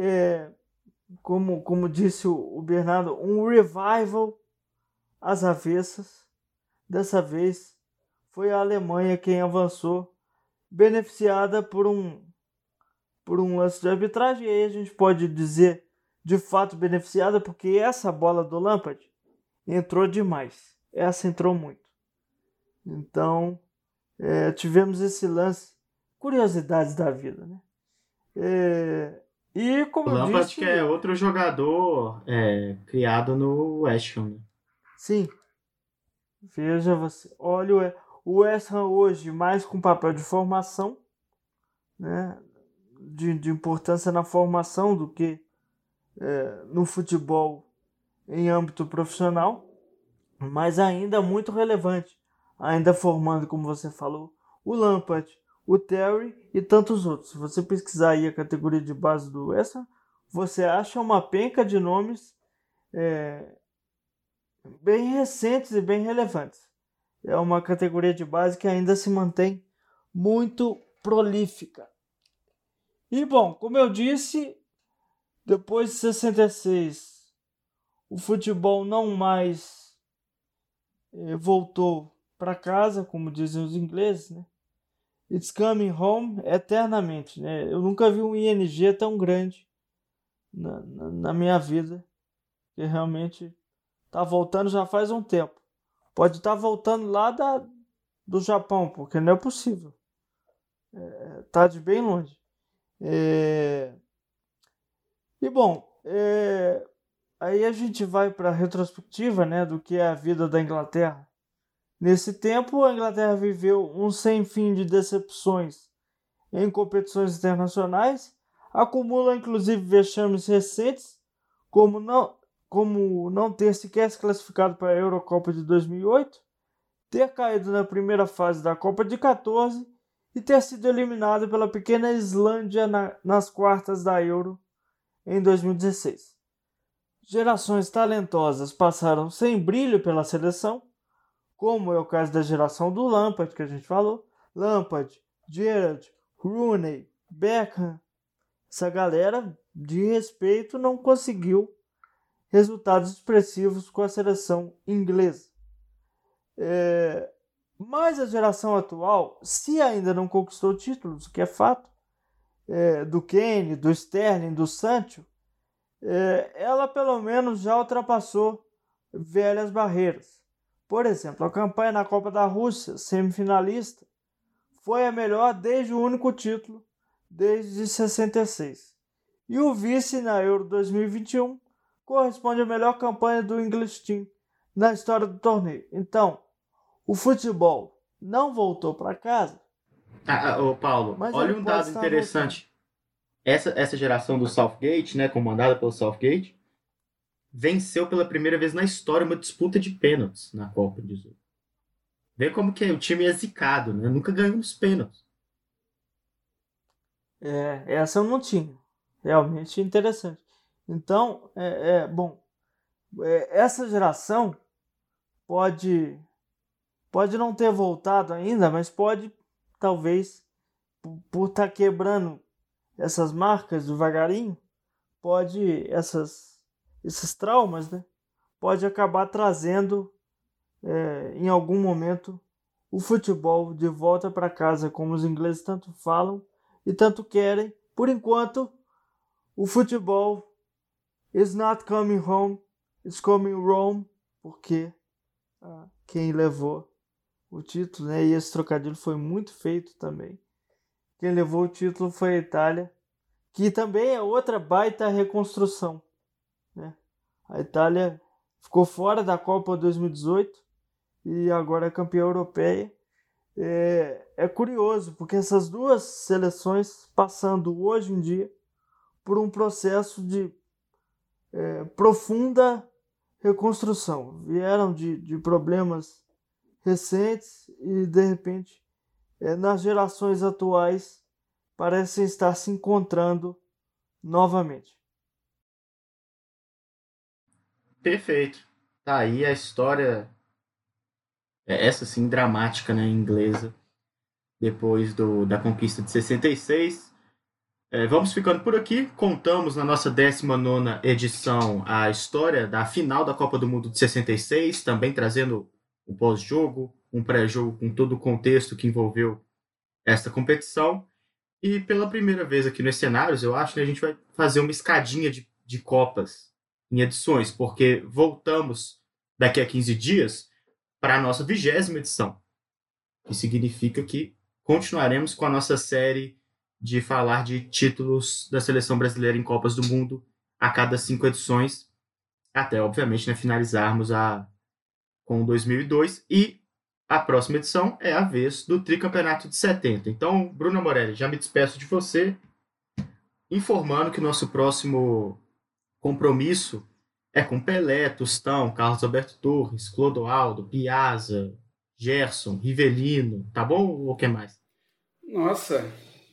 como disse o Bernardo, um revival às avessas. Dessa vez, foi a Alemanha quem avançou, beneficiada por um lance de arbitragem. E aí a gente pode dizer, de fato, beneficiada, porque essa bola do Lampard entrou demais. Essa entrou muito. Então, tivemos esse lance. Curiosidades da vida, né? E como o eu Lampard, disse... que é outro jogador criado no West Ham, né? Sim. Veja você. Olha, o West Ham hoje mais com papel de formação, né? De importância na formação do que no futebol em âmbito profissional, mas ainda muito relevante. Ainda formando, como você falou, o Lampard, o Terry e tantos outros. Se você pesquisar aí a categoria de base do West Ham, você acha uma penca de nomes bem recentes e bem relevantes. É uma categoria de base que ainda se mantém muito prolífica. E bom, como eu disse, depois de 66, o futebol não mais voltou para casa, como dizem os ingleses, né? It's coming home eternamente, né? Eu nunca vi um ING tão grande na minha vida, que realmente está voltando já faz um tempo. Pode estar voltando lá do Japão, porque não é possível. Tá de bem longe. E bom, aí a gente vai para a retrospectiva, né, do que é a vida da Inglaterra. Nesse tempo, a Inglaterra viveu um sem fim de decepções em competições internacionais, acumula inclusive vexames recentes, como não ter sequer se classificado para a Eurocopa de 2008, ter caído na primeira fase da Copa de 14 e ter sido eliminado pela pequena Islândia nas quartas da Euro em 2016. Gerações talentosas passaram sem brilho pela seleção, como é o caso da geração do Lampard, que a gente falou. Lampard, Gerrard, Rooney, Beckham. Essa galera de respeito não conseguiu resultados expressivos com a seleção inglesa. Mas a geração atual, se ainda não conquistou títulos, o que é fato, do Kane, do Sterling, do Sancho, ela pelo menos já ultrapassou velhas barreiras. Por exemplo, a campanha na Copa da Rússia, semifinalista, foi a melhor desde o único título, desde 66. E o vice na Euro 2021 corresponde à melhor campanha do English Team na história do torneio. Então, o futebol não voltou para casa. Ô Paulo, olha um dado interessante. Essa geração do Southgate, né, comandada pelo Southgate, venceu pela primeira vez na história uma disputa de pênaltis na Copa 18. Vê como que o time é zicado, né? Nunca ganhou nos pênaltis. Essa eu não tinha. realmente interessante. Então, bom, essa geração pode não ter voltado ainda, mas pode, talvez, por estar quebrando essas marcas devagarinho, pode, esses traumas, né, pode acabar trazendo, em algum momento, o futebol de volta para casa, como os ingleses tanto falam e tanto querem. Por enquanto, o futebol is not coming home, it's coming Rome, porque quem levou o título, né, e esse trocadilho foi muito feito também, quem levou o título foi a Itália, que também é outra baita reconstrução, né? A Itália ficou fora da Copa 2018 e agora é campeã europeia. É curioso, porque essas duas seleções passando hoje em dia por um processo de profunda reconstrução. Vieram de problemas recentes e, de repente, nas gerações atuais, parecem estar se encontrando novamente. Perfeito. Tá aí a história, essa sim, dramática, né, inglesa, depois da conquista de 66. Vamos ficando por aqui. Contamos na nossa 19ª edição a história da final da Copa do Mundo de 66, também trazendo o pós-jogo, um pré-jogo com todo o contexto que envolveu esta competição. E pela primeira vez aqui nos cenários, eu acho que a gente vai fazer uma escadinha de Copas em edições, porque voltamos daqui a 15 dias para a nossa 20ª edição, que significa que continuaremos com a nossa série de falar de títulos da seleção brasileira em Copas do Mundo a cada 5 edições, até, obviamente, né, finalizarmos com 2002. E a próxima edição é a vez do tricampeonato de 70. Então, Bruno Morelli, já me despeço de você, informando que o nosso próximo compromisso é com Pelé, Tostão, Carlos Alberto Torres, Clodoaldo, Piazza, Gerson, Rivelino, tá bom? Ou o que mais? Nossa,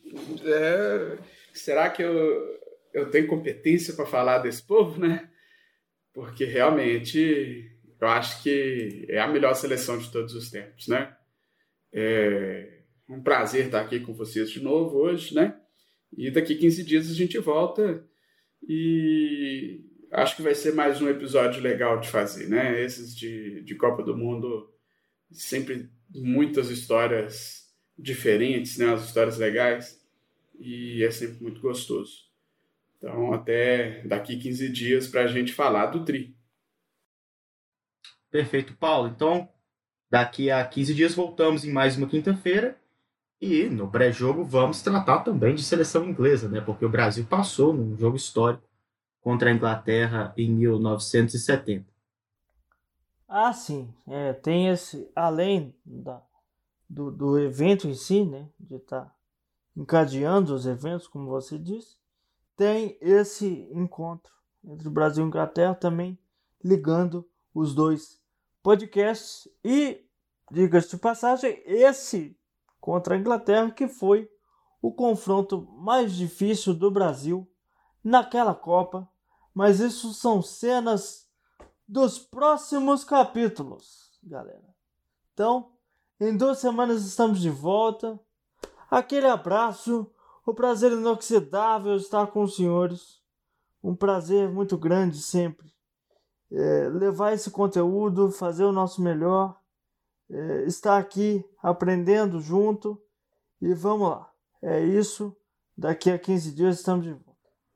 será que eu tenho competência para falar desse povo, né? Porque realmente eu acho que é a melhor seleção de todos os tempos, né? É um prazer estar aqui com vocês de novo hoje, né? E daqui 15 dias a gente volta e acho que vai ser mais um episódio legal de fazer, né? Esses de Copa do Mundo, sempre muitas histórias diferentes, né? As histórias legais, e é sempre muito gostoso. Então, até daqui 15 dias para a gente falar do Tri. Perfeito, Paulo. Então, daqui a 15 dias voltamos em mais uma quinta-feira e no pré-jogo vamos tratar também de seleção inglesa, né? Porque o Brasil passou num jogo histórico contra a Inglaterra em 1970. Ah, sim. Tem esse, além do evento em si, né? De estar encadeando os eventos, como você disse, tem esse encontro entre Brasil e Inglaterra também, ligando os dois podcasts. E, diga-se de passagem, esse contra a Inglaterra, que foi o confronto mais difícil do Brasil naquela Copa. Mas isso são cenas dos próximos capítulos, galera. Então, em 2 semanas estamos de volta. Aquele abraço, o prazer inoxidável estar com os senhores. Um prazer muito grande sempre. Levar esse conteúdo, fazer o nosso melhor, estar aqui aprendendo junto. E vamos lá. É isso. Daqui a 15 dias estamos de volta.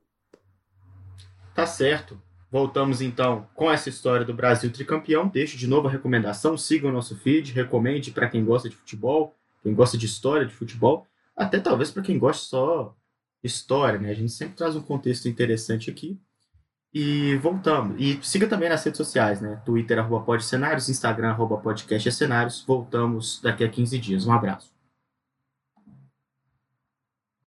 Tá certo. Voltamos então com essa história do Brasil tricampeão. Deixo de novo a recomendação, siga o nosso feed, recomende para quem gosta de futebol, quem gosta de história de futebol, até talvez para quem gosta só de história, né? A gente sempre traz um contexto interessante aqui. E voltamos. E siga também nas redes sociais, né? Twitter, @podcenários, Instagram, @podcastcenários. Voltamos daqui a 15 dias. Um abraço.